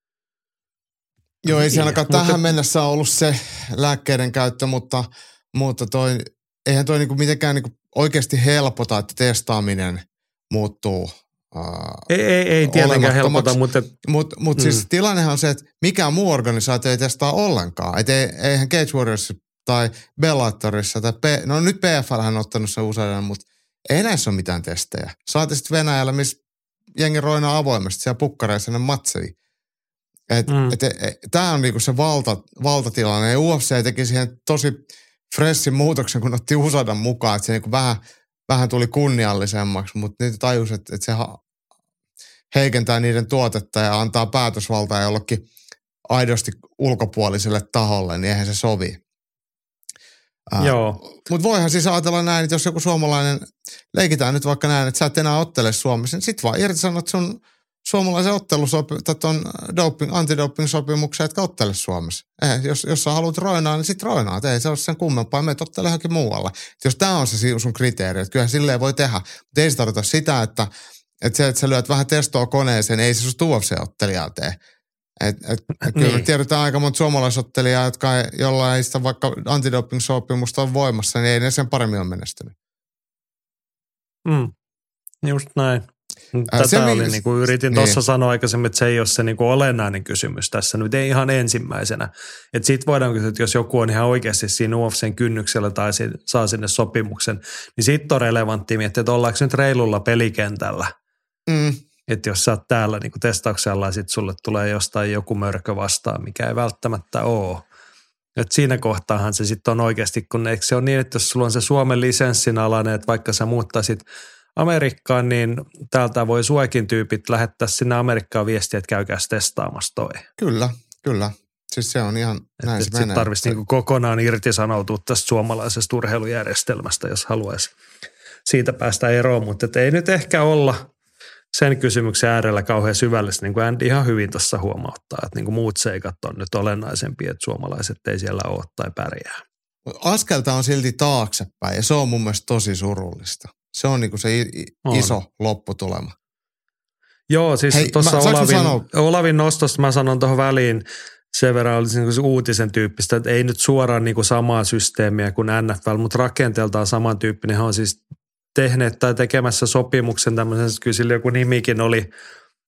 S3: Joo, ei se ainakaan
S2: mutta...
S3: tähän mennessä ollut se lääkkeiden käyttö, mutta, mutta toi, eihän toi niinku mitenkään niinku oikeasti helpota, että testaaminen muuttuu.
S2: Ei, ei, ei tietenkään helpota, mutta...
S3: Mutta mut mm. siis tilannehan on se, että mikään muu organisaatio ei testaa ollenkaan. Et ei, eihän Cage Warriors tai Bellatorissa tai P, no nyt P F L on ottanut sen usein, mutta ei näissä ole mitään testejä. Saati sitten Venäjällä, missä jengi roinaa avoimesti siellä pukkareissa ne matseja. Et, mm. et, et, et, tämä on niinku se valta, valtatilanne. Ja U F C teki siihen tosi freshin muutoksen, kun otti U S A:n mukaan, että se niinku vähän, vähän tuli kunniallisemmaksi, mutta niitä tajus, että, että se heikentää niiden tuotetta ja antaa päätösvaltaa jollekin aidosti ulkopuoliselle taholle, niin eihän se sovi.
S2: Joo.
S3: Mutta voihan siis ajatella näin, että jos joku suomalainen, leikitään nyt vaikka näin, että sä et enää ottele Suomessa, niin sit vaan irtisanot sun suomalaisen ottelusopimuksen, tai doping, antidoping-sopimuksen, etkä ottele Suomessa. Eh, jos, jos sä haluat roinaa, niin sit roinaat. Ei se ole sen kummempaa, meet ottele johonkin muualla. Et jos tää on se sun kriteeri, että kyllähän silleen voi tehdä, mutta ei se tarkoita sitä, että että se, että sä lyöt vähän testoa koneeseen, ei se susta U F C-ottelijaa tee. Et, et, et kyllä niin. Me tiedetään aika monta suomalaisottelijaa, jotka ei, jollain ei sitä vaikka antidoping-sopimusta on voimassa, niin ei ne sen paremmin ole menestynyt.
S2: Mm. Just näin. Tätä se, oli, niin kuin yritin niin. tuossa sanoa aikaisemmin, että se ei ole se niin kuin olennainen kysymys tässä nyt, ei ihan ensimmäisenä. Että siitä voidaan kysyä, että jos joku on ihan oikeasti siinä U F C:n kynnyksellä tai saa sinne sopimuksen, niin siitä on relevantti miettiä, että ollaanko nyt reilulla pelikentällä. Mm. Että jos sä oot täällä niin kuin testauksella ja sitten sulle tulee jostain joku mörkö vastaan, mikä ei välttämättä ole. Että siinä kohtaahan se sitten on oikeasti, kun eikö se ole niin, että jos sulla on se Suomen lisenssin alainen, että vaikka sä muuttaisit Amerikkaan, niin täältä voi suekin tyypit lähettää sinne Amerikkaan viestiä, että käykääs testaamassa toi.
S3: Kyllä, kyllä. Siis se on ihan
S2: et,
S3: näin
S2: et
S3: se menee.
S2: Sitten tarvitsisi niinku kokonaan irtisanoutua tästä suomalaisesta urheilujärjestelmästä, jos haluaisi siitä päästä eroon. Mutta ei nyt ehkä olla sen kysymyksen äärellä kauhean syvällisesti, niin kuin Andy ihan hyvin tuossa huomauttaa, että niin kuin muut seikat on nyt olennaisempia, että suomalaiset ei siellä ole tai pärjää.
S3: Askelta on silti taaksepäin ja se on mun mielestä tosi surullista. Se on niinku se iso on. lopputulema.
S2: Joo, siis tuossa Olavin, Olavin nostosta mä sanon tuohon väliin, sen verran olisi niinku se uutisen tyyppistä, että ei nyt suoraan niinku samaa systeemiä kuin N F L, mutta rakenteeltaan samantyyppinen. He on siis tehneet tai tekemässä sopimuksen tämmöisen, kyllä sillä joku nimikin oli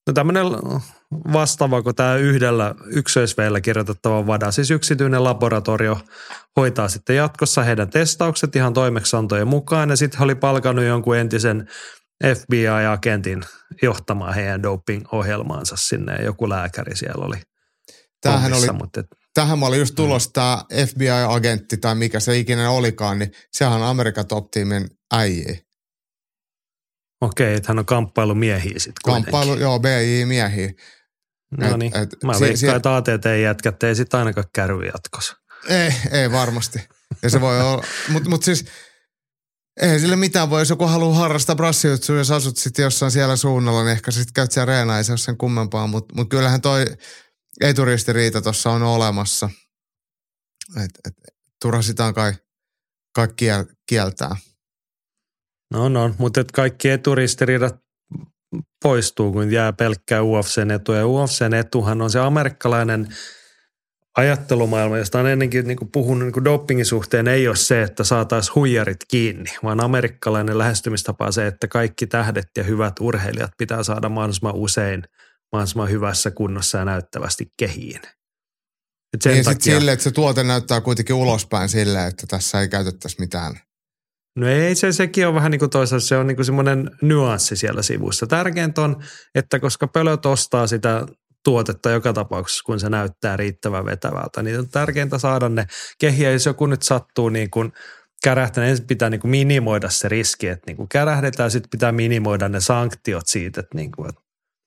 S2: No tämmöinen vastaava kuin tämä yhdellä yksilöisveellä kirjoitettava VADA, siis yksityinen laboratorio hoitaa sitten jatkossa heidän testaukset ihan toimeksiantojen mukaan ja sitten he oli palkannut jonkun entisen F B I-agentin johtamaan heidän doping-ohjelmaansa sinne ja joku lääkäri siellä oli.
S3: Tämähän
S2: hommissa,
S3: oli,
S2: mutta et,
S3: tähän mä olin just tulossa, mm. tämä F B I-agentti tai mikä se ikinä olikaan, niin sehän on Amerikan top-tiimin äijä.
S2: Okei, että hän on kamppailumiehiä sitten kuitenkin.
S3: Kamppailu, joo, B I-miehiä.
S2: No niin, mä si- veikkaan, si- että A T T-jätkät ei sitten ainakaan kärry jatkossa.
S3: Ei, ei varmasti. Ja se voi olla, mutta mut siis eihän sille mitään voi, jos joku haluaa harrastaa brassijutsuja, jos asut sitten jossain siellä suunnalla, niin ehkä sitten käyt siellä reenaa, ei se ole sen kummempaa, mutta mut kyllähän toi eturistiriita tuossa on olemassa. Et, et, turha sitä on kai, kai kiel, kieltää.
S2: No no, mutta et kaikki eturistiriidat poistuu, kun jää pelkkää U F C:n etu. Ja U F C:n etuhan on se amerikkalainen ajattelumaailma, josta on ennenkin niin kuin puhunut niin kuin dopingin suhteen, ei ole se, että saataisiin huijarit kiinni, vaan amerikkalainen lähestymistapa on se, että kaikki tähdet ja hyvät urheilijat pitää saada mahdollisimman usein mahdollisimman hyvässä kunnossa ja näyttävästi kehiin. Et sen
S3: niin
S2: takia,
S3: sitten silleen, että se tuote näyttää kuitenkin ulospäin silleen, että tässä ei käytettäisi mitään.
S2: No ei, se, sekin on vähän niin kuin toisaalta, se on niin kuin semmoinen nyanssi siellä sivussa. Tärkeintä on, että koska pölöt ostaa sitä tuotetta joka tapauksessa, kun se näyttää riittävän vetävältä, niin on tärkeintä saada ne kehiä. Jos joku nyt sattuu niin kuin kärähtää, ensin pitää niin kuin minimoida se riski, että niin kuin kärähdetään, sitten pitää minimoida ne sanktiot siitä, että, niin kuin, että,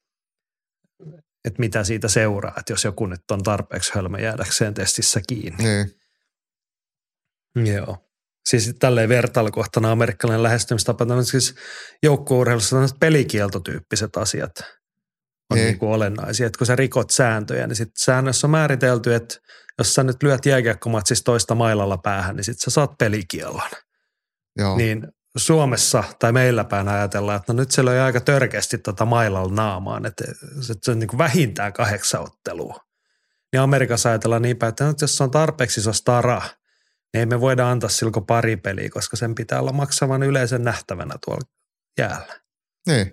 S2: että mitä siitä seuraa, että jos joku nyt on tarpeeksi hölmö jäädäkseen testissä kiinni.
S3: Mm.
S2: Joo. Siis tälleen vertailukohtana amerikkalainen lähestymistapa, siis joukkueurheilussa tämmöiset pelikieltotyyppiset asiat on
S3: niin.
S2: Niin kuin olennaisia. Että kun sä rikot sääntöjä, niin sitten säännössä on määritelty, että jos sä nyt lyöt jääkiekkomatsissa toista mailalla päähän, niin sitten sä saat pelikiellon.
S3: Joo.
S2: Niin Suomessa tai meillä päin ajatellaan, että no nyt se löi aika törkeästi tota mailalla naamaan, että se on niin kuin vähintään kahdeksan ottelua. Niin Amerikassa ajatellaan niin päin, että nyt jos se on tarpeeksi iso stara, niin ei me voida antaa silko pari peliä, koska sen pitää olla maksavan yleisön nähtävänä tuolla jäällä.
S3: Niin.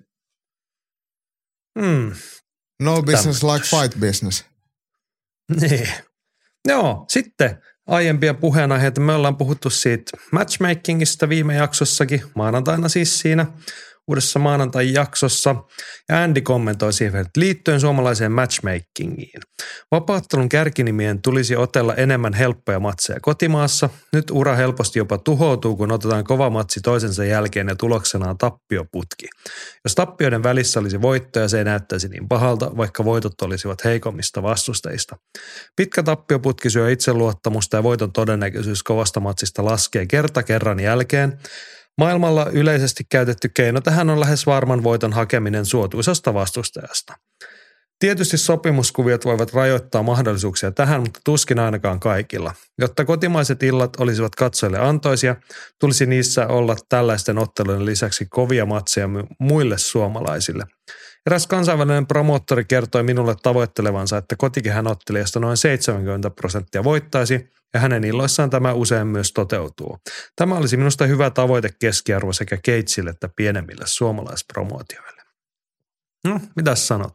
S2: Mm.
S3: No business Tämmöistä. Like fight business.
S2: Niin. Joo, sitten aiempia puheenaiheita. Me ollaan puhuttu siitä matchmakingista viime jaksossakin, maanantaina siis siinä uudessa maanantai-jaksossa. Ja Andy kommentoi siihen, että liittyen suomalaiseen matchmakingiin. Vapaattelun kärkinimien tulisi otella enemmän helppoja matseja kotimaassa. Nyt ura helposti jopa tuhoutuu, kun otetaan kova matsi toisensa jälkeen ja tuloksena on tappioputki. Jos tappioiden välissä olisi voittoja, se ei näyttäisi niin pahalta, vaikka voitot olisivat heikommista vastustajista. Pitkä tappioputki syö itseluottamusta ja voiton todennäköisyys kovasta matsista laskee kerta kerran jälkeen. Maailmalla yleisesti käytetty keino tähän on lähes varman voiton hakeminen suotuisasta vastustajasta. Tietysti sopimuskuviot voivat rajoittaa mahdollisuuksia tähän, mutta tuskin ainakaan kaikilla. Jotta kotimaiset illat olisivat katsojille antoisia, tulisi niissä olla tällaisten ottelujen lisäksi kovia matseja muille suomalaisille. Eräs kansainvälinen promoottori kertoi minulle tavoittelevansa, että kotikehän ottelijasta noin seitsemänkymmentä prosenttia voittaisi, ja hänen illoissaan tämä usein myös toteutuu. Tämä olisi minusta hyvä tavoite keskiarvo sekä keitsille että pienemmille suomalaispromootioille. No, mitäs sanot?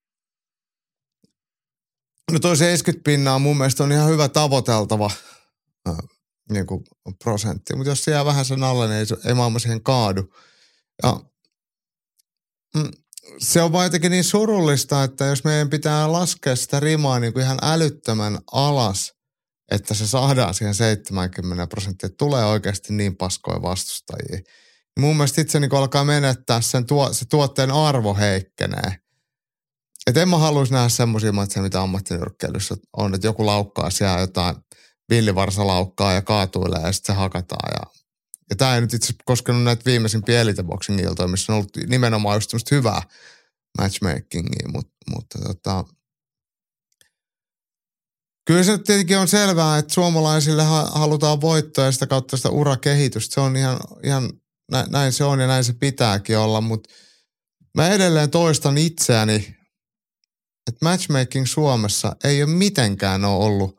S3: No toi seitsemänkymmentä pinnaa mun mielestä on ihan hyvä tavoiteltava äh, niin kuin prosentti, mutta jos se jää vähän sen alle, niin ei, ei maailma siihen kaadu. Ja, mm, se on vaan jotenkin niin surullista, että jos meidän pitää laskea sitä rimaa niin kuin ihan älyttömän alas, että se saadaan siihen seitsemänkymmentä prosenttia, että tulee oikeasti niin paskoja vastustajia. Ja mun mielestä itse niin alkaa menettää sen tuo, se tuotteen arvo heikkenee. Että en mä haluaisi nähdä semmoisia matseja, mitä ammattinyrkkeilyssä on, että joku laukkaa siellä jotain, villivarsa laukkaa ja kaatuilee ja sitten se hakataan. Ja, ja tämä ei nyt itse asiassa koskenut näitä viimeisimpiä Elite Boxing-iltoja, missä on ollut nimenomaan just semmoista hyvää matchmakingia, mutta, mutta tota, kyllä se nyt tietenkin on selvää, että suomalaisille halutaan voittoa ja sitä kautta sitä urakehitystä. Se on ihan, ihan näin se on ja näin se pitääkin olla, mutta mä edelleen toistan itseäni, että matchmaking Suomessa ei ole mitenkään ole ollut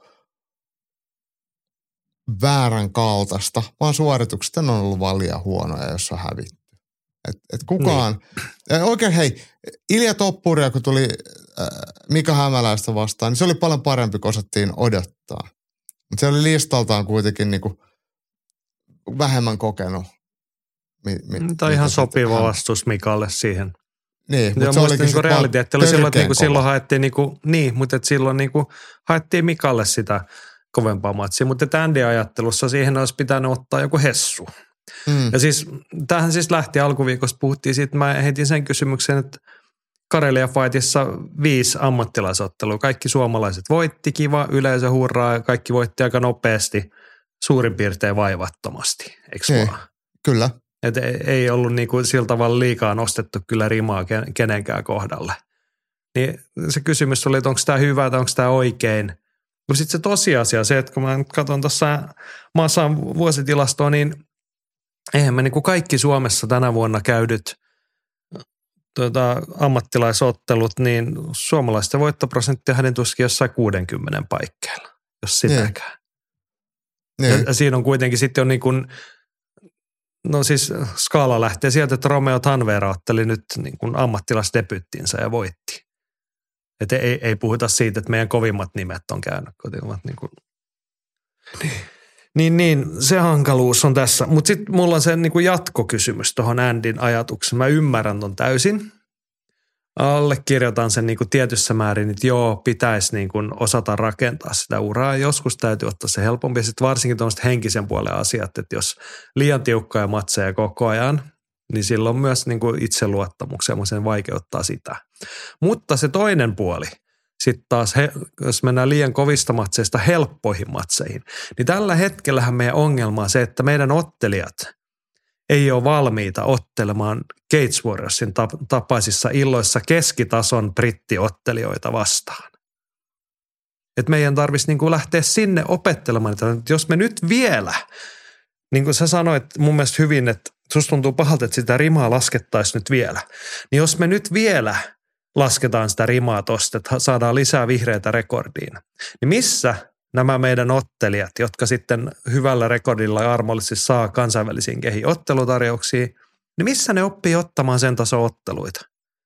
S3: väärän kaltaista, vaan suoritukset on ollut vaan liian huonoja, jos on hävitty. Et, et kukaan, niin. Oikein hei, Ilja Toppuria kun tuli äh, Mika Hämäläistä vastaan, niin se oli paljon parempi, kun osattiin odottaa. Mutta se oli listaltaan kuitenkin niinku vähemmän kokenut. Mi, mi,
S2: Tämä on ihan sopiva vastus Mikalle siihen.
S3: Niin,
S2: mutta se olikin niinku realiteetti oli silloin, että niinku silloin haettiin, niinku, niin, mutta et silloin niinku haettiin Mikalle sitä kovempaa matsia. Mutta Andy-ajattelussa siihen olisi pitänyt ottaa joku hessu. Mm. Ja siis tämähän siis lähti alkuviikosta, puhuttiin siitä, mä heitin sen kysymyksen, että Karelia Fightissa viisi ammattilaisottelua. Kaikki suomalaiset voitti, kiva, yleisö hurraa, kaikki voitti aika nopeasti, suurin piirtein vaivattomasti, eikö vaan?
S3: Kyllä.
S2: Et ei ollut niinku sillä tavalla liikaa nostettu kyllä rimaa kenenkään kohdalle. Niin se kysymys oli, että onko tämä hyvä tai onko tämä oikein. Mutta sitten se tosiasia, se, että kun mä katson tuossa Massan vuositilastoa, niin eihän me niinku kaikki Suomessa tänä vuonna käydyt tuota, ammattilaisottelut, niin suomalaisten voittoprosentti hänen tuskin jossain kuusikymmentä paikkeilla, jos sitäkään. Ja, ja siinä on kuitenkin sitten jo niin kuin, no siis skaala lähtee sieltä, että Romeo Tanvera otteli nyt niin kuin ammattilaisdebyttinsä ja voitti. Että ei, ei puhuta siitä, että meidän kovimmat nimet on käynyt kotimmat niin kuin. Niin, niin, se hankaluus on tässä. Mutta sitten mulla on se niin kuin jatkokysymys tuohon Andyn ajatukseen. Mä ymmärrän ton täysin. Allekirjoitan sen niin kuin tietyssä määrin, että joo, pitäisi niin kuin osata rakentaa sitä uraa. Joskus täytyy ottaa se helpompi. Ja sitten varsinkin tuollaiset henkisen puolen asiat, että jos liian tiukkoja matseja koko ajan, niin silloin myös niin kuin itseluottamuksen ja sen vaikeuttaa sitä. Mutta se toinen puoli, sitten taas, he, jos mennään liian kovista matseista helppoihin matseihin, niin tällä hetkellähän meidän ongelma on se, että meidän ottelijat ei ole valmiita ottelemaan Cage Warriorsin tapaisissa illoissa keskitason brittiottelijoita vastaan. Et meidän tarvitsisi niin kuin lähteä sinne opettelemaan, että jos me nyt vielä, niin kuin sä sanoit mun mielestä hyvin, että susta tuntuu pahalta, että sitä rimaa laskettaisiin nyt vielä, niin jos me nyt vielä lasketaan sitä rimaa tosta, että saadaan lisää vihreitä rekordiin. Niin missä nämä meidän ottelijat, jotka sitten hyvällä rekordilla ja armollisesti saa kansainvälisiin kehiin ottelutarjouksia, niin missä ne oppii ottamaan sen tason otteluita?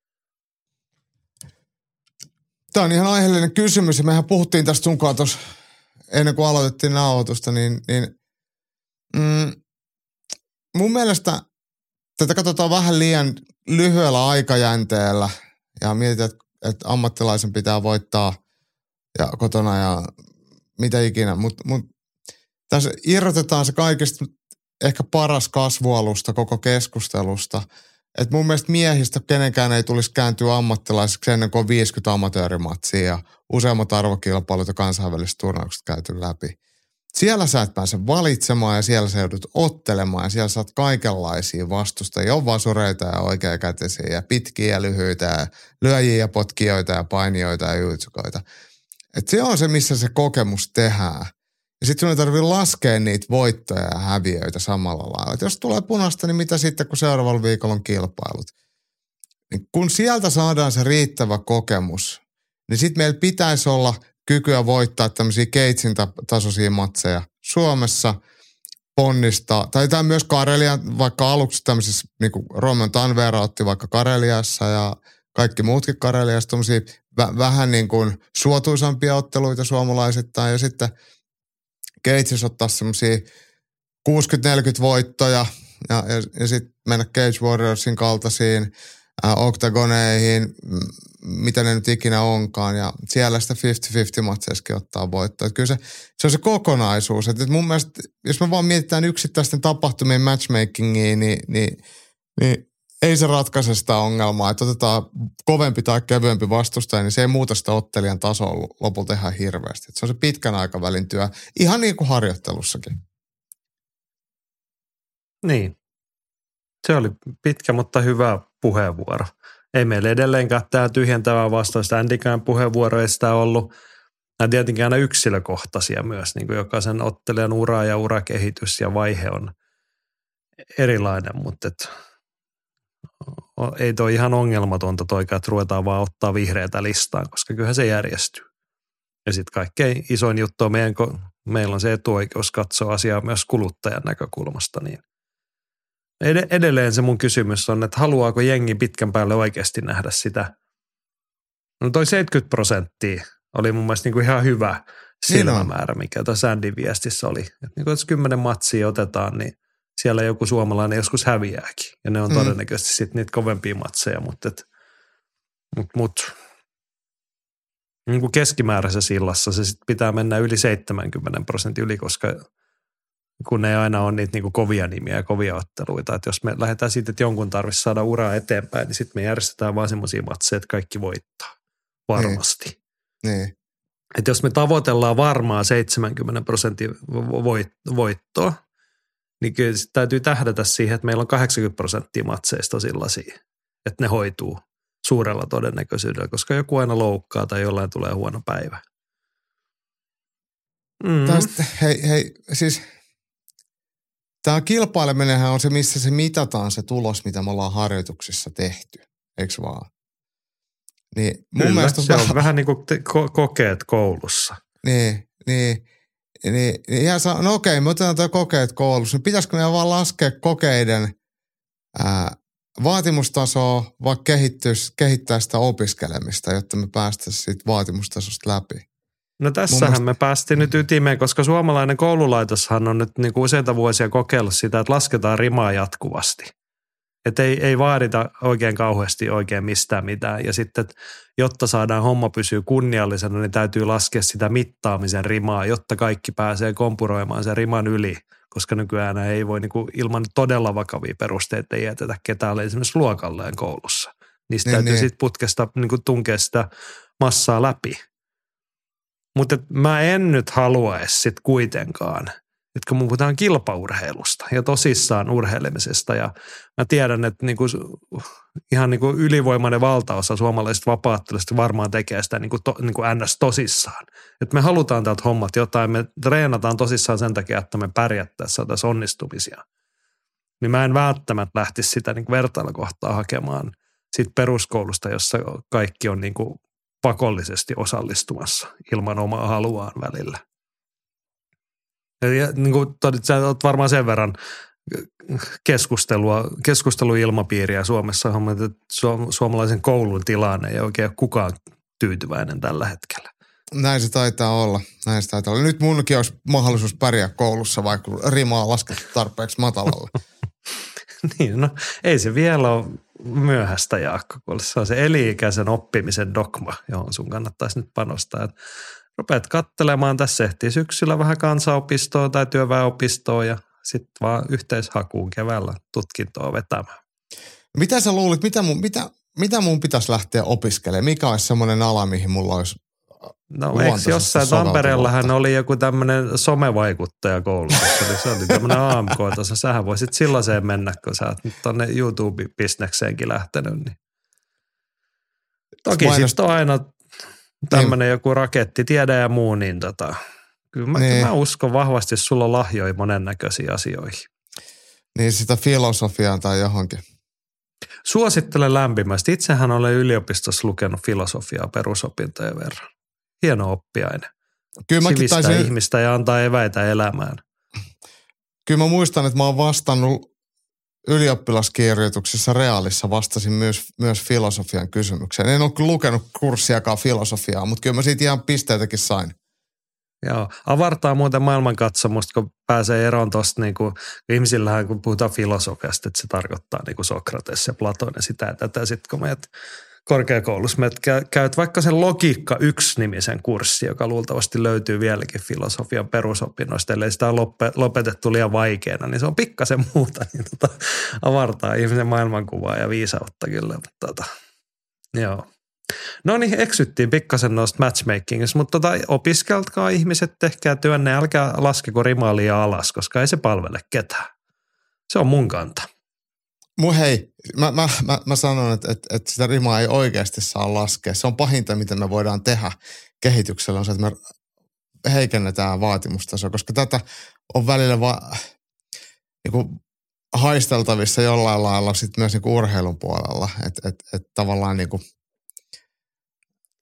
S3: Tämä on ihan aiheellinen kysymys ja mehän puhuttiin tästä sunkaan tuossa ennen kuin aloitettiin nauhoitusta, niin, niin mm, mun mielestä tätä katsotaan vähän liian lyhyellä aikajänteellä. Ja mietitään, että, että ammattilaisen pitää voittaa ja kotona ja mitä ikinä. Mutta mut, tässä irrotetaan se kaikista ehkä paras kasvualusta koko keskustelusta. Että mun mielestä miehistä kenenkään ei tulisi kääntyä ammattilaiseksi ennen kuin on viisikymmentä amatöörimatsia ja useammat arvokilpailut ja kansainväliset turnaukset käyty läpi. Siellä sä et pääse valitsemaan ja siellä sä joudut ottelemaan ja siellä saat kaikenlaisia vastustajia. On vasureita ja oikeakätisiä ja pitkiä ja lyhyitä ja lyöjiä ja potkijoita ja painijoita ja juitsukoita. Et se on se, missä se kokemus tehdään. Ja sitten sun ei tarvitse laskea niitä voittoja ja häviöitä samalla lailla. Et jos tulee punaista, niin mitä sitten, kun seuraavalla viikolla on kilpailut? Niin kun sieltä saadaan se riittävä kokemus, niin sitten meillä pitäisi olla kykyä voittaa tämmöisiä Cagein tasoisia matseja Suomessa, ponnistaa, tai tämä myös Karelia, vaikka aluksi tämmöisissä, niin kuin Roman Tanvera otti vaikka Kareliassa ja kaikki muutkin Kareliassa, tämmöisiä vä- vähän niin kuin suotuisampia otteluita suomalaisittain, ja sitten Cageissa ottaa semmoisia kuusikymmentä neljäkymmentä voittoja, ja, ja, ja sitten mennä Cage Warriorsin kaltaisiin äh, oktagoneihin, mitä ne nyt ikinä onkaan, ja siellä sitä viisikymmentä viisikymmentä matseissakin ottaa voittoa. Että kyllä se, se on se kokonaisuus. Että mun mielestä, jos me vaan mietitään yksittäisten tapahtumien matchmakingia, niin, niin, niin ei se ratkaise sitä ongelmaa. Että otetaan kovempi tai kevyempi vastustaja, niin se ei muuta sitä ottelijan tasoa lopulta ihan hirveästi. Että se on se pitkän aikavälin työ, ihan niin kuin harjoittelussakin.
S2: Niin. Se oli pitkä, mutta hyvä puheenvuoro. Ei meillä edelleenkään tämä tyhjentävää vastausta. Andykään puheenvuoro ei sitä ollut. Nämä tietenkin aina yksilökohtaisia myös, niin kuin jokaisen ottelijan ura ja urakehitys ja vaihe on erilainen, mutta et, ei toi ihan ongelmatonta toikaan, että ruvetaan vaan ottaa vihreätä listaan, koska kyllähän se järjestyy. Ja sitten kaikkein isoin juttu on meidän, kun meillä on se etuoikeus katsoa asiaa myös kuluttajan näkökulmasta, niin Ed- edelleen se mun kysymys on, että haluaako jengi pitkän päälle oikeasti nähdä sitä. No toi seitsemänkymmentä prosenttia oli mun mielestä niinku ihan hyvä silmämäärä, mikä tuossa Sandin viestissä oli. Että niinku, jos kymmenen matsia otetaan, niin siellä joku suomalainen joskus häviääkin. Ja ne on mm. todennäköisesti sitten niitä kovempia matseja, mutta et, mut, mut, niin kuin keskimääräisessä illassa se sit pitää mennä yli seitsemänkymmentä prosentin yli, koska kun ei aina ole niitä niin kuin kovia nimiä ja kovia otteluita. Että jos me lähdetään siitä, että jonkun tarvitsisi saada uraa eteenpäin, niin sitten me järjestetään vaan semmoisia matseja, että kaikki voittaa varmasti.
S3: Niin. Niin.
S2: Että jos me tavoitellaan varmaa seitsemänkymmentä prosentin voittoa, niin kyllä täytyy tähdätä siihen, että meillä on kahdeksankymmentä prosenttia matseista sellaisia, että ne hoituu suurella todennäköisyydellä, koska joku aina loukkaa tai jollain tulee huono päivä.
S3: Mm. Tästä, hei, hei, siis tämä kilpaileminenhän on se, missä se mitataan se tulos, mitä me ollaan harjoituksissa tehty, eikö vaan? Niin mun
S2: Kyllä,
S3: mielestä on
S2: se
S3: vähän,
S2: on vähän niin kuin te, ko, kokeet koulussa.
S3: Niin, niin. Niin, niin ihan saa, no okei, me otetaan tuo kokeet koulussa. Niin pitäisikö me vaan laskea kokeiden ää, vaatimustasoa, vai kehittää sitä opiskelemista, jotta me päästäisiin siitä vaatimustasosta läpi?
S2: No tässähän mielestä me päästiin nyt ytimeen, koska suomalainen koululaitoshan on nyt niin kuin useita vuosia kokeillut sitä, että lasketaan rimaa jatkuvasti. Että ei, ei vaadita oikein kauheasti oikein mistään mitään. Ja sitten, jotta saadaan homma pysyä kunniallisena, niin täytyy laskea sitä mittaamisen rimaa, jotta kaikki pääsee kompuroimaan sen riman yli. Koska nykyään ei voi niin kuin ilman todella vakavia perusteita ei jätetä ketään esimerkiksi luokalleen koulussa. Niistä niin, täytyy niin. sitten putkesta niin kuin tunkea sitä massaa läpi. Mutta mä en nyt haluaisi sitten kuitenkaan, että kun puhutaan kilpaurheilusta ja tosissaan urheilemisesta ja mä tiedän, että niinku, ihan niinku ylivoimainen valtaosa suomalaisista vapaattelijoista varmaan tekee sitä niinku to, niinku ns. Tosissaan. Että me halutaan täältä hommat jotain, me treenataan tosissaan sen takia, että me pärjättäisiin, saataisiin onnistumisia. Niin mä en välttämättä lähtisi sitä niinku vertailukohtaa hakemaan siitä peruskoulusta, jossa kaikki on niinku pakollisesti osallistumassa ilman omaa haluaan välillä. Ja niin kuin todit, sä olet varmaan sen verran keskustelua, keskusteluilmapiiriä Suomessa, että suomalaisen koulun tilanne ei oikein kukaan tyytyväinen tällä hetkellä.
S3: Näin se taitaa olla. Näin se taitaa olla. Nyt munkin olisi mahdollisuus pärjää koulussa, vaikka rimaa laskettu tarpeeksi matalalla.
S2: Niin, no ei se vielä ole myöhäistä, Jaakko, kun se on se eli-ikäisen oppimisen dogma, johon sun kannattaisi nyt panostaa. Että rupeat katselemaan, tässä ehtii syksyllä vähän kansanopistoa tai työväenopistoa ja sitten vaan yhteishakuun keväällä tutkintoa vetämään.
S3: Mitä sä luulit, mitä mun, mitä, mitä mun pitäisi lähteä opiskelemaan? Mikä olisi semmoinen ala, mihin mulla olisi
S2: No eikö jossain Tampereellahan oli joku tämmöinen somevaikuttaja koulutus, se oli tämmöinen A M K-taso. Sähän voisit sellaiseen mennä, kun sä oot nyt tonne YouTube-bisnekseenkin lähtenyt. Niin. Toki sitten on aina tämmöinen niin. joku rakettitiede ja muu, niin tota, kyllä mä, niin. mä uskon vahvasti, että sulla on lahjoja monennäköisiin asioihin.
S3: Niin sitä filosofiaa tai johonkin.
S2: Suosittelen lämpimästi. Itsehän olen yliopistossa lukenut filosofiaa perusopintojen verran. Hieno oppiaine. Kyllä sivistää taisin, ihmistä ja antaa eväitä elämään.
S3: Kyllä mä muistan, että mä oon vastannut ylioppilaskirjoituksessa Reaalissa, vastasin myös, myös filosofian kysymykseen. En ole kyllä lukenut kurssiakaan filosofiaa, mutta kyllä mä siitä ihan pisteitäkin sain.
S2: Joo, avartaa muuten maailmankatsomusta, kun pääsee eroon tuosta, niin kuin ihmisillähän kun puhutaan filosofiasta, että se tarkoittaa niin kuin Sokrates ja Platon ja sitä ja tätä. Sitten kun meidät korkeakoulussa meidät käyt vaikka sen logiikka yksi-nimisen kurssi, joka luultavasti löytyy vieläkin filosofian perusopinnoista, ellei sitä ole lopetettu liian vaikeana, niin se on pikkasen muuta, niin tota, avartaa ihmisen maailmankuvaa ja viisautta kyllä. Mutta tota, joo. No niin, eksyttiin pikkasen noista matchmakingista, mutta tota, opiskeltkaa ihmiset, tehkää työnne, älkää laskeko rimaa liian alas, koska ei se palvele ketään. Se on mun kanta.
S3: Mun hei, mä, mä, mä, mä sanon, että, että, että sitä rimaa ei oikeasti saa laskea. Se on pahinta, mitä me voidaan tehdä kehityksellä, on se, että me heikennetään vaatimustasoa, koska tätä on välillä vaan niin kuin haisteltavissa jollain lailla sit myös niin kuin urheilun puolella, että et, et tavallaan niin kuin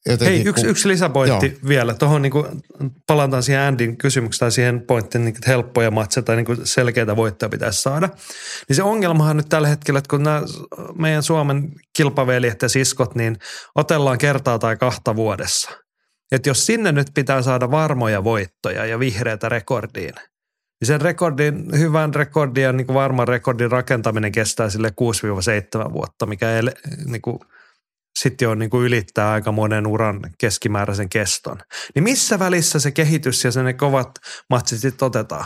S2: Hei, yksi, ku... yksi lisäpointti Joo. vielä. Tuohon niin palataan siihen Andyn kysymykseen tai siihen pointtiin, niin että helppoja matseja tai niin selkeitä voittoja pitäisi saada. Niin se ongelmahan nyt tällä hetkellä, että kun nämä meidän Suomen kilpaveljet ja siskot, niin otellaan kertaa tai kahta vuodessa. Että jos sinne nyt pitää saada varmoja voittoja ja vihreätä rekordiin, niin sen rekordin, hyvän rekordin ja niin kuin varman rekordin rakentaminen kestää sille kuusi seitsemän vuotta, mikä ei niin kuin sitten jo niin kuin ylittää aika monen uran keskimääräisen keston. Niin missä välissä se kehitys ja ne kovat matsit sitten otetaan?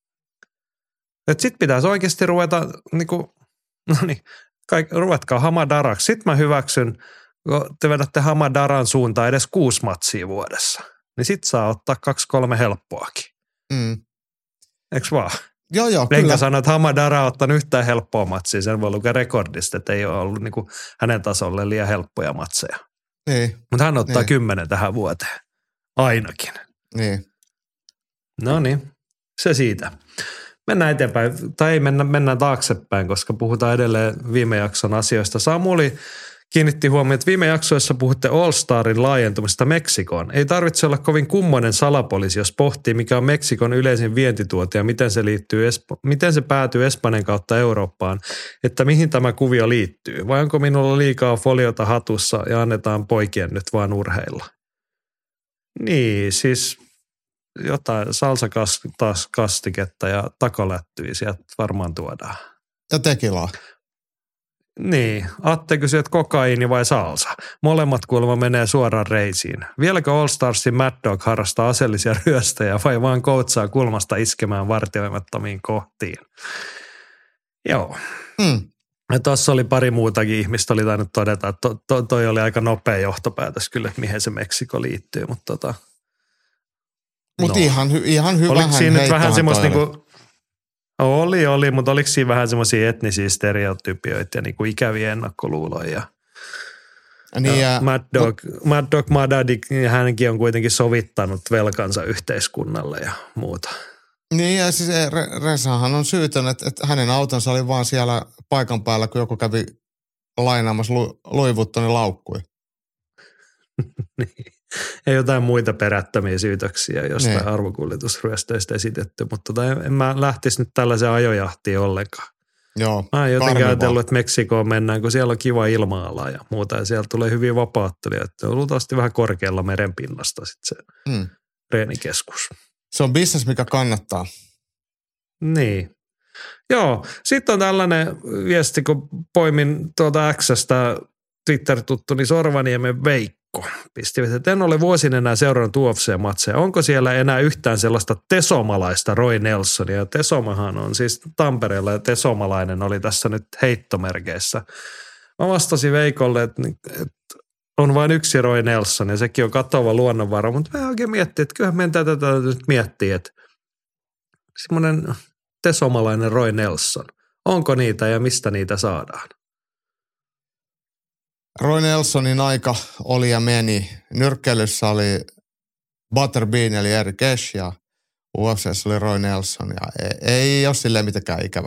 S2: Että sitten pitäisi oikeasti ruveta, niin kuin, no niin, kaik, ruvetkaa Hamadaraksi. Sitten mä hyväksyn, kun te vedätte Hamadaran suuntaan edes kuusi matsia vuodessa. Niin sitten saa ottaa kaksi kolme helppoakin. Mm. Eiks vaan?
S3: Joo, joo,
S2: Lenka
S3: kyllä.
S2: sanoi, että Hamadara on ottanut yhtään helppoa matsia. Sen voi lukea rekordista, että ei ole ollut niin kuin hänen tasolle liian helppoja matseja.
S3: Niin.
S2: Mutta hän ottaa
S3: niin.
S2: kymmenen tähän vuoteen. Ainakin.
S3: Niin.
S2: No niin, se siitä. Mennään eteenpäin, tai ei mennä, mennään taaksepäin, koska puhutaan edelleen viime jakson asioista. Samuli kiinnitti huomioon, että viime jaksoissa puhutte All-Starin laajentumista Meksikoon. Ei tarvitse olla kovin kummonen salapoliisi, jos pohtii, mikä on Meksikon yleisin vientituote ja miten se, liittyy Espa- miten se päätyy Espanjan kautta Eurooppaan, että mihin tämä kuvio liittyy. Vai onko minulla liikaa foliota hatussa ja annetaan poikien nyt vaan urheilla? Niin, siis jotain salsakastiketta ja takolättyjä sieltä varmaan tuodaan.
S3: Ja tekilaa.
S2: Niin, Atte kysyi, että kokaiini vai salsa. Molemmat kuulemma menee suoraan reisiin. Vieläkö All Starsin Mad Dog harrastaa aseellisia ryöstöjä vai vaan koutsaa kulmasta iskemään vartioimattomiin kohtiin? Joo.
S3: Hmm.
S2: Ja tuossa oli pari muutakin ihmistä, oli tainnut todeta, että to, to, toi oli aika nopea johtopäätös kyllä, että mihin se Meksiko liittyy, mutta tota.
S3: Mutta no. ihan, ihan hyvä
S2: Oliko siinä nyt vähän semmoista niinku, oli, oli, mutta oliko siinä vähän semmoisia etnisiä stereotypioita ja niinku ikäviä ennakkoluuloja?
S3: Niin ja,
S2: ja Mad Dog, mut, Mad Dog Madadi, hänkin on kuitenkin sovittanut velkansa yhteiskunnalle ja muuta.
S3: Niin ja siis Resahan on syytön, että, että hänen autonsa oli vaan siellä paikan päällä, kun joku kävi lainaamassa Louis Vuittonin laukkui.
S2: Niin. Ei jotain muita perättömiä syytöksiä jostain niin. arvokuljetusryöstöistä esitetty, mutta tota en mä lähtisi nyt tällaiseen ajojahtiin ollenkaan.
S3: Joo,
S2: mä oon jotenkin ajatellut, että Meksikoon mennään, kun siellä on kiva ilma-ala ja muuta ja siellä tulee hyvin vapaattelijoita. Luultavasti vähän korkealla merenpinnasta sitten se hmm. reenikeskus.
S3: Se on business, mikä kannattaa.
S2: Niin. Joo, sitten on tällainen viesti, kun poimin tuolta X:stä Twitter-tuttuni Sorvaniemen Veikko. Pistivät, että en ole vuosin enää seurannut U F C-matseja. Onko siellä enää yhtään sellaista tesomalaista Roy Nelsonia? Ja Tesomahan on siis Tampereella ja tesomalainen oli tässä nyt heittomerkeissä. Mä vastasin Veikolle, että, että on vain yksi Roy Nelson ja sekin on katoava luonnonvara, mutta mä oikein miettii, että kyllähän meidän tätä nyt miettii, että semmoinen tesomalainen Roy Nelson, onko niitä ja mistä niitä saadaan?
S3: Roy Nelsonin aika oli ja meni. Nyrkkeilyssä oli Butterbean eli Eric Esch ja U F C:ssä oli Roy Nelson ja ei, ei ole silleen mitenkään ikävä.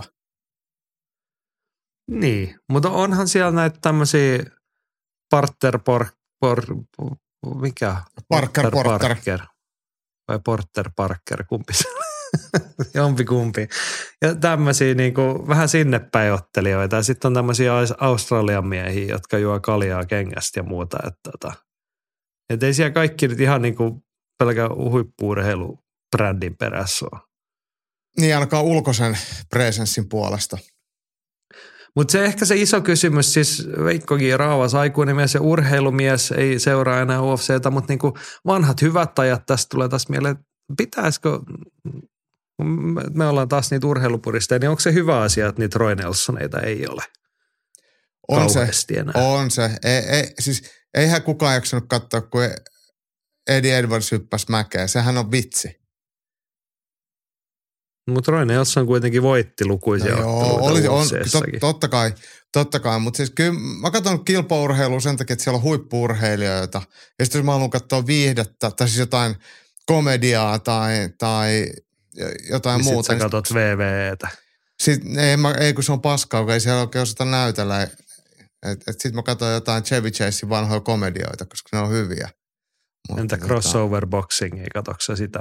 S2: Niin, mutta onhan siellä näitä tämmöisiä Porter, por, por, mikä?
S3: Parker, Porter.
S2: Parker. Vai Porter, Parker, kumpi se Jompi kumpi. Ja tämmöisiä niinku vähän sinne päin ottelijoita. Ja sitten on tämmöisiä Australian miehiä, jotka juo kaljaa kengästä ja muuta. Että tota. Et ei siellä kaikki nyt ihan niinku pelkään huippu-urheilubrändin perässä ole.
S3: Niin ainakaan ulkoisen presenssin puolesta.
S2: Mutta se ehkä se iso kysymys, siis Veikkokin raavas aikuinen mies ja urheilumies ei seuraa enää U F C:tä, mutta niinku vanhat hyvät ajat tästä tulee taas mieleen, pitäisikö, me ollaan taas niitä urheilupuristeja, niin onko se hyvä asia, että niitä Roy Nelsoneita ei ole
S3: on se, enää? On se. Ei, ei, siis eihän kukaan jaksanut katsoa, kun Eddie Edwards hyppäsi mäkeä. Sehän on vitsi.
S2: Mutta Roy Nelson kuitenkin voitti lukuisia no
S3: joo, oli, on, tot, totta kai, totta kai. Mutta siis kyllä mä katson kilpaurheilua sen takia, että siellä on huippu-urheilijoita. Ja sitten jos mä haluan katsoa viihdettä tai siis jotain komediaa tai, tai jotain
S2: niin
S3: muuta.
S2: Sitten sä katsot V V E:tä.
S3: Sitten ei, mä, ei kun se on paskaa, kun ei siellä oikein osata näytellä. Sitten mä katson jotain Chevy Chasein vanhoja komedioita, koska ne on hyviä.
S2: Mutta entä crossover boxing, katsotko sitä?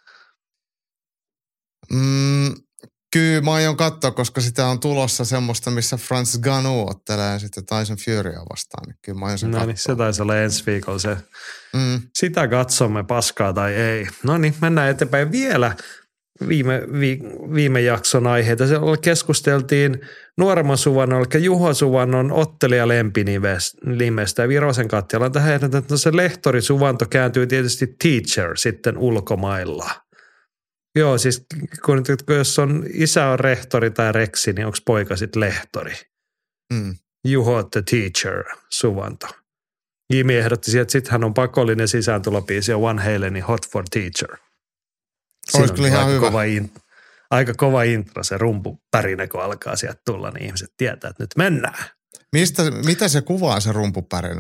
S3: Mm, kyllä mä aion katsoa, koska sitä on tulossa semmoista, missä Francis Ngannou ottelee sitten Tyson Furya vastaan. Niin kyllä mä aion sen
S2: no niin, se taisi olla ensi viikolla se.
S3: Mm.
S2: Sitä katsomme, paskaa tai ei. No niin, mennään eteenpäin vielä viime, vi, viime jakson aiheita. Se keskusteltiin nuoremman Suvannon, eli Juho Suvannon ottelija lempinimestä. Ja Virosen Katjalla on tähän ehdotettu, että se lehtori Suvanto kääntyy tietysti teacher sitten ulkomailla. Joo, siis kun, jos on isä on rehtori tai reksi, niin onko poika sitten lehtori?
S3: Mm.
S2: Juho the teacher, Suvanto. Jimi ehdotti, että sitten hän on pakollinen sisääntulobiisi ja Van Halenin Hot for Teacher.
S3: Olisi kyllä ihan hyvä.
S2: Kova in, aika kova intro, se rumpupärinä, kun alkaa sieltä tulla, niin ihmiset tietää, että nyt mennään.
S3: Mistä, mitä se kuvaa se rumpupärinä?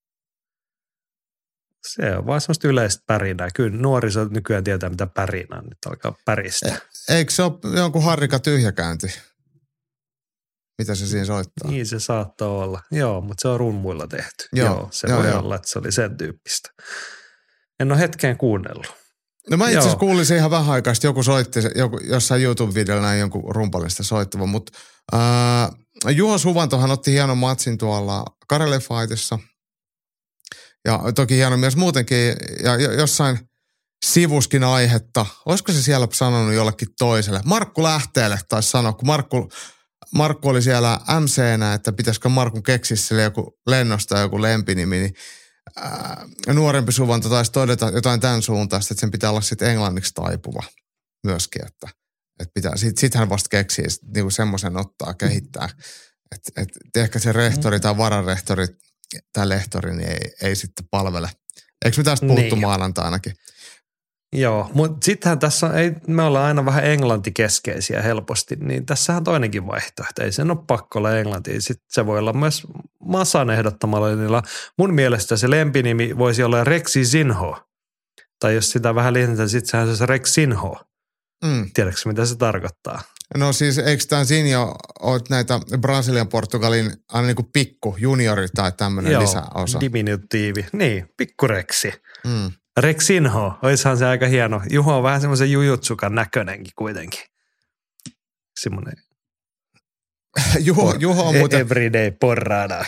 S2: Se on vaan semmoista yleistä pärinää. Kyllä nuoriso nykyään tietää, mitä pärinä on. Nyt alkaa päristä.
S3: E, eikö se ole jonkun harrika tyhjäkäynti? Mitä se siinä soittaa?
S2: Niin se saattaa olla. Joo, mutta se on rummuilla tehty.
S3: Joo,
S2: joo se
S3: joo,
S2: voi
S3: joo.
S2: olla, että se oli sen tyyppistä. En ole hetkeen kuunnellut.
S3: No mä itse asiassa kuulin se ihan vähän aikaa, joku soitti joku, jossain YouTube-videolla näin jonkun rumpallista soittavan, mutta ää, Juho Suvantohan otti hienon matsin tuolla Karele Fightissa. Ja toki hieno myös muutenkin, ja jossain sivuskin aihetta. Olisiko se siellä sanonut jollekin toiselle? Markku Lähteelle taisi sanoa, kun Markku, Markku oli siellä M C:nä, että pitäisikö Markun keksiä sille joku lennosta joku lempinimi, niin ää, nuorempi Suvanto taisi todeta jotain tämän suuntaista, että sen pitää olla sitten englanniksi taipuva myöskin, että, että pitää, sit, sit hän vasta keksii, niin semmoisen ottaa, kehittää. Että et, ehkä se rehtori tai vararehtori tai lehtori niin ei, ei sitten palvele. Eikö me tästä puhuttu niin maanantainakin?
S2: Joo, mutta sittenhän tässä ei, me ollaan aina vähän englantikeskeisiä helposti, niin tässähän toinenkin vaihtoehto. Ei sen ole pakko olla englantia. Sitten se voi olla myös Masan ehdottamalla linjalla. Mun mielestä se lempinimi voisi olla Rexy Sinho. Tai jos sitä vähän liitetään, sitten sehän se Rex Sinho.
S3: Mm.
S2: Tiedätkö, mitä se tarkoittaa?
S3: No siis eikö tämä Sinho ole näitä Brasilian, Portugalin aina niin kuin pikku, juniori tai tämmöinen lisäosa?
S2: Joo, diminutiivi. Niin, pikkureksi.
S3: Mm.
S2: Rexinho, oishan se aika hieno. Juho on vähän semmoisen jujutsukan näköinenkin kuitenkin. Semmoinen
S3: Juho, Juho on muuten
S2: everyday porrada.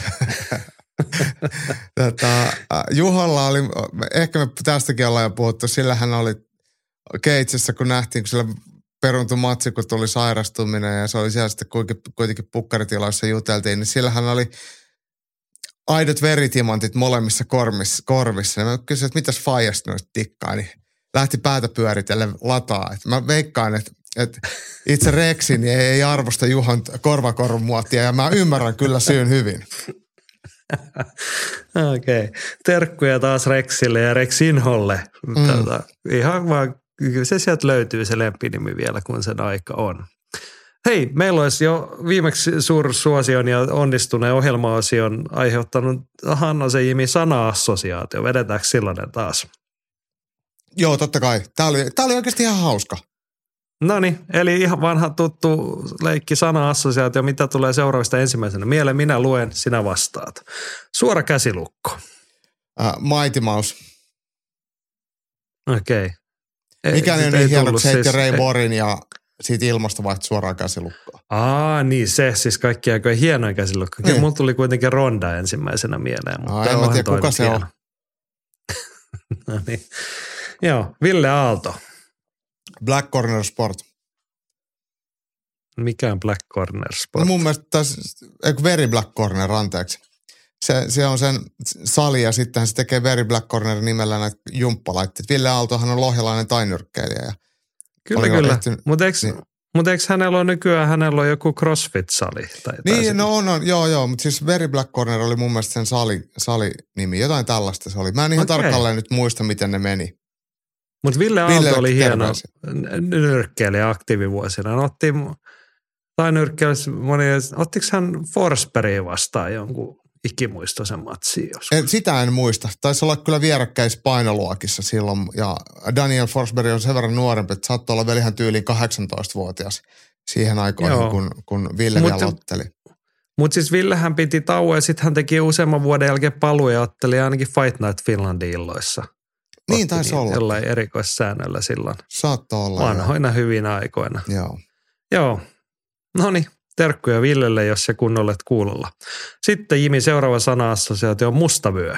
S3: Tätä, Juholla oli, ehkä me tästäkin ollaan jo puhuttu, sillä hän oli Keitsessä, kun nähtiin, kun sillä peruntui matsi, kun tuli sairastuminen ja se oli siellä sitten kuitenkin pukkaritiloissa juteltiin, niin sillä hän oli aidot veritimantit molemmissa korvissa. korvissa. Ja mä kysyin, että mitäs faijasta noista tikkaa, niin lähti päätä pyöritellen lataa. Et mä veikkaan, että, että itse Rexi niin ei arvosta Juhon korvakorvamuotia ja mä ymmärrän kyllä syyn hyvin.
S2: Okei. Okay. Terkkuja taas Rexille ja Rexinholle. Mm. Tota, ihan vaan, kyllä se sieltä löytyy se lempinimi vielä, kun sen aika on. Hei, meillä olisi jo viimeksi suursuosion ja onnistuneen ohjelmaosion aiheuttanut Hannosen Jimi sana-assosiaatio. Vedetäänkö sellainen taas?
S3: Joo, totta kai. Tämä oli, tämä oli oikeasti ihan hauska.
S2: Noniin, eli ihan vanha tuttu leikki sana-assosiaatio. Mitä tulee seuraavista ensimmäisenä mieleen? Minä luen, sinä vastaat. Suora käsilukko.
S3: Uh, Mighty Mouse.
S2: Okei. Okay.
S3: Mikä on niin hieno, että heitti Ray Borin ja siitä ilmasta vaihti suoraan käsilukkoa.
S2: Aa, niin se, siis kaikki aikojen hienoin käsilukko. Niin. Mulla tuli kuitenkin Ronda ensimmäisenä mieleen. Mutta
S3: Aa, en mä tiedä, kuka se hieno. On.
S2: No niin. Joo, Ville Aalto.
S3: Black Corner Sport.
S2: Mikä on Black Corner Sport?
S3: No mun mielestä tässä, eikö Very Black Corner, anteeksi. Se, se on sen sali ja sitten se tekee Very Black Corner nimellä näitä jumppalaitteet. Ville Aaltohan on lohjalainen tainyrkkeilijä ja
S2: Kyllä, kyllä. Mutta eikö, niin. mut eikö hänellä ole nykyään, hänellä on joku CrossFit-sali? Tai
S3: niin,
S2: tai
S3: no on, on, joo, joo. Mutta siis Very Black Corner oli mun mielestä sen sali, salinimi. Jotain tällaista se oli. Mä en ihan okay. tarkalleen nyt muista, miten ne meni.
S2: Mutta Ville Aalto Ville oli hieno nyrkkeilijä aktiivivuosina. No, otti, tai nyrkkeilijä, ottiko hän Forsbergia vastaan jonkun ikimuistoisen matsiin joskus?
S3: En, sitä en muista. Taisi olla kyllä vierekkäis painoluokissa silloin. Ja Daniel Forsberg on sen verran nuorempi, että saattoi olla vielä ihan tyyliin kahdeksantoistavuotias siihen aikoihin, kun, kun Ville
S2: Mut,
S3: vielä otteli.
S2: Mutta siis Villehän piti tauon ja sitten hän teki useamman vuoden jälkeen paluu ja otteli ainakin Fight Night Finlandin illoissa.
S3: Niin taisi olla.
S2: Jollain erikoissäännöllä silloin.
S3: Saattaa olla.
S2: Vanhoina jo. Hyvinä aikoina.
S3: Joo.
S2: Joo. Noniin, terkkuja Villelle, jos se kun olet kuulolla. Sitten Jimi, seuraava sana-assosiaatio on mustavyö.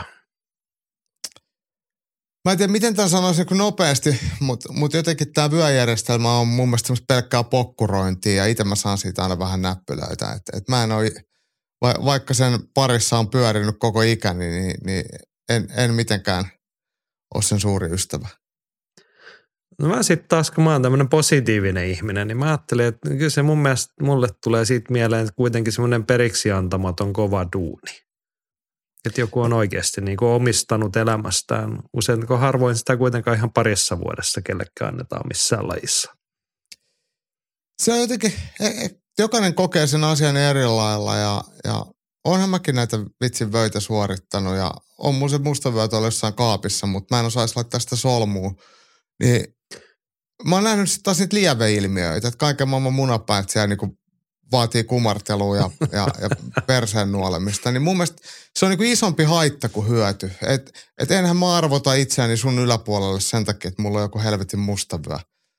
S3: Mä en tiedä, miten tämän sanoisin kuin nopeasti, mutta, mutta jotenkin tämä vyöjärjestelmä on mun mielestä pelkkää pokkurointia ja itse mä saan siitä aina vähän näppylöitä. Et, et mä en ole, vaikka sen parissa on pyörinyt koko ikäni, niin, niin en, en mitenkään ole sen suuri ystävä.
S2: No mä sitten taas, kun mä oon tämmöinen positiivinen ihminen, niin mä ajattelin, että kyllä se mun mielestä mulle tulee siitä mieleen kuitenkin semmoinen periksi antamaton kova duuni. Että joku on oikeasti niin kuin omistanut elämästään. Usein, kun harvoin sitä kuitenkaan ihan parissa vuodessa kellekään annetaan missään lajissa.
S3: Se on jotenkin, jokainen kokee sen asian eri lailla ja, ja onhan mäkin näitä vitsin vöitä suorittanut ja on mun se mustavyö tuolla jossain kaapissa, mutta mä en osaisi laittaa sitä solmua. Niin mä oon nähnyt taas niitä lieveilmiöitä, että kaiken maailman munapäät siellä niin kuin vaatii kumartelua ja, ja, ja perseen nuolemista, niin mun mielestä se on niin kuin isompi haitta kuin hyöty. Että et enhän mä arvota itseäni sun yläpuolelle sen takia, että mulla on joku helvetin mustavyö.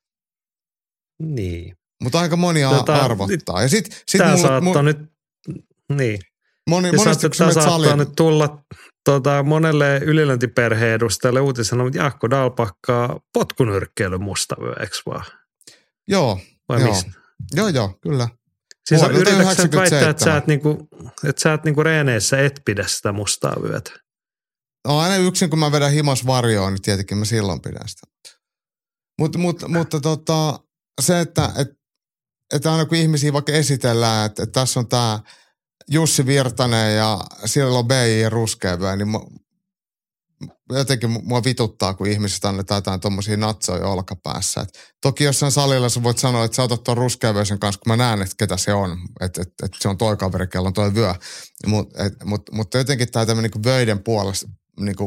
S2: Niin.
S3: Mutta aika moni tota, arvottaa. Ja sit, sit
S2: tää
S3: mulla,
S2: saattaa
S3: mu-
S2: nyt, niin.
S3: Moni,
S2: ja
S3: monesti kun
S2: tämä saattaa
S3: salin...
S2: nyt tulla tota, monelle ylilöntiperheen edustajalle uutisena, että Jaakko Dalpakkaa potkunyrkkeily mustavyö, eikö vaan?
S3: Joo,
S2: vai
S3: joo.
S2: Mistä?
S3: joo, joo, kyllä.
S2: Siis yritätkö sä väittää, että sä et, niinku, että sä et niinku reeneissä et pidä sitä mustaa vyötä?
S3: No aina yksin, kun mä vedän himas varjoon, niin tietenkin mä silloin pidän sitä. Mut, mut, mutta tota, se, että et, et aina kun ihmisiä vaikka esitellään, että et tässä on tää Jussi Virtanen ja siellä on B I ruskeavyö, niin mä, jotenkin mua vituttaa, kun ihmiset annetaan jotain tommosia natsoja olkapäässä. Et toki jossain salilla sä voit sanoa, että sä otat ton ruskeavyösen kanssa, kun mä näen, että ketä se on. Että et, et se on toi kaveri, kello on toi vyö. Mutta mut, mut jotenkin tää tämmönen niinku vöiden puolesta, niinku,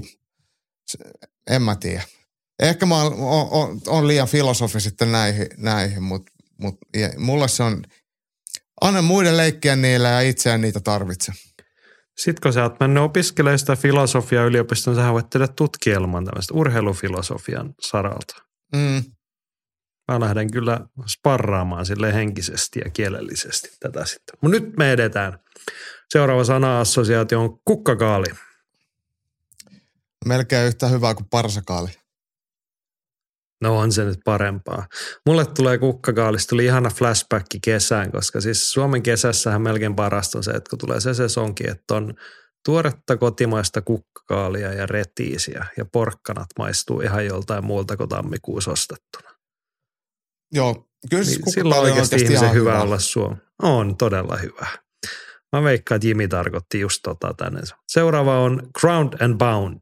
S3: en mä tiedä. Ehkä mä oon, on, on liian filosofi sitten näihin, näihin mutta mut, mulle se on, anna muiden leikkiä niillä ja itseään niitä tarvitse.
S2: Sitten kun sä oot mennyt opiskelemaan sitä filosofiaa yliopistoon, sä voit tehdä tutkielman tämmöistä urheilufilosofian saralta.
S3: Mm.
S2: Mä lähden kyllä sparraamaan sille henkisesti ja kielellisesti tätä sitten. Mutta nyt me edetään. Seuraava sana-assosiaatio on kukkakaali.
S3: Melkein yhtä hyvää kuin parsakaali.
S2: No on se nyt parempaa. Mulle tulee kukkakaalista, tuli ihana flashback kesään, koska siis Suomen kesässähän melkein parasta on se, että kun tulee se sesonki, että on tuoretta kotimaista kukkakaalia ja retiisiä ja porkkanat maistuu ihan joltain muulta kuin tammikuussa ostettuna.
S3: Joo, kyllä siis
S2: niin silloin oikeasti ihmisen hyvä, hyvä olla Suomi. On todella hyvä. Mä veikkaan, että Jimi tarkoitti just tota tänne. Seuraava on Ground and Bound.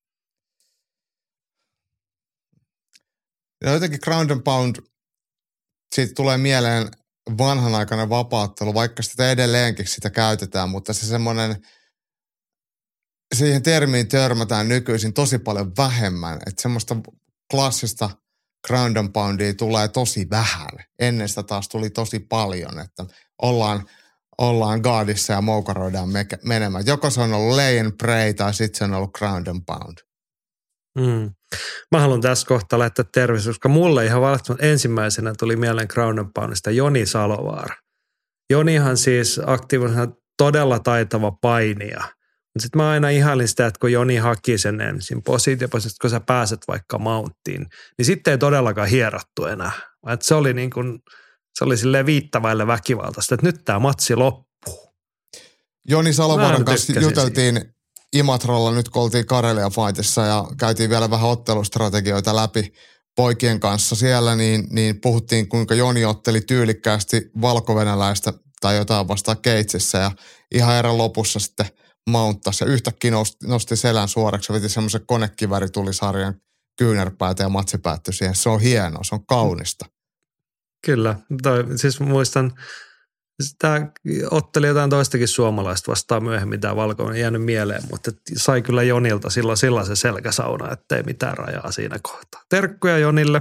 S3: Ja jotenkin Ground and Pound, siitä tulee mieleen vanhanaikainen vapaattelu, vaikka sitä edelleenkin sitä käytetään, mutta se semmoinen, siihen termiin törmätään nykyisin tosi paljon vähemmän, että semmoista klassista Ground and Poundia tulee tosi vähän. Ennen sitä taas tuli tosi paljon, että ollaan, ollaan guardissa ja moukaroidaan me, menemään. Joko se on ollut lay and pray tai sitten se on ollut Ground and Pound.
S2: Mm. Mä haluan tässä kohtaa laittaa terveys, koska mulle ihan valitettavasti ensimmäisenä tuli mieleen Ground and Poundista Joni Salovaara. Jonihan siis aktiivisena todella taitava painija. Mutta sitten mä aina ihailin sitä, että kun Joni haki sen ensin positiopositiosta, kun sä pääset vaikka mounttiin, niin sitten ei todellakaan hierottu enää. Et se oli niin kuin, se oli silleen viittavaille väkivaltaista, että nyt tämä matsi loppuu.
S3: Joni Salovaaran kanssa juteltiin siitä Imatralla nyt, kun oltiin Karelia Fightissa ja käytiin vielä vähän ottelustrategioita läpi poikien kanssa siellä, niin, niin puhuttiin, kuinka Joni otteli tyylikkäästi valkovenäläistä tai jotain vastaan keitsissä ja ihan erän lopussa sitten mounttasi ja yhtäkkiä nosti, nosti selän suoraksi ja veti semmoisen konekiväritulisarjan kyynärpäätä ja matsi päättyi siihen. Se on hienoa, se on kaunista.
S2: Kyllä, toi, siis muistan, tämä otteli jotain toistakin suomalaista vastaan myöhemmin, tämä valkoinen ei jäänyt mieleen, mutta sai kyllä Jonilta silloin, silloin se selkäsauna, ettei mitään rajaa siinä kohtaa. Terkkuja Jonille.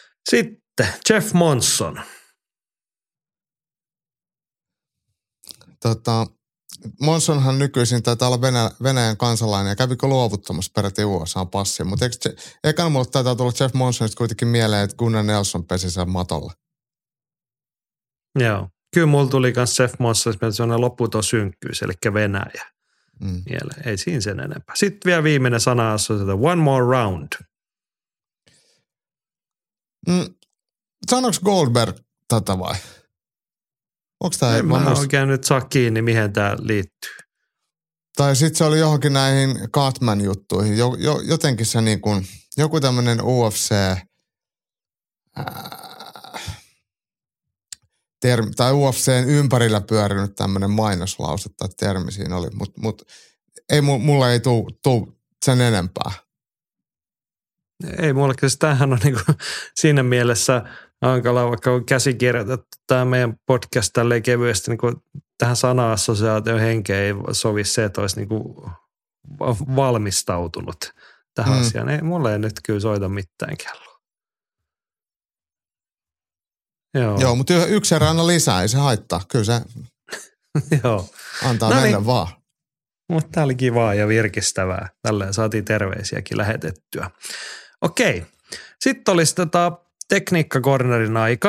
S2: Sitten Jeff Monson.
S3: tota, Monsonhan nykyisin taitaa olla Venä, Venäjän kansalainen ja kävikö luovuttamassa peräti U S A-passia. Mutta eikä mulle taitaa tulla Jeff Monsonista kuitenkin mieleen, että Gunnar Nelson pesi sen matolla.
S2: Joo. Kyllä mulla tuli myös Jeff Monsonista sellainen loputon synkkyys, eli Venäjä. Mm. Mieleen. Ei siinä sen enempää. Sitten vielä viimeinen sana on one more round.
S3: Mm. Sanoiko Goldberg tätä vai? Onko tämä?
S2: En mä musta... oikein nyt saa kiinni, mihin tämä liittyy.
S3: Tai sitten se oli johonkin näihin Cartman-juttuihin. Jo, jo, jotenkin se niin kuin, joku tämmöinen U F C ää, termi, tai U F C:n ympärillä pyörinyt tämmöinen mainoslause tai termi siinä oli. Mutta mut, ei, mulle ei tule tuu sen enempää.
S2: Ei mulle, koska tämähän on niinku siinä mielessä hankala, vaikka on käsikirjoitettu tämä meidän podcast tälleen kevyesti, niin tähän sana-assosiaation henkeen ei sovi se, että olisi niinku valmistautunut tähän mm. asiaan. Ei, mulle ei nyt kyllä soita mitään kelloa. Joo,
S3: Joo mutta yksi erä aina lisää, ei se haittaa. Kyllä se
S2: Joo.
S3: antaa
S2: no
S3: mennä
S2: niin.
S3: vaan.
S2: Mutta tämä oli kivaa ja virkistävää. Tälleen saatiin terveisiäkin lähetettyä. Okei. Sitten olisi tota tekniikkakornerin aika.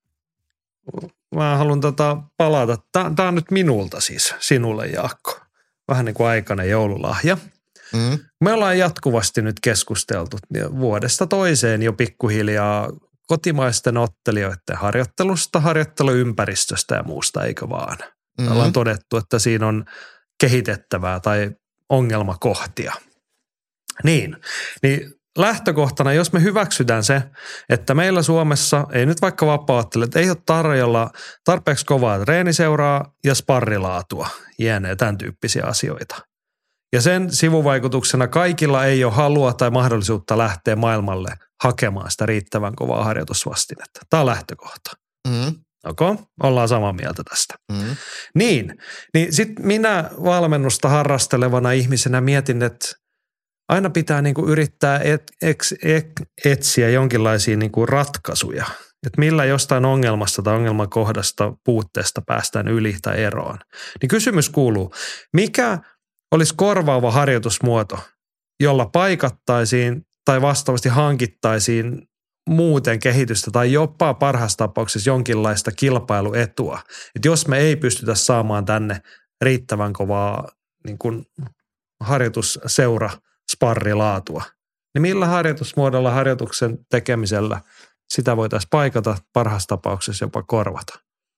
S2: Mä haluan tota palata. Tämä on nyt minulta siis, sinulle Jaakko. Vähän niin kuin aikainen joululahja. Mm. Me ollaan jatkuvasti nyt keskusteltu vuodesta toiseen jo pikkuhiljaa kotimaisten ottelijoiden harjoittelusta, harjoitteluympäristöstä ja muusta, eikö vaan? Mm. Ollaan todettu, että siinä on kehitettävää tai ongelmakohtia. Niin, niin lähtökohtana, jos me hyväksytään se, että meillä Suomessa, ei nyt vaikka vapaa-ottelijat, ei ole tarjolla tarpeeksi kovaa treeniseuraa ja sparrilaatua, jne, tämän tyyppisiä asioita. Ja sen sivuvaikutuksena kaikilla ei ole halua tai mahdollisuutta lähteä maailmalle hakemaan sitä riittävän kovaa harjoitusvastinetta. Tämä on lähtökohta. Mm. Okei, ollaan samaa mieltä tästä. Mm. Niin, niin sitten minä valmennusta harrastelevana ihmisenä mietin, että aina pitää niinku yrittää et, et, et, etsiä jonkinlaisia niinku ratkaisuja, että millä jostain ongelmasta tai ongelmakohdasta puutteesta päästään yli tai eroon. Niin kysymys kuuluu, mikä olisi korvaava harjoitusmuoto, jolla paikattaisiin tai vastaavasti hankittaisiin muuten kehitystä tai jopa parhaassa tapauksessa jonkinlaista kilpailuetua. Että jos me ei pystytä saamaan tänne riittävän kovaa niin kuin harjoitusseura sparrilaatua, niin millä harjoitusmuodolla harjoituksen tekemisellä sitä voitaisiin paikata, parhaassa tapauksessa jopa korvata?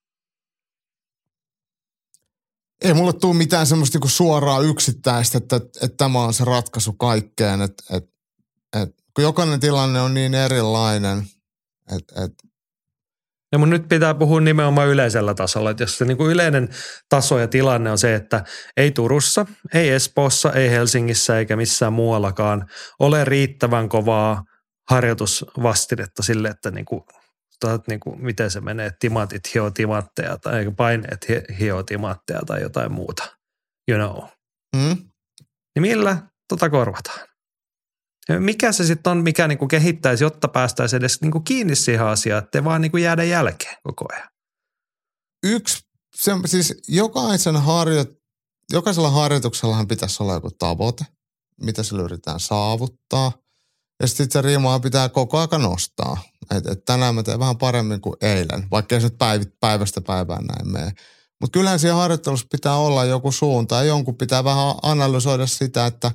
S3: Ei mulle tule mitään semmoista niinku suoraa yksittäistä, että, että, että tämä on se ratkaisu kaikkeen, että, että, että kun jokainen tilanne on niin erilainen, että, että
S2: ja mun nyt pitää puhua nimenomaan yleisellä tasolla, että jos se niin kuin yleinen taso ja tilanne on se, että ei Turussa, ei Espoossa, ei Helsingissä eikä missään muuallakaan ole riittävän kovaa harjoitusvastinetta sille, että niin kuin, niin kuin, miten se menee, timantit hioo timantteja tai paineet hioo timantteja tai jotain muuta, you know. Mm. Niin millä tota korvataan? Mikä se sitten on, mikä niinku kehittäisi, jotta päästäisiin edes niinku kiinni siihen asiaan, ettei vaan niinku jäädä jälkeen koko ajan?
S3: Yksi, se, siis jokaisen harjo, jokaisella harjoituksellahan pitäisi olla joku tavoite, mitä sillä yritetään saavuttaa. Ja sitten se rimaa pitää koko ajan nostaa. Että et tänään mä teen vähän paremmin kuin eilen, vaikka ei se nyt päiv, päivästä päivään näin mene. Mutta kyllähän siinä harjoittelussa pitää olla joku suunta ja jonkun pitää vähän analysoida sitä, että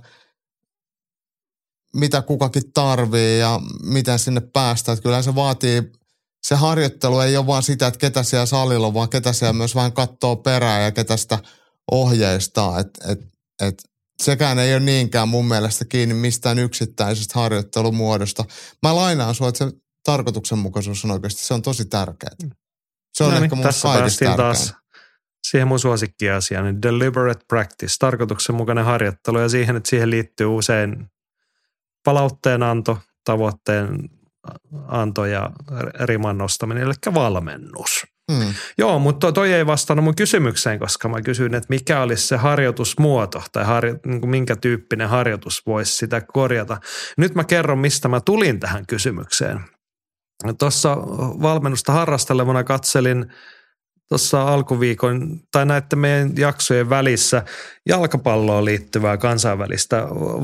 S3: mitä kukakin tarvii ja miten sinne päästään. Että kyllähän se vaatii, se harjoittelu ei ole vaan sitä, että ketä siellä salilla on, vaan ketä siellä myös vähän katsoo perään ja ketä sitä ohjeistaa. Että et, et, sekään ei ole niinkään mun mielestä kiinni mistään yksittäisestä harjoittelumuodosta. Mä lainaan sua, että se tarkoituksenmukaisuus on oikeasti, se on tosi tärkeää. Se on no ehkä mun kaikista tärkeää. Taas
S2: siihen mun suosikkiasiaan, niin deliberate practice, tarkoituksenmukainen harjoittelu ja siihen, että siihen liittyy usein palautteen anto, tavoitteen anto ja riman nostaminen, eli valmennus. Hmm. Joo, mutta toi ei vastannut mun kysymykseen, koska mä kysyin, että mikä olisi se harjoitusmuoto tai harjo, niin kuin minkä tyyppinen harjoitus voisi sitä korjata. Nyt mä kerron, mistä mä tulin tähän kysymykseen. Tuossa valmennusta harrastelevana katselin tuossa alkuviikon tai näiden meidän jaksojen välissä jalkapalloon liittyvää kansainvälistä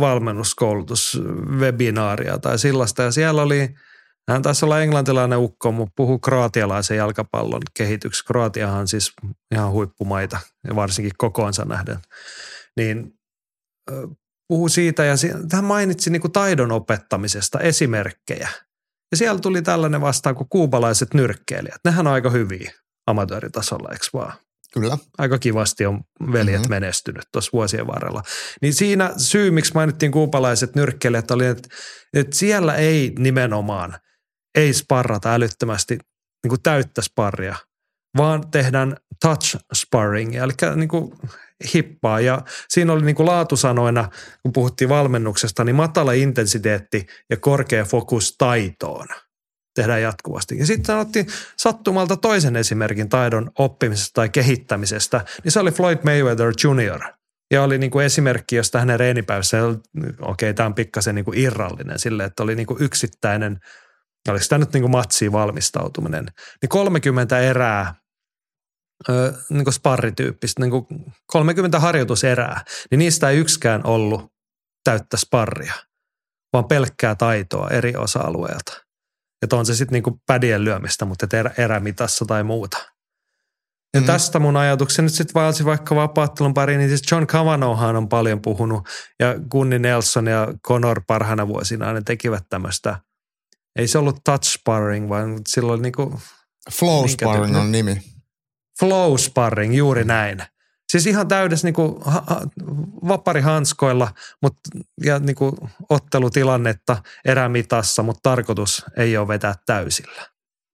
S2: valmennuskoulutuswebinaaria tai sellaista. Ja siellä oli, hän taisi olla englantilainen ukko, mutta puhui kroatialaisen jalkapallon kehityksessä. Kroatiahan on siis ihan huippumaita ja varsinkin kokoonsa nähden. Niin puhui siitä ja hän mainitsi niin kuin taidon opettamisesta esimerkkejä. Ja siellä tuli tällainen vastaan kuin kuubalaiset nyrkkeilijät. Nehän on aika hyviä amatööritasolla, eikö vaan?
S3: Kyllä.
S2: Aika kivasti on veljet mm-hmm. menestynyt tuossa vuosien varrella. Niin siinä syy, miksi mainittiin kuubalaiset nyrkkeilijät, oli, että, että siellä ei nimenomaan, ei sparrata älyttömästi niin kuin täyttä sparria, vaan tehdään touch sparringia, eli niin kuin hippaa. Ja siinä oli niin kuin laatusanoina, kun puhuttiin valmennuksesta, niin matala intensiteetti ja korkea fokus taitoon tehdään jatkuvasti. Ja sitten sanottiin sattumalta toisen esimerkin taidon oppimisesta tai kehittämisestä, niin se oli Floyd Mayweather junior Ja oli niin kuin esimerkki, josta hänen reenipäivässä, okei, okay, tämä on pikkasen niin kuin irrallinen sille, että oli niin kuin yksittäinen, oliko tämä nyt niin kuin matsiin valmistautuminen, niin kolmekymmentä erää, ö, niin kuin sparrityyppistä, niin kuin kolmekymmentä harjoituserää, niin niistä ei yksikään ollut täyttä sparria, vaan pelkkää taitoa eri osa-alueilta. Että on se sitten niinku pädien lyömistä, mutta erä, erämitassa tai muuta. Ja mm. tästä mun ajatuksen nyt sitten vaelsi vaikka vapaattelun pariin, niin siis John Kavanaughhan on paljon puhunut ja Gunni Nelson ja Conor parhaana vuosina ne tekivät tämmöistä, ei se ollut touch sparring, vaan silloin oli niinku
S3: flow sparring on nimi.
S2: Flow sparring, juuri näin. Siis ihan täydessä niinku ha, ha, vaparihanskoilla mut, ja niinku ottelutilannetta erämitassa, mutta tarkoitus ei ole vetää täysillä.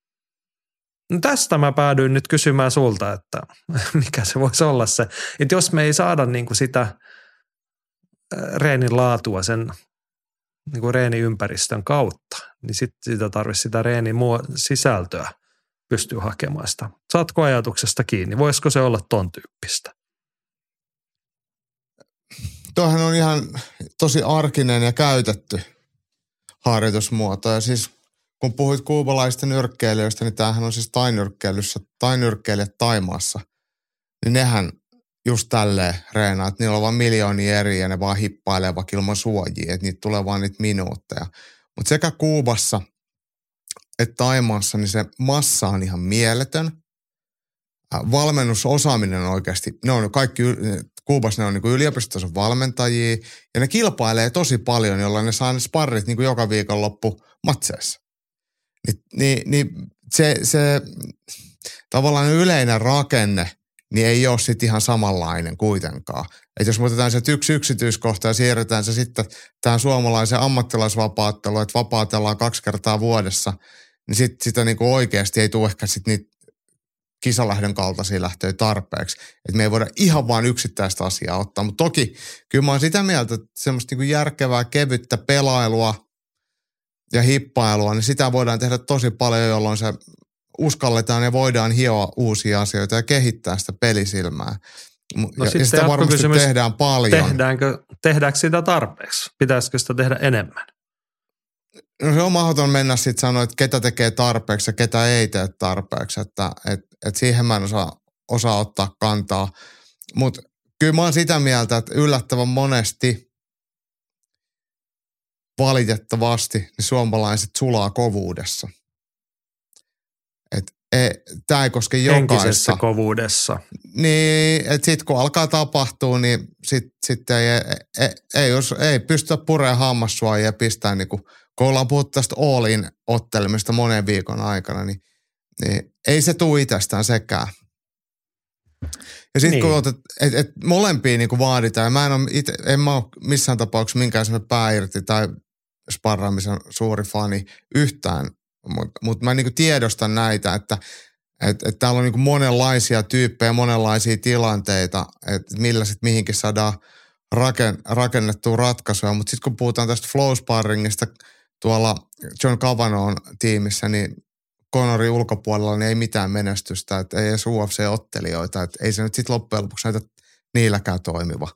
S2: No tästä mä päädyin nyt kysymään sulta, että mikä se voisi olla se, että jos me ei saada niinku sitä reenin laatua sen niinku reeniympäristön kautta, niin sitten sitä tarvitsisi sitä reenin sisältöä pystyy hakemaan sitä. Saatko ajatuksesta kiinni? Voisiko se olla ton tyyppistä?
S3: Tuohan on ihan tosi arkinen ja käytetty harjoitusmuoto. Ja siis kun puhuit kuubalaisista nyrkkeilijöistä, niin tämähän on siis tainyrkkeilyssä, tainyrkkeilijät Taimaassa. Niin nehän just tälleen reenaa, että niillä on vaan miljoonia eri ja ne vaan hippailee vaikka ilman suojia, että niitä tulee vaan niitä minuutteja. Mutta sekä Kuubassa että Taimaassa, niin se massa on ihan mieletön. Valmennusosaaminen on oikeasti, ne on kaikki, Kuubassa ne on niin kuin yliopistotason valmentajia ja ne kilpailee tosi paljon, jolloin ne saa ne sparrit niin kuin joka viikonloppu matseissa. Ni, niin, niin se, se tavallaan yleinen rakenne niin ei ole sitten ihan samanlainen kuitenkaan. Että jos me otetaan se yksi yksityiskohta ja siirretään se sitten tähän suomalaiseen ammattilaisvapaatteluun, että vapaatellaan kaksi kertaa vuodessa, niin sitten sitä niinku oikeasti ei tule ehkä sitten niitä kisalähdön kaltaisia lähtöjä tarpeeksi. Että me ei voida ihan vaan yksittäistä asiaa ottaa. Mutta toki kyllä mä oon sitä mieltä, että semmoista niinku järkevää, kevyttä pelailua ja hippailua, niin sitä voidaan tehdä tosi paljon, jolloin se uskalletaan ja voidaan hioa uusia asioita ja kehittää sitä pelisilmää. No ja, ja sitä varmasti tehdään paljon.
S2: Tehdäänkö, tehdäänkö sitä tarpeeksi? Pitäisikö sitä tehdä enemmän?
S3: No se on mahdoton mennä sitten sanoa, että ketä tekee tarpeeksi ja ketä ei tee tarpeeksi. Että et, et siihen mä en osaa, osaa ottaa kantaa. Mutta kyllä mä oon sitä mieltä, että yllättävän monesti valitettavasti niin suomalaiset sulaa kovuudessa. Että tämä ei koske jokaista.
S2: Henkisessä kovuudessa.
S3: Niin, että sitten kun alkaa tapahtua, niin sitten sit ei, ei, ei, ei, ei pystytä puremaan hammassuojia ja pistää niin kuin, kun ollaan puhuttu tästä all-in ottelemista monen viikon aikana, niin, niin ei se tule itsestään sekään. Ja sitten niin. kun otat, et, et molempia niin kuin vaaditaan, ja mä en, ole ite, en mä ole missään tapauksessa minkään sellainen pääirti tai sparraamisen suuri fani yhtään, mutta mut mä niinku tiedostan näitä, että et, et täällä on niinku monenlaisia tyyppejä, monenlaisia tilanteita, että millä sitten mihinkin saadaan raken, rakennettua ratkaisuja. Mutta sitten kun puhutaan tästä flow sparringista tuolla John Cavanaughin tiimissä, niin Conorin ulkopuolella niin ei mitään menestystä, että ei edes U F C-ottelijoita, että ei se nyt sitten loppujen lopuksi näitä niilläkään toimiva.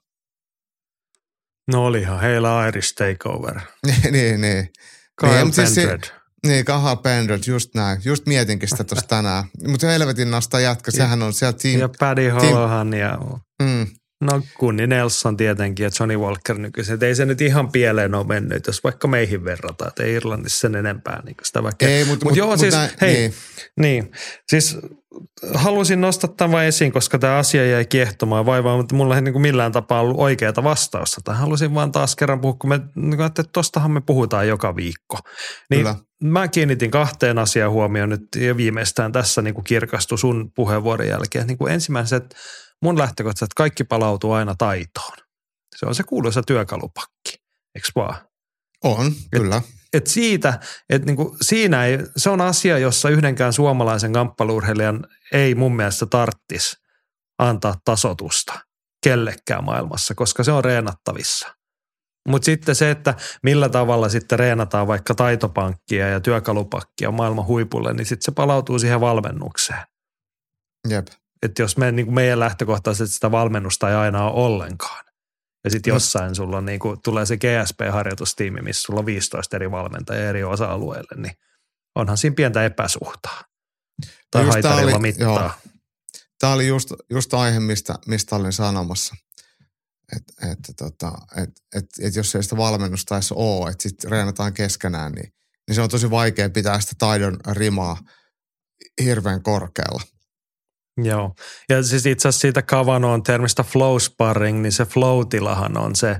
S2: No olihan heillä Irish Takeover.
S3: niin, niin.
S2: Kyle
S3: niin,
S2: Pendred.
S3: Siis, Niin, Cathal Pendred, just näin. Just mietinkin sitä tuossa tänään. Mutta se helvetin nasta jatka, sehän on siellä team.
S2: Ja Paddy Holohan ja
S3: mm.
S2: no Gunni Nelson tietenkin ja Johnny Walker nykyisin. Et ei se nyt ihan pieleen ole mennyt, jos vaikka meihin verrataan. Että ei Irlannissa sen enempää niin sitä väkeä.
S3: Ei, mutta
S2: mut,
S3: mut,
S2: joo,
S3: mut
S2: siis,
S3: näin,
S2: hei,
S3: niin.
S2: niin. Siis halusin nostaa tämän vain esiin, koska tämä asia jäi kiehtomaan vaivaa, mutta mulla ei niin kuin millään tapaa ollut oikeaa vastausta. Tai halusin vaan taas kerran puhua, kun me, niin että tostahan me puhutaan joka viikko. Niin
S3: Kyllä.
S2: mä kiinnitin kahteen asiaan huomioon nyt ja viimeistään tässä niin kuin kirkastui sun puheenvuoron jälkeen. Niin kuin ensimmäiset mun lähtökohtaisesti, että kaikki palautuu aina taitoon. Se on se kuuluisa työkalupakki, eikö vaan?
S3: On, kyllä.
S2: Et, et siitä, että niinku siinä ei, se on asia, jossa yhdenkään suomalaisen kamppailu-urheilijan ei mun mielestä tarttisi antaa tasotusta kellekään maailmassa, koska se on reenattavissa. Mutta sitten se, että millä tavalla sitten reenataan vaikka taitopankkia ja työkalupakkia maailman huipulle, niin sitten se palautuu siihen valmennukseen.
S3: Jep.
S2: Että jos me, niin kuin meidän lähtökohtaisesti sitä valmennusta ei aina ole ollenkaan. Ja sitten jossain sulla on, niin kuin, tulee se G S P-harjoitustiimi, missä sulla on viisitoista eri valmentajia eri osa-alueille, niin onhan siinä pientä epäsuhtaa. Tai
S3: just
S2: haitarilla
S3: oli,
S2: mittaa.
S3: Joo. Tämä oli just, just aihe, mistä, mistä olin sanomassa. Että et, tota, et, et, et jos ei sitä valmennusta edes ole, että sitten reenataan keskenään, niin, niin se on tosi vaikea pitää sitä taidon rimaa hirveän korkealla.
S2: Joo. Ja siis itse asiassa siitä Kavanoon termistä flow sparring, niin se flow-tilahan on se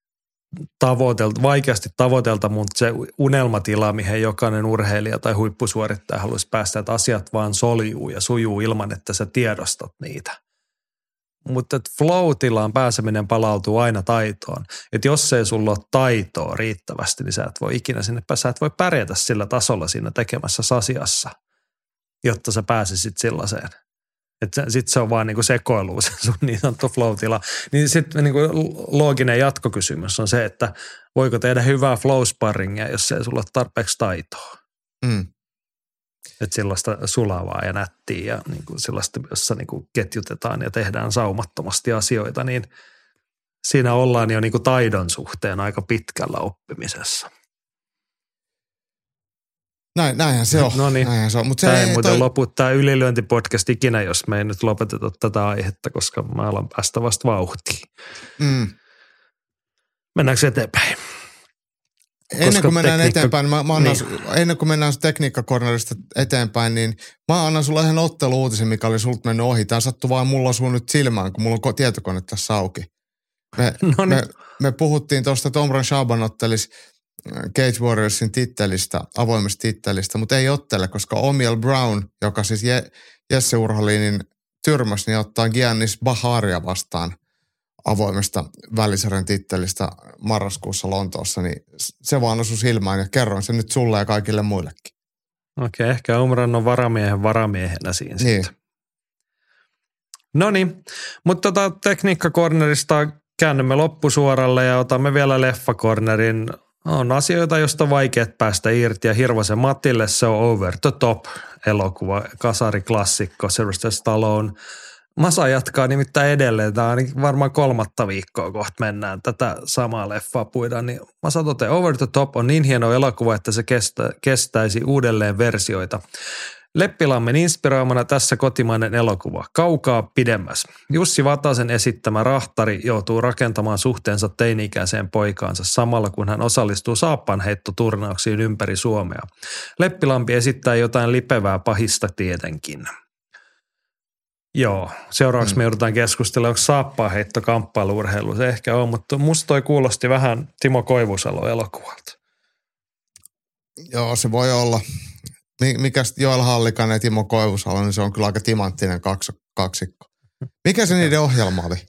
S2: tavoitelta, vaikeasti tavoitelta, mutta se unelmatila, mihin jokainen urheilija tai huippusuorittaja haluaisi päästä, että asiat vaan soljuu ja sujuu ilman, että sä tiedostat niitä. Mutta flow-tilaan pääseminen palautuu aina taitoon. Että jos ei sulla ole taitoa riittävästi, niin sä et voi ikinä sinne päästä. Sä et voi pärjätä sillä tasolla siinä tekemässä asiassa, jotta sä pääsisit sellaiseen. Että sitten se on vaan niinku sekoilu, se sun niin sanottu flow-tila. Niin sitten niinku looginen jatkokysymys on se, että voiko tehdä hyvää flow-sparringia, jos ei sulla ole tarpeeksi taitoa.
S3: Mm.
S2: Että sellaista sulavaa ja nättiä ja niinku sellaista, jossa niinku ketjutetaan ja tehdään saumattomasti asioita, niin siinä ollaan jo niinku taidon suhteen aika pitkällä oppimisessa.
S3: Näin, näinhän se on.
S2: No niin.
S3: Näinhän se on. Mut se
S2: tämä ei
S3: ei
S2: muuten
S3: toi...
S2: lopu tämä ylilyöntipodcast ikinä, jos me ei nyt lopeteta tätä aihetta, koska mä alan päästä vasta vauhtiin.
S3: Mm.
S2: Mennäänkö eteenpäin?
S3: Ennen
S2: koska
S3: kuin mennään
S2: tekniikka...
S3: eteenpäin, mä, mä annan,
S2: niin.
S3: ennen kuin mennään tekniikkakornerista eteenpäin, niin mä annan sulle ihan ottelu-uutisen, mikä oli sulta mennyt ohi. Tämä sattui vaan, mulla osuu nyt silmään, kun mulla on tietokone tässä auki. Me,
S2: no niin.
S3: me, me puhuttiin tuosta, että Omran Shaban ottelisi Cage Warriorsin tittelistä, avoimesta tittelistä, mutta ei ottele, koska Omiel Brown, joka siis Je, Jesse Urholinin tyrmäs, niin ottaa Giannis Baharia vastaan avoimesta välisarjan tittelistä marraskuussa Lontoossa, niin se vaan osui silmään ja kerron sen nyt sulle ja kaikille muillekin.
S2: Okei, okay, ehkä Omran on varamiehen varamiehenä siinä
S3: niin.
S2: sitten. No niin, mutta tota tekniikkakornerista käännymme loppusuoralle ja otamme vielä leffakornerin. On asioita, joista on vaikeat päästä irti ja Hirvosen Matille se on Over the Top elokuva, kasariklassikko, Sylvester Stallone. Masa jatkaa nimittäin edelleen, tämä on varmaan kolmatta viikkoa kohta mennään tätä samaa leffaa puidaan, niin Masa toteaa, Over the Top on niin hieno elokuva, että se kestä, kestäisi uudelleen versioita. Leppilammen inspiroimana tässä kotimainen elokuva, kaukaa pidemmäs. Jussi Vatasen esittämä rahtari joutuu rakentamaan suhteensa teini-ikäiseen poikaansa samalla, kun hän osallistuu saappanheittoturnauksiin ympäri Suomea. Leppilampi esittää jotain lipevää pahista tietenkin. Joo, seuraavaksi mm. me joudutaan keskustelemaan, onko saappaanheitto kamppailu-urheilu. Se ehkä on, mutta musta toi kuulosti vähän Timo Koivusalo elokuvalta.
S3: Joo, se voi olla. Mikä Joel Hallikainen ja Timo Koivusalo, niin se on kyllä aika timanttinen kaksikko. Mikä se niiden ohjelma oli?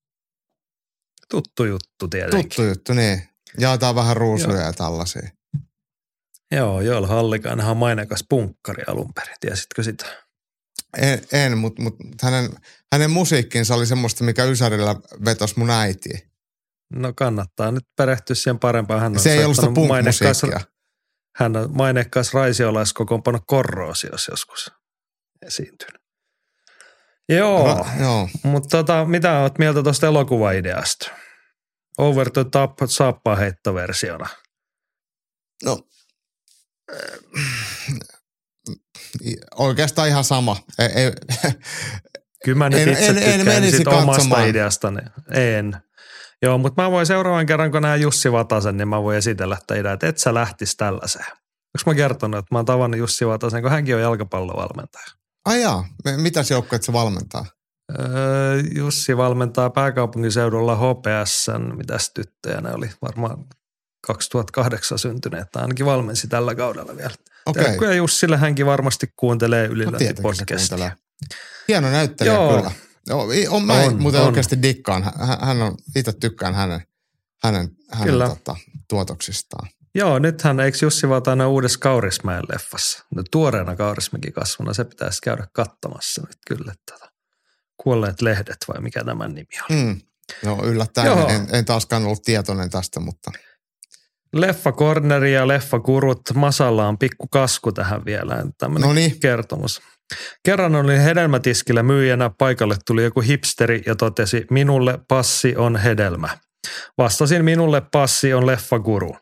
S2: Tuttu juttu tietenkin.
S3: Tuttu juttu, niin. Jaetaan vähän ruusuja Joo. ja tällaisia.
S2: Joo, Joel Hallikainenhan on maineikas punkkari alun perin. Tiesitkö sitä?
S3: En, en mutta mut hänen, hänen musiikkinsa oli semmoista, mikä Ysärillä vetosi mun äitiin.
S2: No kannattaa nyt perehtyä siihen parempaan. Hän on
S3: se ei ollut sitä punk-musiikkia.
S2: Hän on maineikas raisiolaiskokoonpano Korroosios joskus esiintynyt. Joo,
S3: Ra, joo.
S2: mutta tota, mitä olet mieltä tuosta elokuvaideasta? Over the Top saappaanheittoversiona.
S3: No, Oikeastaan ihan sama. Ei, ei,
S2: Kyllä mä nyt
S3: en,
S2: itse
S3: en,
S2: tykkään
S3: en
S2: sit omasta
S3: katsomaan.
S2: ideastani. En. Joo, mutta mä voin seuraavan kerran, kun näen Jussi Vatasen, niin mä voin esitellä tätä ideaa, että et sä lähtis tällaiseen. Onko mä kertonut, että mä oon tavannut Jussi Vatasen, kun hänkin on jalkapallovalmentaja.
S3: Ai jaa, mitäs joukkueet se valmentaa?
S2: Öö, Jussi valmentaa pääkaupunkiseudulla H P S:n, mitäs tyttöjä ne oli, varmaan kaksituhattakahdeksan syntyneet, tai ainakin valmensi tällä kaudella vielä.
S3: Okei.
S2: Terkkuja Jussille, hänkin varmasti kuuntelee Ylilönti-podcastia.
S3: Hieno näyttelijä
S2: Joo.
S3: kyllä. On, mä
S2: On,
S3: muuten
S2: on.
S3: oikeasti dikkaan. Hän, hän on, itse tykkään hänen, hänen, hänen
S2: Kyllä.
S3: tota, tuotoksistaan.
S2: Joo, nythän eikö Jussi Vatanen uudessa Kaurismäen leffassa? No, tuoreena Kaurismäki kasvuna, se pitäisi käydä katsomassa nyt kyllä. Tota, Kuolleet lehdet vai mikä tämän nimi on.
S3: Mm. Joo, yllättäen.
S2: Joo.
S3: En, en taaskaan ollut tietoinen tästä, mutta...
S2: Leffa Corneri ja Leffa Kurut, Masalla on pikku kasku tähän vielä. Tämmöinen
S3: Noniin.
S2: kertomus. Kerran olin hedelmätiskillä myyjänä, paikalle tuli joku hipsteri ja totesi, minulle passi on hedelmä. Vastasin, minulle passi on leffaguru.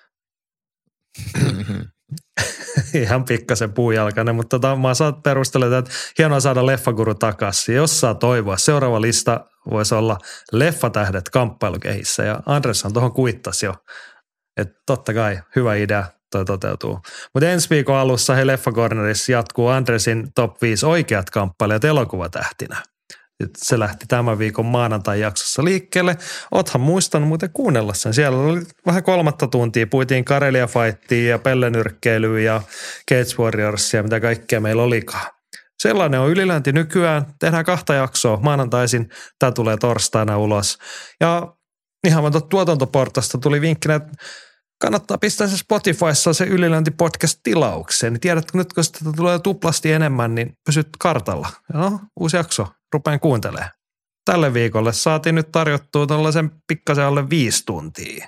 S2: Ihan pikkasen puujalkainen, mutta tota, mä saan perustella, että hienoa saada leffaguru takaisin. Jos saa toivoa, seuraava lista voisi olla leffatähdet kamppailukehissä ja Andreshan tuohon kuittasi jo. Että totta kai, hyvä idea, toi toteutuu. Mutta ensi viikon alussa he Leffa Cornerissa jatkuu Andresin top viisi oikeat kamppailijat elokuvatähtinä. Se lähti tämän viikon maanantai-jaksossa liikkeelle. Oothan muistanut muuten kuunnella sen. Siellä oli vähän kolmatta tuntia. Puitiin Karelia Fightia ja pellenyrkkeilyä ja Cage Warriorsia ja mitä kaikkea meillä olikaan. Sellainen on Ylilönti nykyään. Tehdään kahta jaksoa maanantaisin. Tämä tulee torstaina ulos. Ja ihan tuotantoportasta tuli vinkkinä, että kannattaa pistää se Spotifyssa se Ylilönti podcast tilaukseen. Niin tiedätkö nyt, kun sitä tulee tuplasti enemmän, niin pysyt kartalla. No, uusi jakso. Rupeen kuuntelemaan. Tälle viikolle saatiin nyt tarjottua tällaisen pikkasen alle viisi tuntia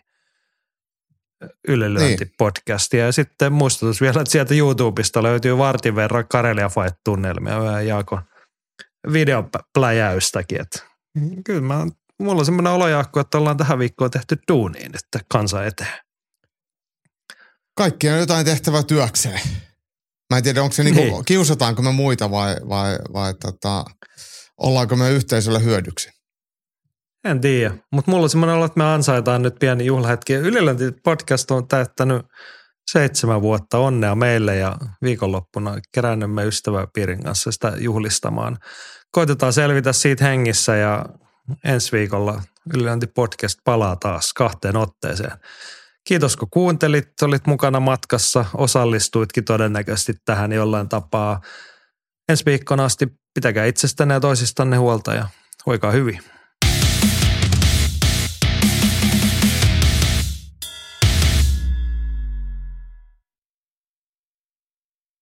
S2: Ylilönti-podcastia. Ja sitten muistutus vielä, että sieltä YouTubesta löytyy vartin verran Karelia Fight-tunnelmia vähän Jaakon videopläjäystäkin. Että kyllä mä, mulla on semmoinen olo, Jaakko, että ollaan tähän viikkoon tehty duuniin, että kansa eteen.
S3: Kaikki on jotain tehtävää työkseen. Mä en tiedä, onko se niinku, niin. kiusataanko me muita vai, vai, vai tota, ollaanko me yhteisölle hyödyksi?
S2: En tiedä, mutta mulla on semmoinen olo, että me ansaitaan nyt pieni juhlahetki. Ylilönti-podcast on täyttänyt seitsemän vuotta, onnea meille ja viikonloppuna kerännymme ystäväpiirin kanssa sitä juhlistamaan. Koitetaan selvitä siitä hengissä ja ensi viikolla Ylilönti-podcast palaa taas kahteen otteeseen. Kiitos kun kuuntelit, olit mukana matkassa, osallistuitkin todennäköisesti tähän jollain tapaa. Ensi viikkona asti pitäkää itsestänne ja toisistanne huolta ja hoikaa hyvin.